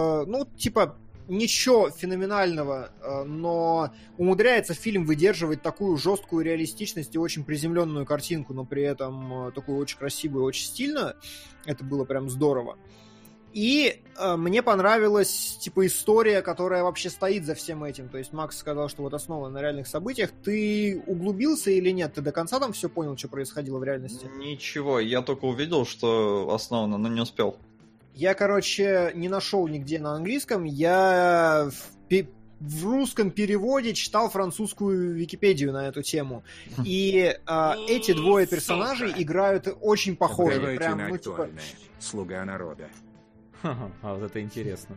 ничего феноменального, но умудряется фильм выдерживать такую жесткую реалистичность и очень приземленную картинку, но при этом такую очень красивую, очень стильную. Это было прям здорово. И мне понравилась, история, которая вообще стоит за всем этим. То есть Макс сказал, что вот основана на реальных событиях. Ты углубился или нет? Ты до конца там все понял, что происходило в реальности? Ничего, я только увидел, что основано, но не успел. Я, не нашел нигде на английском. Я в русском переводе читал французскую Википедию на эту тему. И эти двое персонажей играют очень похоже. Давайте Прям, на актуальное. Слуга народа. А вот это интересно.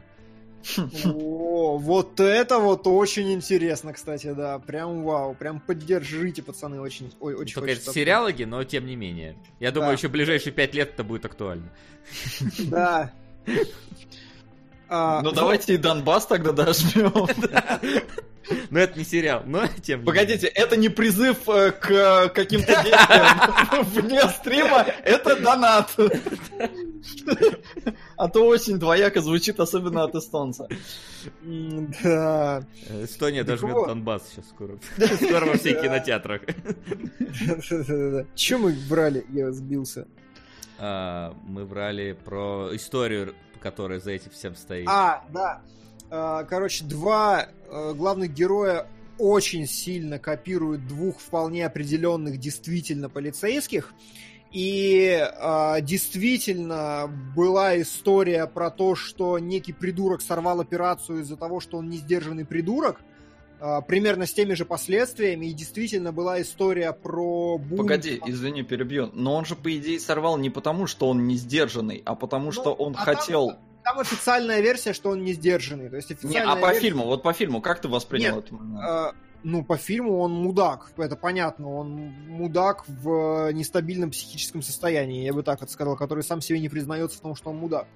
Вот это вот очень интересно, кстати, да. Прям вау. Прям поддержите, пацаны. Очень Только это сериалоги, но тем не менее. Я думаю, еще ближайшие 5 лет это будет актуально. Да. Давайте и Донбасс тогда дожмем. Но это не сериал, но тем не Погодите, это не призыв к каким-то действиям вне стрима, это донат. А то очень двояко звучит, особенно от эстонца. Да. Эстония Так дожмет вот. Донбасс сейчас скоро. Скоро во всех кинотеатрах. Че мы брали? Я сбился. Мы брали про историю, которая за этим всем стоит. Да. Два главных героя очень сильно копируют двух вполне определенных действительно полицейских. И действительно была история про то, что некий придурок сорвал операцию из-за того, что он не сдержанный придурок. Примерно с теми же последствиями. И действительно была история про бунт. Погоди, извини, перебью. Но он же, по идее, сорвал не потому, что он не сдержанный, а потому, что он хотел... Там официальная версия, что он не сдержанный. То есть официальная по фильму, как ты воспринял Нет, этот момент? по фильму он мудак, это понятно. Он мудак в нестабильном психическом состоянии, я бы так это сказал, который сам себе не признается в том, что он мудак.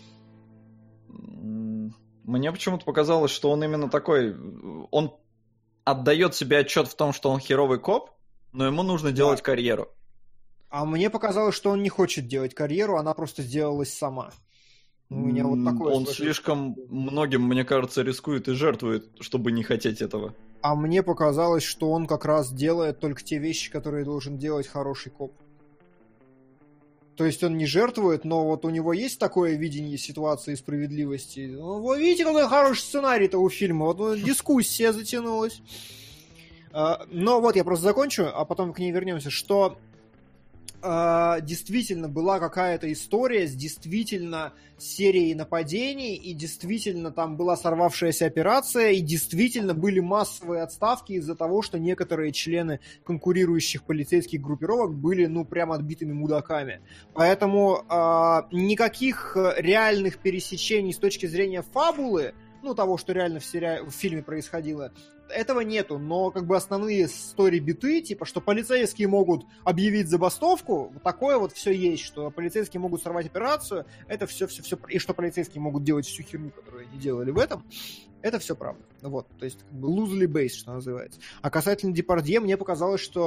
Мне почему-то показалось, что он именно такой... Он отдает себе отчет в том, что он херовый коп, но ему нужно делать карьеру. А мне показалось, что он не хочет делать карьеру, она просто сделалась сама. У меня вот такое... Он слишком многим, мне кажется, рискует и жертвует, чтобы не хотеть этого. А мне показалось, что он как раз делает только те вещи, которые должен делать хороший коп. То есть он не жертвует, но вот у него есть такое видение ситуации и справедливости. Ну, вы видите, какой хороший сценарий-то у фильма. Вот дискуссия затянулась. Но вот я просто закончу, а потом к ней вернемся. Что действительно была какая-то история с действительно серией нападений, и действительно там была сорвавшаяся операция, и действительно были массовые отставки из-за того, что некоторые члены конкурирующих полицейских группировок были, прям отбитыми мудаками. Поэтому никаких реальных пересечений с точки зрения фабулы, того, что реально в фильме происходило, этого нету, но основные стори-биты, что полицейские могут объявить забастовку, вот такое вот все есть, что полицейские могут сорвать операцию, это все, и что полицейские могут делать всю херню, которую они делали в этом, это все правда. Вот, то есть loosely based, что называется. А касательно Депардье, мне показалось, что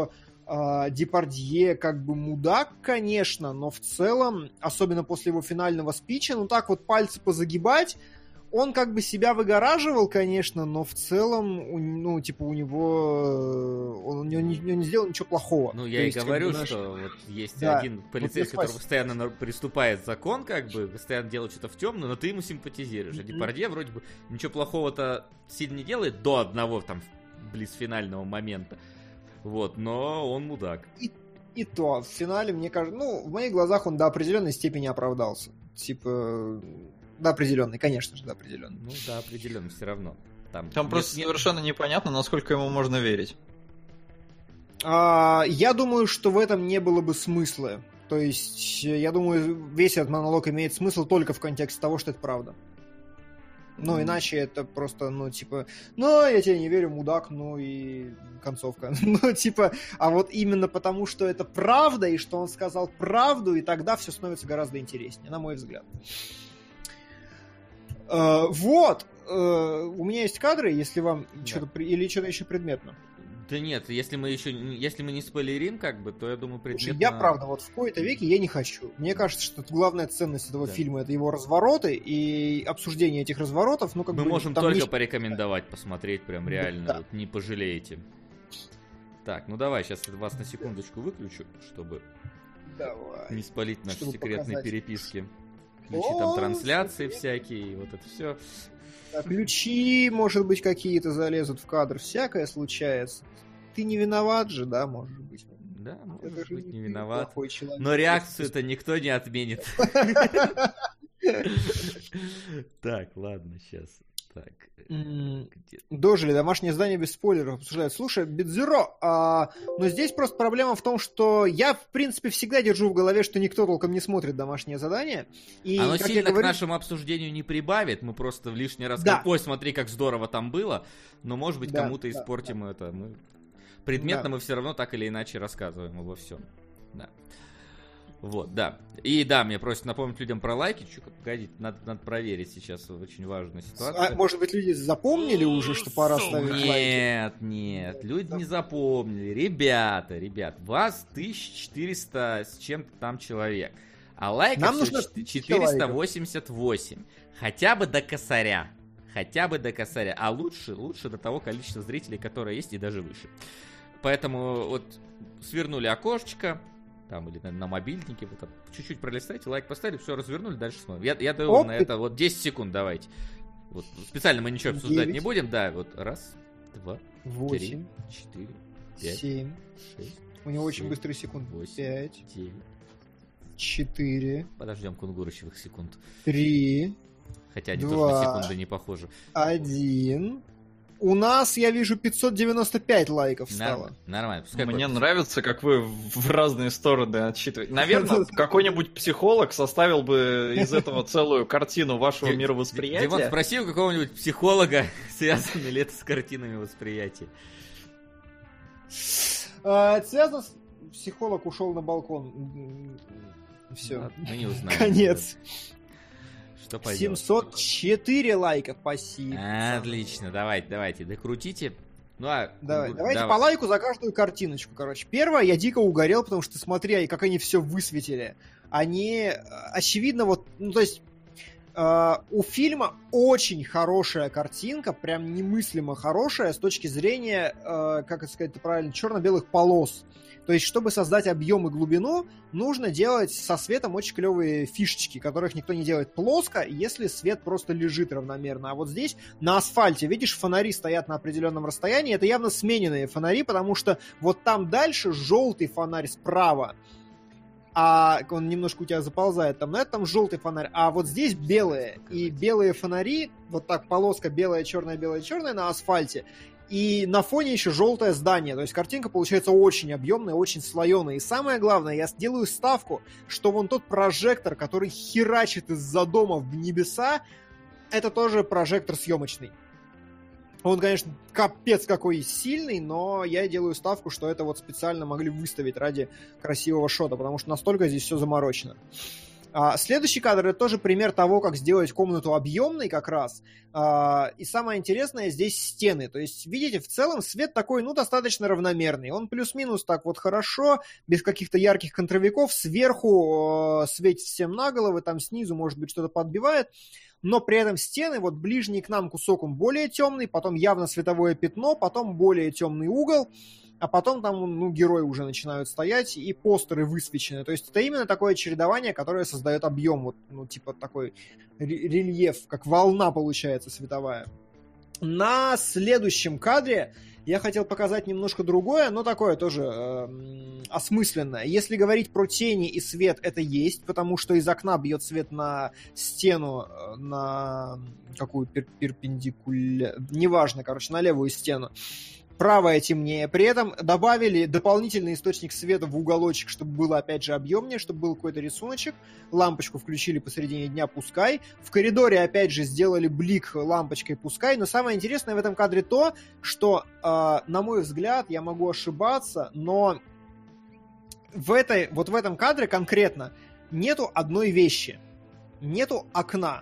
Депардье как бы мудак, конечно, но в целом, особенно после его финального спича, ну так вот пальцы позагибать, он как бы себя выгораживал, конечно, но в целом, ну, типа, у него... Он не сделал ничего плохого. Ну, я и говорю, что вот есть один полицейский, который постоянно приступает закон, как бы, постоянно делает что-то в темную, но ты ему симпатизируешь. А Депардье вроде бы ничего плохого-то сильно не делает до одного, там, близ финального момента. Вот, но он мудак. И то, в финале, мне кажется, ну, в моих глазах он до определенной степени оправдался. Типа... До определенной, конечно же, до определенной. Ну, до определенной, все равно. Там просто совершенно непонятно, насколько ему можно верить. Я думаю, что в этом не было бы смысла. То есть, я думаю, весь этот монолог имеет смысл только в контексте того, что это правда. Ну, иначе это просто, ну, типа, ну, я тебе не верю, мудак, ну и концовка. Ну, типа, а вот именно потому, что это правда, и что он сказал правду, и тогда все становится гораздо интереснее, на мой взгляд. Вот, у меня есть кадры, если вам что-то или что-то еще предметно. Да нет, если мы не спойлерим, как бы, то я думаю, предметно... Слушай, я правда, вот в кои-то веке я не хочу. Мне кажется, что главная ценность этого фильма — это его развороты и обсуждение этих разворотов. Ну, как мы бы, можем только порекомендовать посмотреть, прям реально, да. Вот, не пожалеете. Так, ну давай, сейчас вас на секундочку выключу, чтобы не спалить наши секретные переписки. Ключи там трансляции всякие, вот это все. Да, ключи, может быть, какие-то залезут в кадр. Всякое случается. Ты не виноват же, да, может быть. Да, может быть, не виноват. Человек, но реакцию-то никто не отменит. Так, ладно, сейчас. Так. Дожили, домашнее задание без спойлеров обсуждают. Слушай, Битзеро, но здесь просто проблема в том, что я, в принципе, всегда держу в голове, что никто толком не смотрит домашнее задание. И, оно сильно к нашему обсуждению не прибавит, мы просто в лишний раз скажем, ой, смотри, как здорово там было, но, может быть, кому-то испортим это. Предметно мы все равно так или иначе рассказываем обо всем. Да. Вот, да. И да, мне просят напомнить людям про лайки. Погодите, надо проверить сейчас очень важную ситуацию. Может быть, люди запомнили уже, что пора ставить лайки? Нет, люди не запомнили. Ребята, вас 1400 с чем-то там человек. А лайков нам нужно 488. Хотя бы до косаря. А лучше до того количества зрителей, которое есть, и даже выше. Поэтому вот свернули окошечко. Там, или на мобильнике, вот так, чуть-чуть пролистайте, лайк поставили, все, развернули, дальше смотрим. Я даю вам на это вот 10 секунд, давайте. Вот, специально мы ничего обсуждать 9, не будем, да, вот, 1, 2, 8, 3, 4, 5, 7, 6, у него 7, очень быстрые секунды, 8, 5, 9, 4, подождем кунгурычевых секунд. 3, хотя они 2, тоже на секунды не похожи. 1... У нас, я вижу, 595 лайков стало. Нормально. Мне нравится, как вы в разные стороны отсчитываете. Наверное, какой-нибудь психолог составил бы из этого целую картину вашего мировосприятия. Димон, спроси у какого-нибудь психолога, связано ли это с картинами восприятия. Связано с... Психолог ушел на балкон. Все. Мы не узнаем. Конец. Что пойдет? 704 лайка, спасибо. Отлично, давайте, докрутите. Давайте по лайку за каждую картиночку, короче. Первое, я дико угорел, потому что смотри, как они все высветили. Они, очевидно, вот, ну, то есть, у фильма очень хорошая картинка, прям немыслимо хорошая с точки зрения, как это сказать правильно, черно-белых полос. То есть, чтобы создать объем и глубину, нужно делать со светом очень клевые фишечки, которых никто не делает плоско, если свет просто лежит равномерно. А вот здесь на асфальте, видишь, фонари стоят на определенном расстоянии, это явно смененные фонари, потому что вот там дальше желтый фонарь справа, а он немножко у тебя заползает там, но это там желтый фонарь, а вот здесь белые, и белые фонари, вот так полоска белая, черная на асфальте, и на фоне еще желтое здание, то есть картинка получается очень объемная, очень слоеная, и самое главное, я делаю ставку, что вон тот прожектор, который херачит из-за дома в небеса, это тоже прожектор съемочный. Он, конечно, капец какой сильный, но я делаю ставку, что это вот специально могли выставить ради красивого шота, потому что настолько здесь все заморочено. Следующий кадр — это тоже пример того, как сделать комнату объемной как раз. И самое интересное здесь стены. То есть, видите, в целом свет такой, ну, достаточно равномерный. Он плюс-минус так вот хорошо, без каких-то ярких контровиков. Сверху светит всем на головы, там снизу, может быть, что-то подбивает. Но при этом стены, вот ближний к нам кусок, он более темный, потом явно световое пятно, потом более темный угол. А потом там, ну, герои уже начинают стоять, и постеры высвечены. То есть это именно такое чередование, которое создает объем, вот, ну, типа такой рельеф, как волна получается световая. На следующем кадре я хотел показать немножко другое, но такое тоже осмысленное. Если говорить про тени и свет, это есть, потому что из окна бьет свет на стену, на какую перпендикулярную, неважно, короче, на левую стену. Правая темнее. При этом добавили дополнительный источник света в уголочек, чтобы было, опять же, объемнее, чтобы был какой-то рисуночек. Лампочку включили посередине дня, пускай. В коридоре, опять же, сделали блик лампочкой, пускай. Но самое интересное в этом кадре то, что, на мой взгляд, я могу ошибаться, но в этом кадре конкретно нету одной вещи. Нету окна.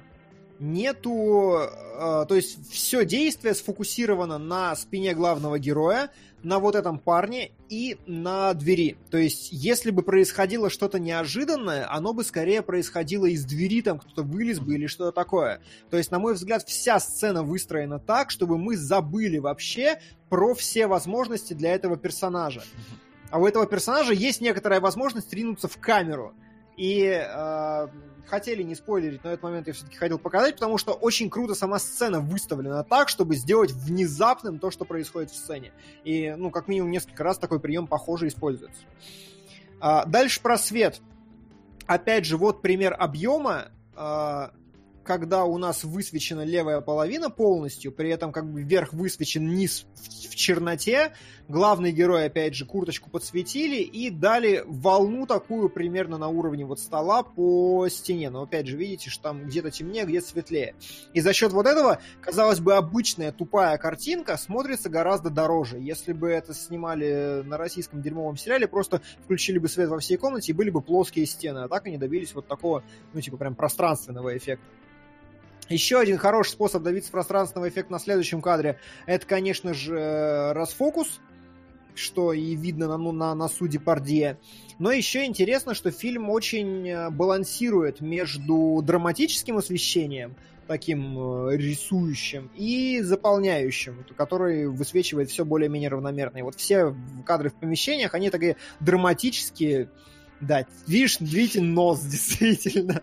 То есть все действие сфокусировано на спине главного героя, на вот этом парне и на двери. То есть если бы происходило что-то неожиданное, оно бы скорее происходило из двери, там кто-то вылез бы или что-то такое. То есть, на мой взгляд, вся сцена выстроена так, чтобы мы забыли вообще про все возможности для этого персонажа. А у этого персонажа есть некоторая возможность ринуться в камеру. И хотели не спойлерить, но этот момент я все-таки хотел показать, потому что очень круто сама сцена выставлена так, чтобы сделать внезапным то, что происходит в сцене. И, ну, как минимум, несколько раз такой прием похоже используется. Дальше про свет. Опять же, вот пример объема, когда у нас высвечена левая половина полностью, при этом как бы вверх высвечен, низ в черноте. Главный герой, опять же, курточку подсветили и дали волну такую примерно на уровне вот стола по стене. Но опять же, видите, что там где-то темнее, где-то светлее. И за счет вот этого, казалось бы, обычная тупая картинка смотрится гораздо дороже. Если бы это снимали на российском дерьмовом сериале, просто включили бы свет во всей комнате и были бы плоские стены. А так они добились вот такого, ну, типа, прям пространственного эффекта. Еще один хороший способ добиться пространственного эффекта на следующем кадре — это, конечно же, расфокус, что и видно на носу Депардье. Но еще интересно, что фильм очень балансирует между драматическим освещением, таким рисующим, и заполняющим, который высвечивает все более-менее равномерно. И вот все кадры в помещениях, они такие драматические. Да, видите, нос, действительно.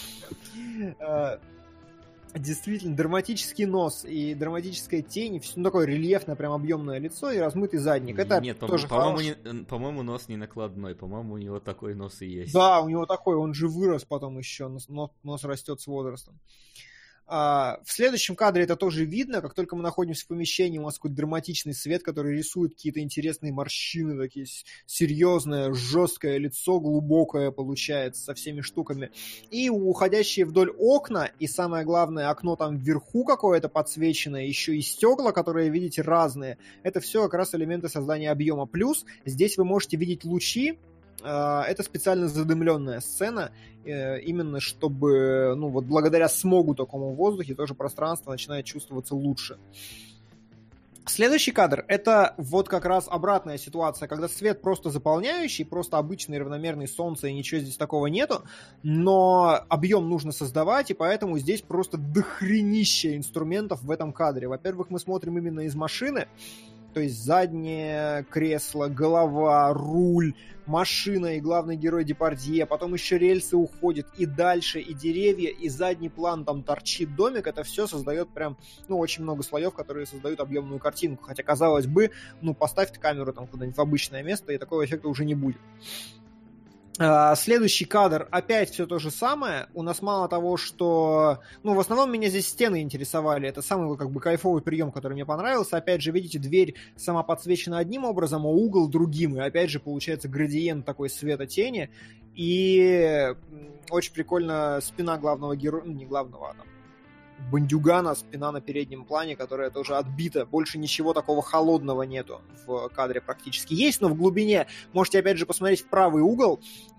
Действительно, драматический нос и драматическая тень, все такое рельефное, прям объемное лицо и размытый задник. Это нет, тоже по-моему, нос не накладной, по-моему, у него такой нос и есть. Да, у него такой, он же вырос потом еще, нос растет с возрастом. В следующем кадре это тоже видно, как только мы находимся в помещении, у нас какой-то драматичный свет, который рисует какие-то интересные морщины, такие серьезное, жесткое лицо, глубокое получается, со всеми штуками. И уходящие вдоль окна, и самое главное, окно там вверху какое-то подсвеченное, еще и стекла, которые, видите, разные. Это все как раз элементы создания объема. Плюс здесь вы можете видеть лучи. Это специально задымленная сцена, именно чтобы, ну вот благодаря смогу такому в воздухе тоже пространство начинает чувствоваться лучше. Следующий кадр — это вот как раз обратная ситуация, когда свет просто заполняющий, просто обычный равномерный солнце, и ничего здесь такого нету, но объем нужно создавать, и поэтому здесь просто дохренище инструментов в этом кадре. Во-первых, мы смотрим именно из машины, то есть заднее кресло, голова, руль, машина и главный герой Депардье, потом еще рельсы уходят и дальше, и деревья, и задний план, там торчит домик, это все создает прям, ну, очень много слоев, которые создают объемную картинку, хотя, казалось бы, ну, поставьте камеру там куда-нибудь в обычное место, и такого эффекта уже не будет. Следующий кадр, опять все то же самое. У нас мало того, что... Ну, в основном меня здесь стены интересовали. Это самый, как бы, кайфовый прием, который мне понравился. Опять же, видите, дверь сама подсвечена одним образом, а угол другим. И опять же, получается градиент такой света-тени. И очень прикольно спина главного героя... Ну, не главного, а там бандюгана, спина на переднем плане, которая тоже отбита. Больше ничего такого холодного нету в кадре практически. Есть, но в глубине. Можете опять же посмотреть в правый угол.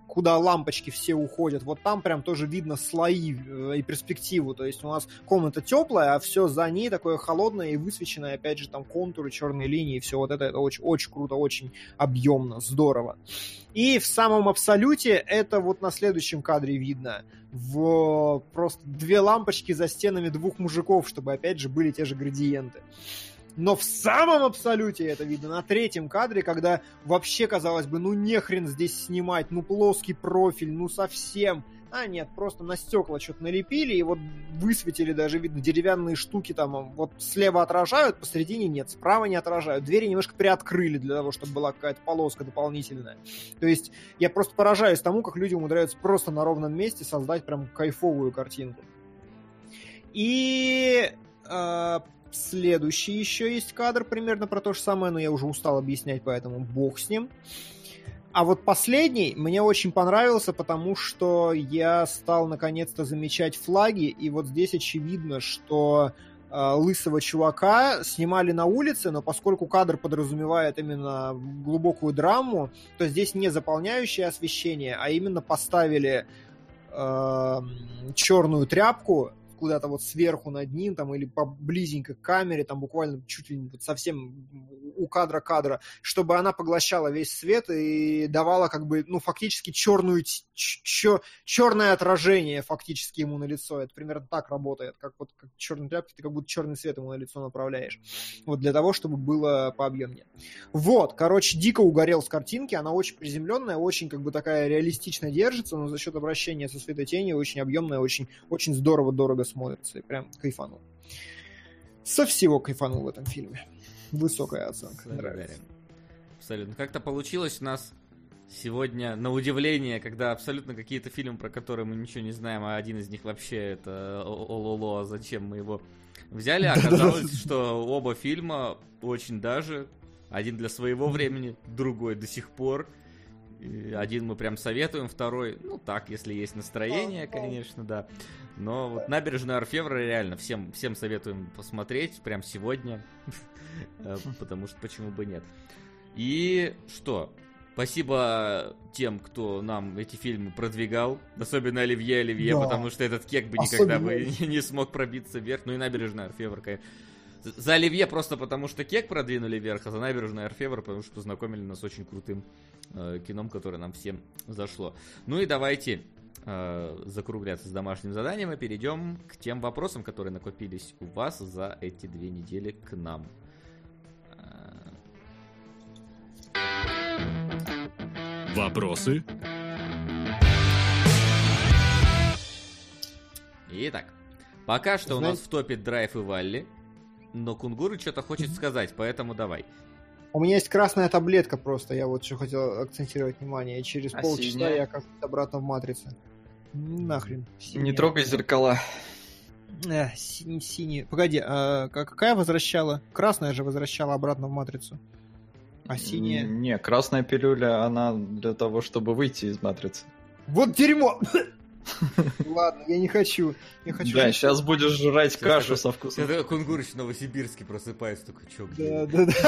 куда лампочки все уходят, вот там прям тоже видно слои и перспективу. То есть у нас комната теплая, а все за ней такое холодное и высвеченное, опять же, там контуры, черные линии, все вот это очень, очень круто, очень объемно, здорово. И в самом абсолюте это вот на следующем кадре видно. Просто 2 лампочки за стенами 2 мужиков, чтобы опять же были те же градиенты. Но в самом абсолюте это видно на 3-м кадре, когда вообще, казалось бы, ну нехрен здесь снимать, ну плоский профиль, ну совсем. А нет, просто на стекла что-то налепили, и вот высветили даже, видно, деревянные штуки там вот слева отражают, посередине нет, справа не отражают. Двери немножко приоткрыли для того, чтобы была какая-то полоска дополнительная. То есть я просто поражаюсь тому, как люди умудряются просто на ровном месте создать прям кайфовую картинку. И следующий еще есть кадр примерно про то же самое, но я уже устал объяснять, поэтому бог с ним. А вот последний мне очень понравился, потому что я стал наконец-то замечать флаги, и вот здесь очевидно, что лысого чувака снимали на улице, но поскольку кадр подразумевает именно глубокую драму, то здесь не заполняющее освещение, а именно поставили черную тряпку куда-то вот сверху над ним, там, или поблизенько к камере, там, буквально чуть ли не вот совсем у кадра, чтобы она поглощала весь свет и давала, как бы, ну, фактически черное отражение фактически ему на лицо. Это примерно так работает, как вот как черной тряпки, ты как будто черный свет ему на лицо направляешь. Вот для того, чтобы было пообъемнее. Вот, короче, дико угорел с картинки, она очень приземленная, очень, как бы, такая реалистично держится, но за счет обращения со светотенью очень объемная, очень, очень здорово, дорого смотрится, и прям кайфанул. Со всего кайфанул в этом фильме. Высокая оценка. Нравится. Абсолютно. Как-то получилось у нас сегодня, на удивление, когда абсолютно какие-то фильмы, про которые мы ничего не знаем, а один из них вообще это Ололо, зачем мы его взяли, оказалось, что оба фильма очень даже, один для своего времени, другой до сих пор. Один мы прям советуем, второй, ну так, если есть настроение, конечно, да. Но вот «Набережную Орфевра» реально всем советуем посмотреть прям сегодня, потому что почему бы нет. И что? Спасибо тем, кто нам эти фильмы продвигал, особенно Оливье, да. Потому что этот кек бы никогда бы не смог пробиться вверх. Ну и «Набережная Орфевра», конечно. За Оливье просто потому, что кек продвинули вверх, а за «Набережную Орфевра», потому что познакомили нас с очень крутым кином, которое нам всем зашло. Ну и давайте закругляться с домашним заданием и перейдем к тем вопросам, которые накопились у вас за эти 2 недели к нам. Вопросы? Итак, пока что у нас в топе Драйв и Валли, но Кунгуру что-то хочет сказать, поэтому давай. У меня есть красная таблетка просто, я вот что хотел акцентировать внимание, и через полчаса я как-то обратно в матрице. Нахрен. Синяя. Не трогай зеркала. Синий. Погоди, какая возвращала? Красная же возвращала обратно в матрицу. А синяя? Не, красная пилюля, она для того, чтобы выйти из матрицы. Вот дерьмо! Ладно, я не хочу. Да, сейчас будешь жрать кашу со вкусом. Это Кунгурыч Новосибирский просыпается, только чё, где?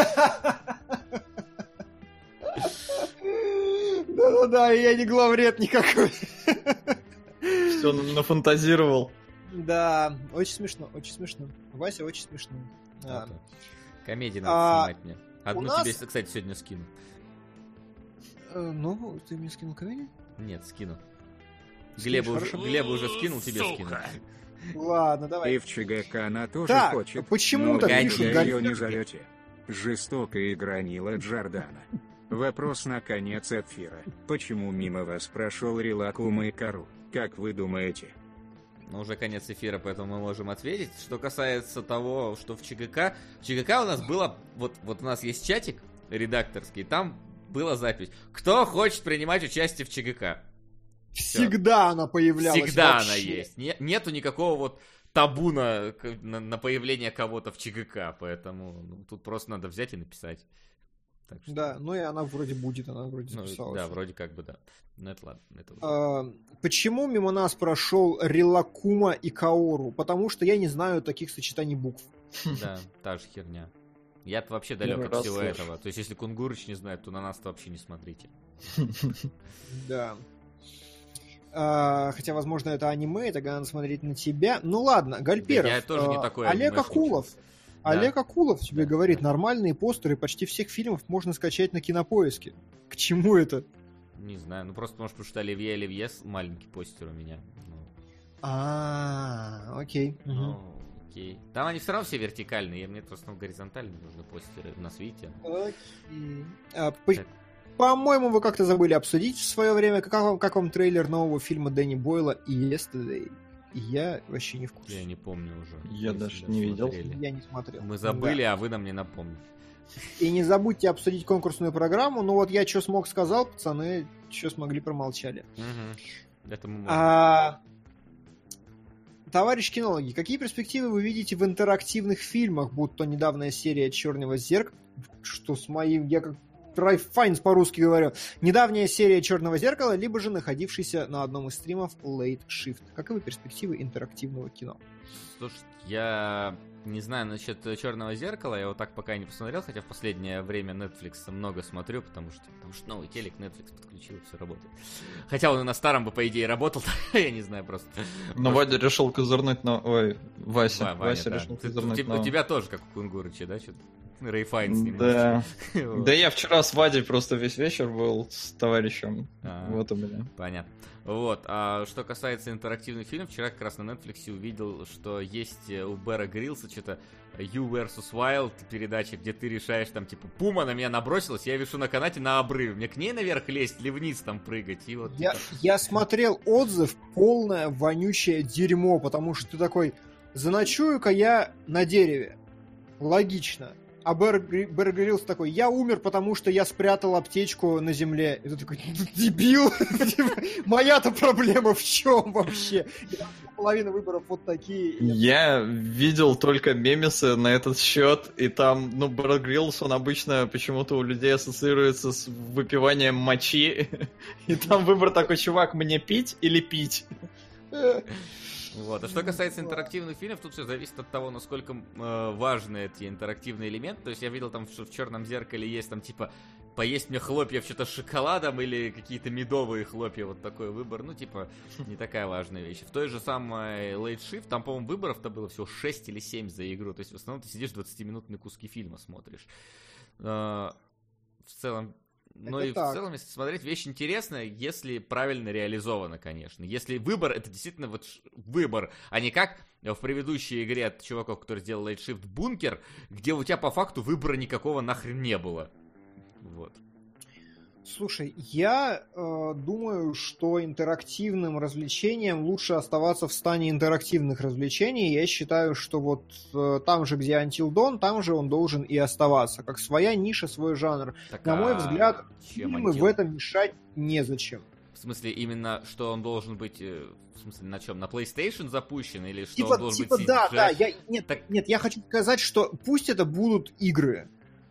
Да-да-да, я не главред никакой. Все нафантазировал. Да, очень смешно, очень смешно. Вася очень смешно. Комедии надо снимать мне. Одну нас... тебе, кстати, сегодня скину. Ну, ты мне скинул комедию? Нет, скину. Глебу уже скинул, тебе скину. Ладно, давай. И в ЧГК она тоже так, хочет. Почему так пишут? Ее не зовете. Жестокая игра Нила Джордана. Вопрос на конец эфира. Почему мимо вас прошел Рилакума и Кару? Как вы думаете? Ну, уже конец эфира, поэтому мы можем ответить. Что касается того, что в ЧГК... В ЧГК у нас было... Вот у нас есть чатик редакторский, там была запись. Кто хочет принимать участие в ЧГК? Всегда она появлялась. Всегда вообще. она есть. Нету никакого вот табу на появление кого-то в ЧГК, поэтому тут просто надо взять и написать. Так что... Да, ну и она вроде будет, она вроде записалась. Да, вроде как бы да. Ну это ладно. Это почему мимо нас прошел Рилакума и Каору? Потому что я не знаю таких сочетаний букв. Да, та же херня. Я-то вообще далек от всего этого. То есть если Кунгурыч не знает, то на нас-то вообще не смотрите. Да. Хотя, возможно, это аниме, и тогда надо смотреть на тебя. Ну ладно, Гальперов. Да я тоже не такой Олег анимешник. Акулов. Да. Олег Акулов тебе говорит, нормальные постеры почти всех фильмов можно скачать на Кинопоиске. К чему это? Не знаю, ну просто, может, потому что Оливье маленький постер у меня. Окей. Ну, окей. Там они все равно все вертикальные, мне просто горизонтальные нужны постеры. У нас, видите? Окей. По-моему, вы как-то забыли обсудить в свое время, как вам трейлер нового фильма Дэнни Бойла «Yesterday». Я вообще не в курсе. Я не помню уже. Я даже не видел. Я не смотрел. Мы забыли, а вы нам не напомните. И не забудьте обсудить конкурсную программу. Ну вот я что смог сказал, пацаны, что смогли промолчали. Это мы можем. Товарищ кинологи, какие перспективы вы видите в интерактивных фильмах, будь то недавняя серия «Черного зеркала», что с моим, я как Райф Файнс по-русски говорю, недавняя серия «Черного зеркала», либо же находившийся на одном из стримов Late Shift. Каковы перспективы интерактивного кино? Слушай, я не знаю насчет «Черного зеркала», я его так пока и не посмотрел, хотя в последнее время Netflix много смотрю, потому что новый телек Netflix подключил, и все работает. Хотя он и на старом бы, по идее, работал, я не знаю просто. Но Вадя решил козырнуть на... Ой, Вася Ваня, решил козырнуть на... У тебя тоже, как у Кунгурыча, да? Рэй Файнс с ним. Да. Да я вчера с Вадей просто весь вечер был с товарищем. Вот у меня. Понятно. Вот. А что касается интерактивных фильмов, вчера как раз на Netflix увидел, что есть у Бэра Гриллса что-то You vs. Wild передача, где ты решаешь там, типа, пума на меня набросилась, я вешу на канате на обрыв. Мне к ней наверх лезть или вниз там прыгать? И вот, я смотрел отзыв, полное вонючее дерьмо, потому что ты такой, заночую-ка я на дереве. Логично. А Бэр Гриллс такой, я умер, потому что я спрятал аптечку на земле. И ты такой, дебил! Моя-то проблема в чем вообще? Половина выборов вот такие. Я видел только мемесы на этот счет, и там, Бэр Гриллс, он обычно почему-то у людей ассоциируется с выпиванием мочи. И там выбор такой, чувак, мне пить или пить? Вот. А что касается интерактивных фильмов, тут все зависит от того, насколько важны эти интерактивные элементы. То есть я видел там, что в «Черном зеркале» есть там типа поесть мне хлопья что-то с шоколадом или какие-то медовые хлопья, вот такой выбор. Ну, типа, не такая важная вещь. В той же самой Late Shift, там, по-моему, выборов-то было всего 6 или 7 за игру. То есть в основном ты сидишь 20-минутные куски фильма смотришь. В целом, в целом, если смотреть, вещь интересная, если правильно реализована, конечно. Если выбор, это действительно вот выбор, а не как в предыдущей игре от чуваков, который сделал Late Shift Бункер, где у тебя по факту выбора никакого нахрен не было. Вот. Слушай, я думаю, что интерактивным развлечением лучше оставаться в стане интерактивных развлечений. Я считаю, что вот там же, где Until Dawn, там же он должен и оставаться. Как своя ниша, свой жанр. Так, на мой взгляд, фильмы в этом мешать незачем. В смысле, именно, что он должен быть... В смысле, на чем? На PlayStation запущен? Или что он должен быть... Да. Нет, я хочу сказать, что пусть это будут игры.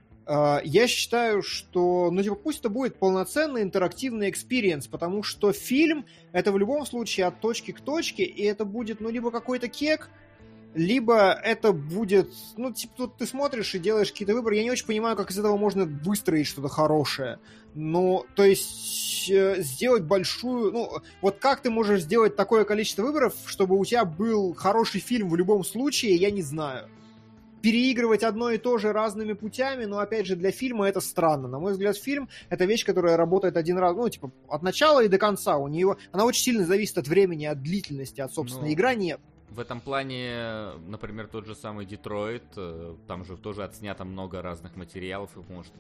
Я считаю, что, пусть это будет полноценный интерактивный экспириенс, потому что фильм — это в любом случае от точки к точке, и это будет, либо какой-то кек, либо это будет, тут ты смотришь и делаешь какие-то выборы. Я не очень понимаю, как из этого можно выстроить что-то хорошее. То есть сделать большую... вот как ты можешь сделать такое количество выборов, чтобы у тебя был хороший фильм в любом случае, я не знаю. Переигрывать одно и то же разными путями, но, опять же, для фильма это странно. На мой взгляд, фильм — это вещь, которая работает один раз, от начала и до конца. Она очень сильно зависит от времени, от длительности, от собственной игры нет. В этом плане, например, тот же самый Детройт, там же тоже отснято много разных материалов, и, может,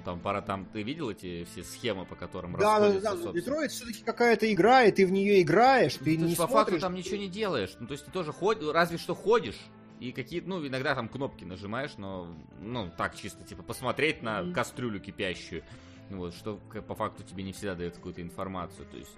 ты видел эти все схемы, по которым расходятся, но Детройт все-таки какая-то игра, и ты в нее играешь, ты не по факту там ничего не делаешь, то есть ты тоже разве что ходишь, и какие-то, иногда там кнопки нажимаешь, но, так чисто, посмотреть на кастрюлю кипящую. Что по факту тебе не всегда дает какую-то информацию. То есть,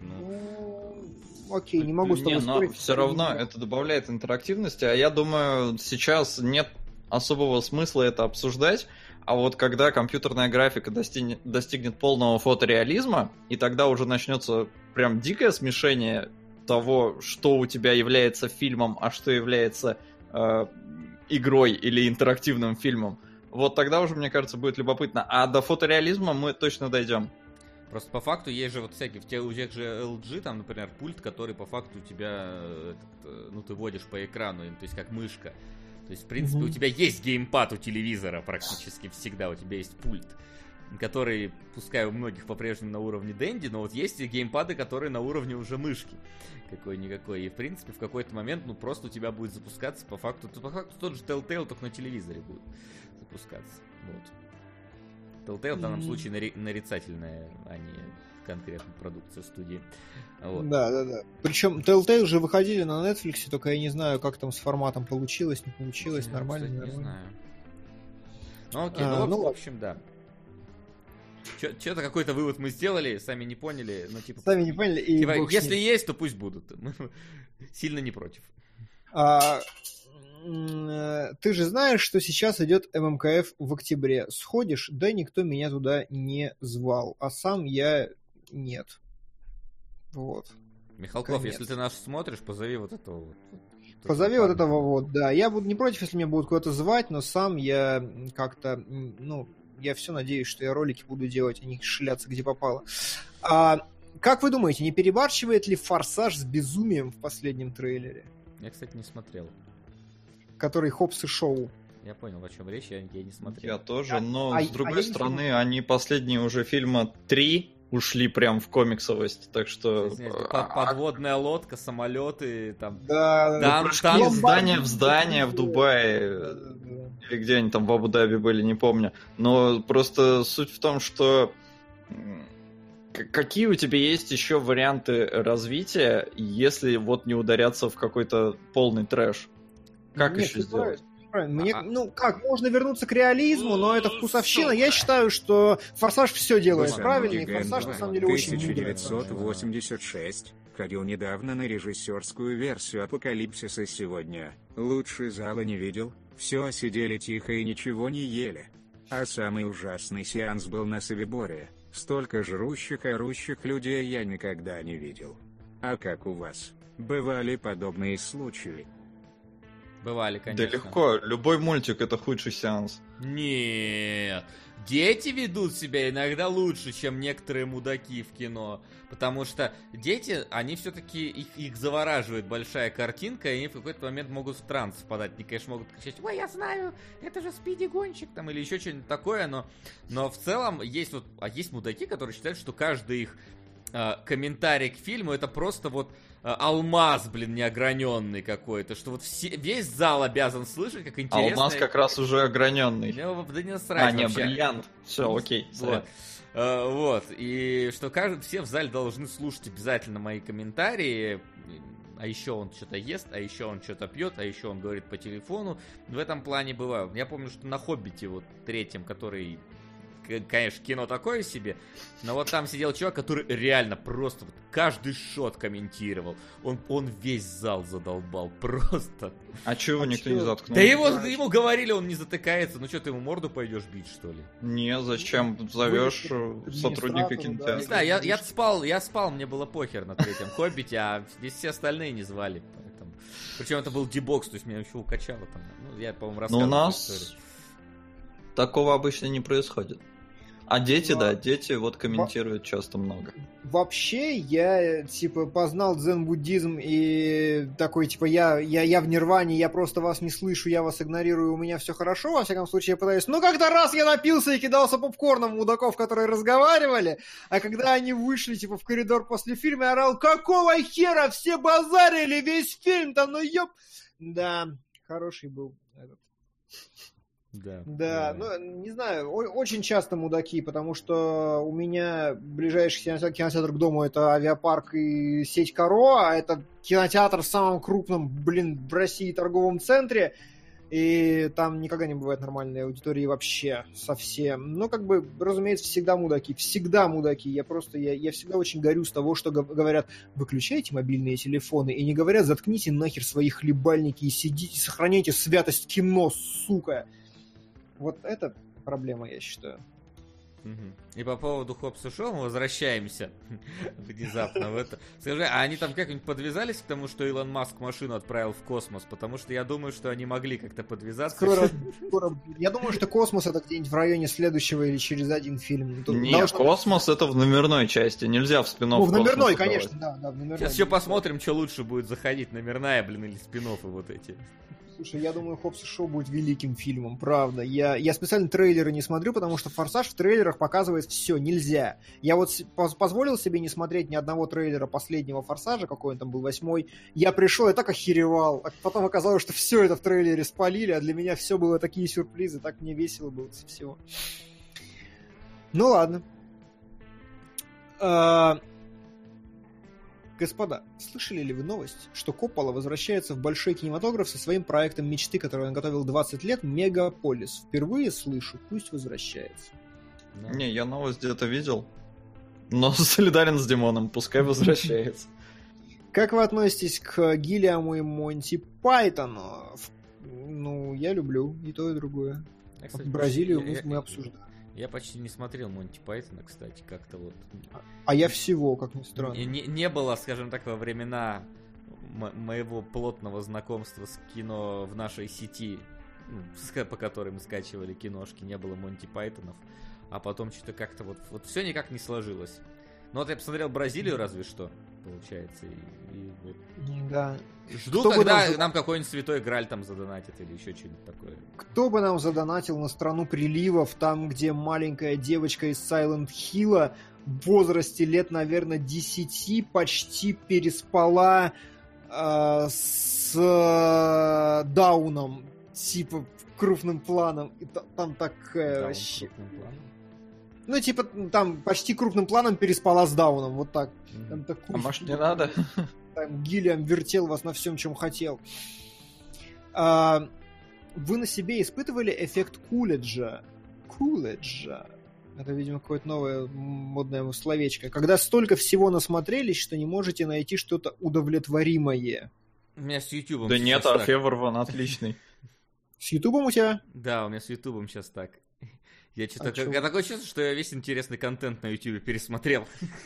окей, не могу с тобой спорить. Но все равно это добавляет интерактивности, а я думаю, сейчас нет особого смысла это обсуждать, а вот когда компьютерная графика достигнет полного фотореализма, и тогда уже начнется прям дикое смешение того, что у тебя является фильмом, а что является игрой или интерактивным фильмом, вот тогда уже, мне кажется, будет любопытно. А до фотореализма мы точно дойдем. Просто по факту есть же вот всякие, у тех же LG, там, например, пульт, который по факту у тебя, ты водишь по экрану, то есть как мышка. То есть, в принципе, у тебя есть геймпад у телевизора практически всегда, у тебя есть пульт, который, пускай у многих по-прежнему на уровне Денди, но вот есть и геймпады, которые на уровне уже мышки какой-никакой. И, в принципе, в какой-то момент, просто у тебя будет запускаться по факту тот же Telltale, только на телевизоре будет запускаться. Вот. Telltale в данном случае нарицательная, а не конкретно продукция студии. Вот. Да. Причем Telltale же выходили на Netflix, только я не знаю, как там с форматом получилось, не получилось, Я, нормально, кстати, не знаю. Ну окей, в общем, да. Что-то какой-то вывод мы сделали, сами не поняли, но типа... Сами не поняли, и если есть, то пусть будут. Мы сильно не против. Ты же знаешь, что сейчас идет ММКФ в октябре. Сходишь? Да никто меня туда не звал. А сам я нет. Вот. Михалков, если ты нас смотришь, позови вот этого вот. Позови вот этого вот, да. Я буду не против, если меня будут куда-то звать, но сам я как-то, я все надеюсь, что я ролики буду делать, а не шляться где попало. Как вы думаете, не перебарщивает ли «Форсаж» с безумием в последнем трейлере? Я, кстати, не смотрел. Который Хопс и Шоу. Я понял, о чем речь, я не смотрел. Я тоже, но с другой я стороны, они последние уже фильма 3 ушли прям в комиксовость, так что... Подводная лодка, самолеты, там... Да, прыжки из здания в здание в Дубае, или где они там в Абу-Даби были, не помню. Но просто суть в том, что... Какие у тебя есть еще варианты развития, если вот не ударяться в какой-то полный трэш? Как еще сделать? Мне, можно вернуться к реализму, но это вкусовщина. Я считаю, что «Форсаж» все делает правильно, и «Форсаж» на самом деле очень мудрый. 1986 ходил недавно на режиссерскую версию «Апокалипсиса» сегодня. Лучше зала не видел, все сидели тихо и ничего не ели. А самый ужасный сеанс был на Собиборе. Столько жрущих и орущих людей я никогда не видел. А как у вас? Бывали подобные случаи? Бывали, конечно. Да легко, любой мультик это худший сеанс. Нет, дети ведут себя иногда лучше, чем некоторые мудаки в кино. Потому что дети, они все-таки, их завораживает большая картинка, и они в какой-то момент могут в транс впадать. Они, конечно, могут кричать: ой, я знаю, это же Спиди-гонщик, там, или еще что-нибудь такое, но в целом есть есть мудаки, которые считают, что каждый их комментарий к фильму это просто алмаз, неограненный какой-то, что весь зал обязан слышать, как интересно. Алмаз как раз уже ограненный. Да не насрать не, вообще. бриллиант. Все, окей. И что все в зале должны слушать обязательно мои комментарии. А еще он что-то ест, а еще он что-то пьет, а еще он говорит по телефону. В этом плане бывает. Я помню, что на «Хоббите» третьем, который... Конечно, кино такое себе, но вот там сидел чувак, который реально просто каждый шот комментировал. Он весь зал задолбал, просто. А чего никто не заткнул? Да ему говорили, он не затыкается. Ну что, ты ему морду пойдешь бить, что ли? Не, зачем? Зовешь сотрудника кинотеатра. Не знаю, я спал, мне было похер на третьем «Хоббите», а здесь все остальные не звали. Поэтому... Причем это был дебокс, то есть меня еще укачало там. Я, по-моему, рассказывал. Но у нас такого обычно не происходит. А дети, дети комментируют часто много. Вообще, я, познал дзен-буддизм и такой, я в нирване, я просто вас не слышу, я вас игнорирую, у меня все хорошо, во всяком случае, я пытаюсь... как-то раз я напился и кидался попкорном мудаков, которые разговаривали, а когда они вышли, в коридор после фильма, я орал: какого хера, все базарили весь фильм-то, Да, хороший был этот... Да, не знаю, очень часто мудаки, потому что у меня ближайший кинотеатр к дому — это Авиапарк и сеть Каро, а это кинотеатр в самом крупном, в России торговом центре, и там никогда не бывает нормальной аудитории вообще, совсем. Разумеется, всегда мудаки. Я всегда очень горю с того, что говорят: выключайте мобильные телефоны, и не говорят: заткните нахер свои хлебальники и сидите, сохраняйте святость кино, сука. Вот это проблема, я считаю. И по поводу Хоббса Шоу мы возвращаемся внезапно в это. Скажи, а они там как-нибудь подвязались к тому, что Илон Маск машину отправил в космос? Потому что я думаю, что они могли как-то подвязаться. Скоро. Я думаю, что космос это где-нибудь в районе следующего или через один фильм. Нет, космос это в номерной части, нельзя в спин-офф. Ну, в номерной, конечно, да, в номерной. Сейчас еще посмотрим, что лучше будет заходить, номерная, или спин-оффы вот эти. Слушай, я думаю, Хоббс и Шоу будет великим фильмом, правда. Я специально трейлеры не смотрю, потому что «Форсаж» в трейлерах показывает все, нельзя. Я вот позволил себе не смотреть ни одного трейлера последнего «Форсажа», какой он там был, 8-й. Я пришел, я так охеревал. А потом оказалось, что все это в трейлере спалили, а для меня все было такие сюрпризы, так мне весело было со всего. Ну ладно. Господа, слышали ли вы новость, что Коппола возвращается в большой кинематограф со своим проектом мечты, который он готовил 20 лет, «Мегаполис»? Впервые слышу, пусть возвращается. Да. Не, я новость где-то видел, но солидарен с Димоном, пускай возвращается. Как вы относитесь к Гиллиаму и Монти Пайтону? Ну, я люблю и то, и другое. Я, кстати, Бразилию мы обсуждаем. Я почти не смотрел Монти Пайтона, кстати, как-то вот. А я всего, как ни странно. Не было, скажем так, во времена моего плотного знакомства с кино в нашей сети, по которой мы скачивали киношки, не было Монти Пайтонов, а потом что-то как-то вот все никак не сложилось. Ну вот я посмотрел Бразилию, разве что, получается, и вот. Да. Жду, Кто когда нам какой-нибудь Святой Грааль там задонатит или еще что-нибудь такое. Кто бы нам задонатил на «Страну приливов», там, где маленькая девочка из Silent Hill'а в возрасте лет, наверное, 10 почти переспала с Дауном, типа крупным планом. И там такая вообще... Ну, типа, там почти крупным планом переспала с Дауном, вот так. Там такой... А может, не надо? Там Гиллиам вертел вас на всем, чем хотел. Вы на себе испытывали эффект Кулиджа? Кулиджа. Это, видимо, какое-то новое модное словечко. Когда столько всего насмотрелись, что не можете найти что-то удовлетворимое. У меня с Ютубом. Да нет, а Феворван отличный. С Ютубом у тебя? Да, у меня с Ютубом сейчас так. Я такое чувство, что я весь интересный контент на Ютубе пересмотрел.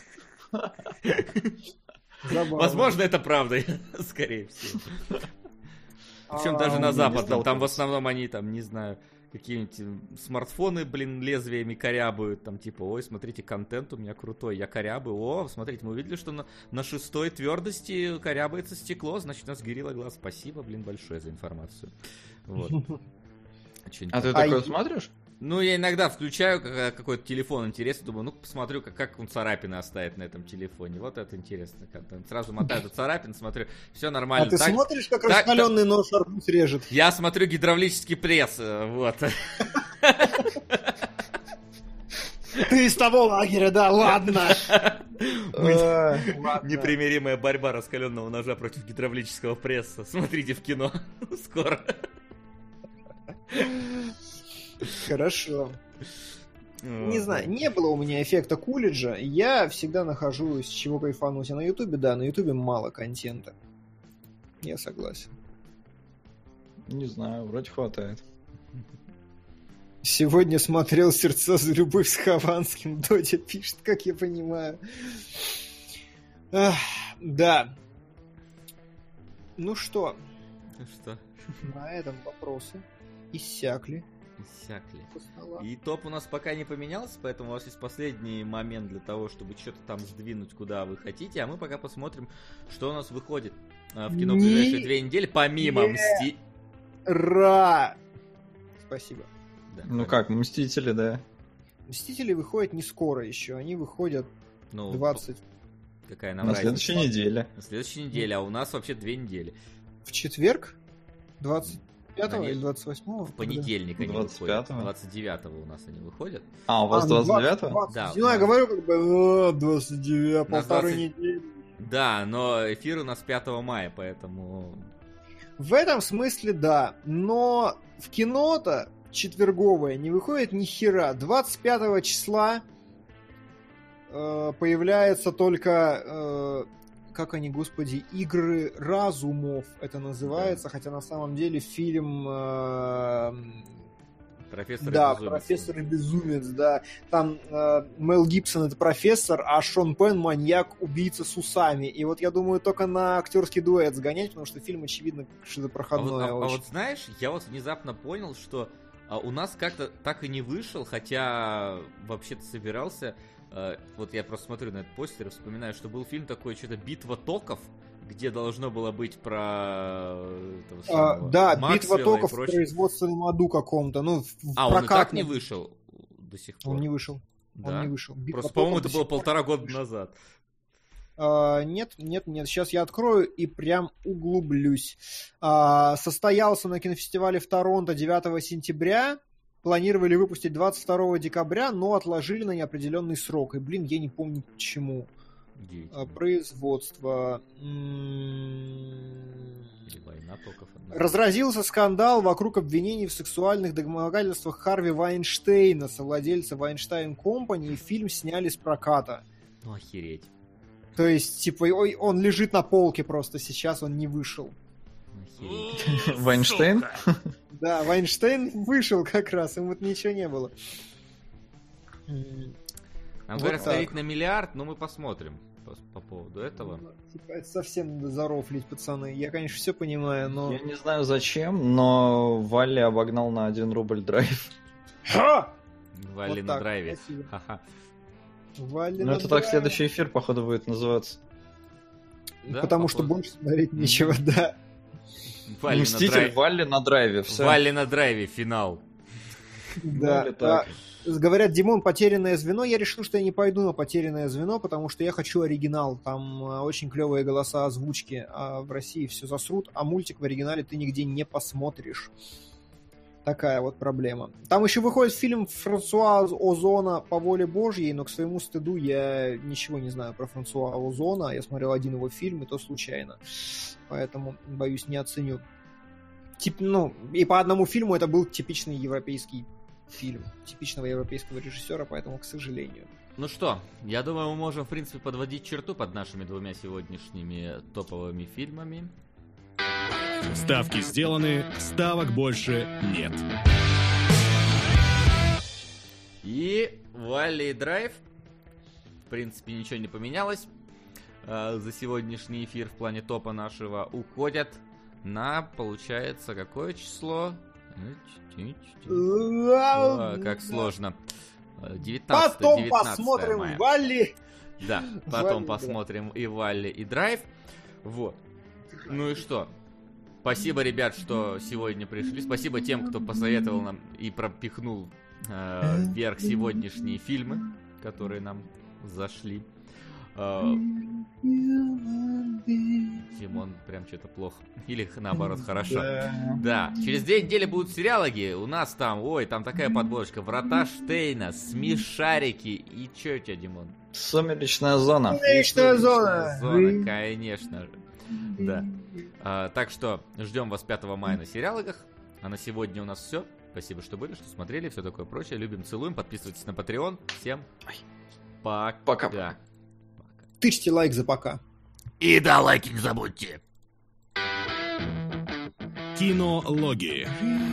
Забавно. Возможно, это правда, скорее всего. Причем даже на западном. Там в основном они, там, не знаю, какие-нибудь смартфоны, лезвиями корябают. Там типа, ой, смотрите, контент у меня крутой, я корябаю. О, смотрите, мы увидели, что на 6-й твердости корябается стекло, значит, у нас горело глаз. Спасибо, большое за информацию. Вот. А ты такое смотришь? Ну, я иногда включаю какой-то телефон интересный, думаю, ну, посмотрю, как он царапины оставит на этом телефоне. Вот это интересно. Сразу мотаю до царапин, смотрю, все нормально. А ты смотришь, как раскаленный нож арбуз режет? Я смотрю гидравлический пресс, вот. Ты из того лагеря, да, ладно. Непримиримая борьба раскаленного ножа против гидравлического пресса. Смотрите в кино скоро. Хорошо. Не знаю, не было у меня эффекта Кулиджа. Я всегда нахожу, с чего кайфануть. А на Ютубе, да, на Ютубе мало контента. Я согласен. Не знаю, вроде хватает. Сегодня смотрел «Сердца за любовь» с Хованским. Додя пишет, как я понимаю. Да. Ну что? На этом вопросы иссякли. И топ у нас пока не поменялся, поэтому у вас есть последний момент для того, чтобы что-то там сдвинуть, куда вы хотите, а мы пока посмотрим, что у нас выходит в кино в ближайшие 2 недели, помимо Мстителей. Спасибо. Да, ну как, Мстители, да. Мстители выходят не скоро еще, они выходят 20... Какая нам на разница? следующей неделе. На следующей неделе, а у нас вообще 2 недели. В четверг? 25-го или 28-го? В понедельник они 25-го. выходят. 29-го у нас они выходят. А, у вас 29-го? Да. Ну, я говорю, как бы, 29-го, полторы недели. Да, но эфир у нас 5 мая, поэтому... В этом смысле, да. Но в кино-то четверговое не выходит ни хера. 25 числа появляется только... как они, господи, «Игры разумов» это называется, хотя на самом деле фильм Профессор и Да, безумец. профессор и безумец, да. Там Мел Гибсон это профессор, а Шон Пенн маньяк, убийца с усами. И вот я думаю, только на актерский дуэт сгонять, потому что фильм, очевидно, что-то проходное А очень. вот знаешь, я вот внезапно понял, что у нас как-то так и не вышел, хотя вообще-то собирался. Вот я просто смотрю на этот постер и вспоминаю, что был фильм такой, что-то «Битва токов», где должно было быть про этого самого Да, Максвелла «Битва и токов» в прочее. производственном аду каком-то. Ну, в А, он и так прокатном. не вышел до сих пор? Он не вышел. Да? Он не вышел. «Битва Просто, по-моему, токов это до было сих пор 1,5 года вышел. назад. Нет. Сейчас я открою и прям углублюсь. Состоялся на кинофестивале в Торонто 9 сентября. Планировали выпустить 22 декабря, но отложили на неопределенный срок. И, блин, я не помню почему. Удивительно. Производство. Или война токов. Разразился скандал вокруг обвинений в сексуальных домогательствах Харви Вайнштейна, совладельца Вайнштейн Компани, и фильм сняли с проката. Ну, охереть. То есть, типа, он лежит на полке просто сейчас, он не вышел. Охереть. Вайнштейн? Да, Вайнштейн вышел как раз, ему ничего не было. Нам Вот говорят, так. стоит на миллиард, но мы посмотрим по поводу этого. Типа, это совсем надо зарофлить, пацаны. Я, конечно, все понимаю, но... Я не знаю зачем, но Валли обогнал на 1 рубль драйв. Ха! Вали Вот на так, драйве. спасибо. Ха-ха. Вали Ну на это так драйв. следующий эфир, походу, будет называться. Да, Потому что походу. больше смотреть нечего, да. Вали на Мститель драйве. Валли на драйве. Все. Вали на драйве, финал. Да. или так. Говорят, Димон, потерянное звено. Я решил, что я не пойду на потерянное звено, потому что я хочу оригинал. Там очень клевые голоса озвучки, а в России все засрут, а мультик в оригинале ты нигде не посмотришь. Такая вот проблема. Там еще выходит фильм Франсуа Озона «По воле Божьей», но к своему стыду я ничего не знаю про Франсуа Озона. Я смотрел один его фильм, и то случайно. Поэтому, боюсь, не оценю. И по одному фильму это был типичный европейский фильм. Типичного европейского режиссера, поэтому, к сожалению. Ну что, я думаю, мы можем, в принципе, подводить черту под нашими 2 сегодняшними топовыми фильмами. Ставки сделаны, ставок больше нет. И Валли и Драйв, в принципе, ничего не поменялось. За сегодняшний эфир в плане топа нашего уходят на, получается, какое число? Как сложно. 19 Потом 19 посмотрим мая. Валли. Да, потом Валли, посмотрим и Валли, и Драйв. Вот. Ну и что? Спасибо, ребят, что сегодня пришли. Спасибо тем, кто посоветовал нам и пропихнул вверх сегодняшние фильмы, которые нам зашли. Симон прям что-то плохо. Или наоборот, хорошо. Да, через 2 недели будут сериалоги. У нас там, там такая подборочка. Врата Штейна, Смешарики. И чё у тебя, Димон? Сумеречная зона. Сумеречная зона. Зона, конечно же. Да. Так что ждем вас 5 мая на сериалогах. А на сегодня у нас все. Спасибо, что были, что смотрели, все такое прочее. Любим, целуем. Подписывайтесь на Patreon. Всем пока. Пока. Тычьте лайк за пока. И да, лайки не забудьте. Кинологии.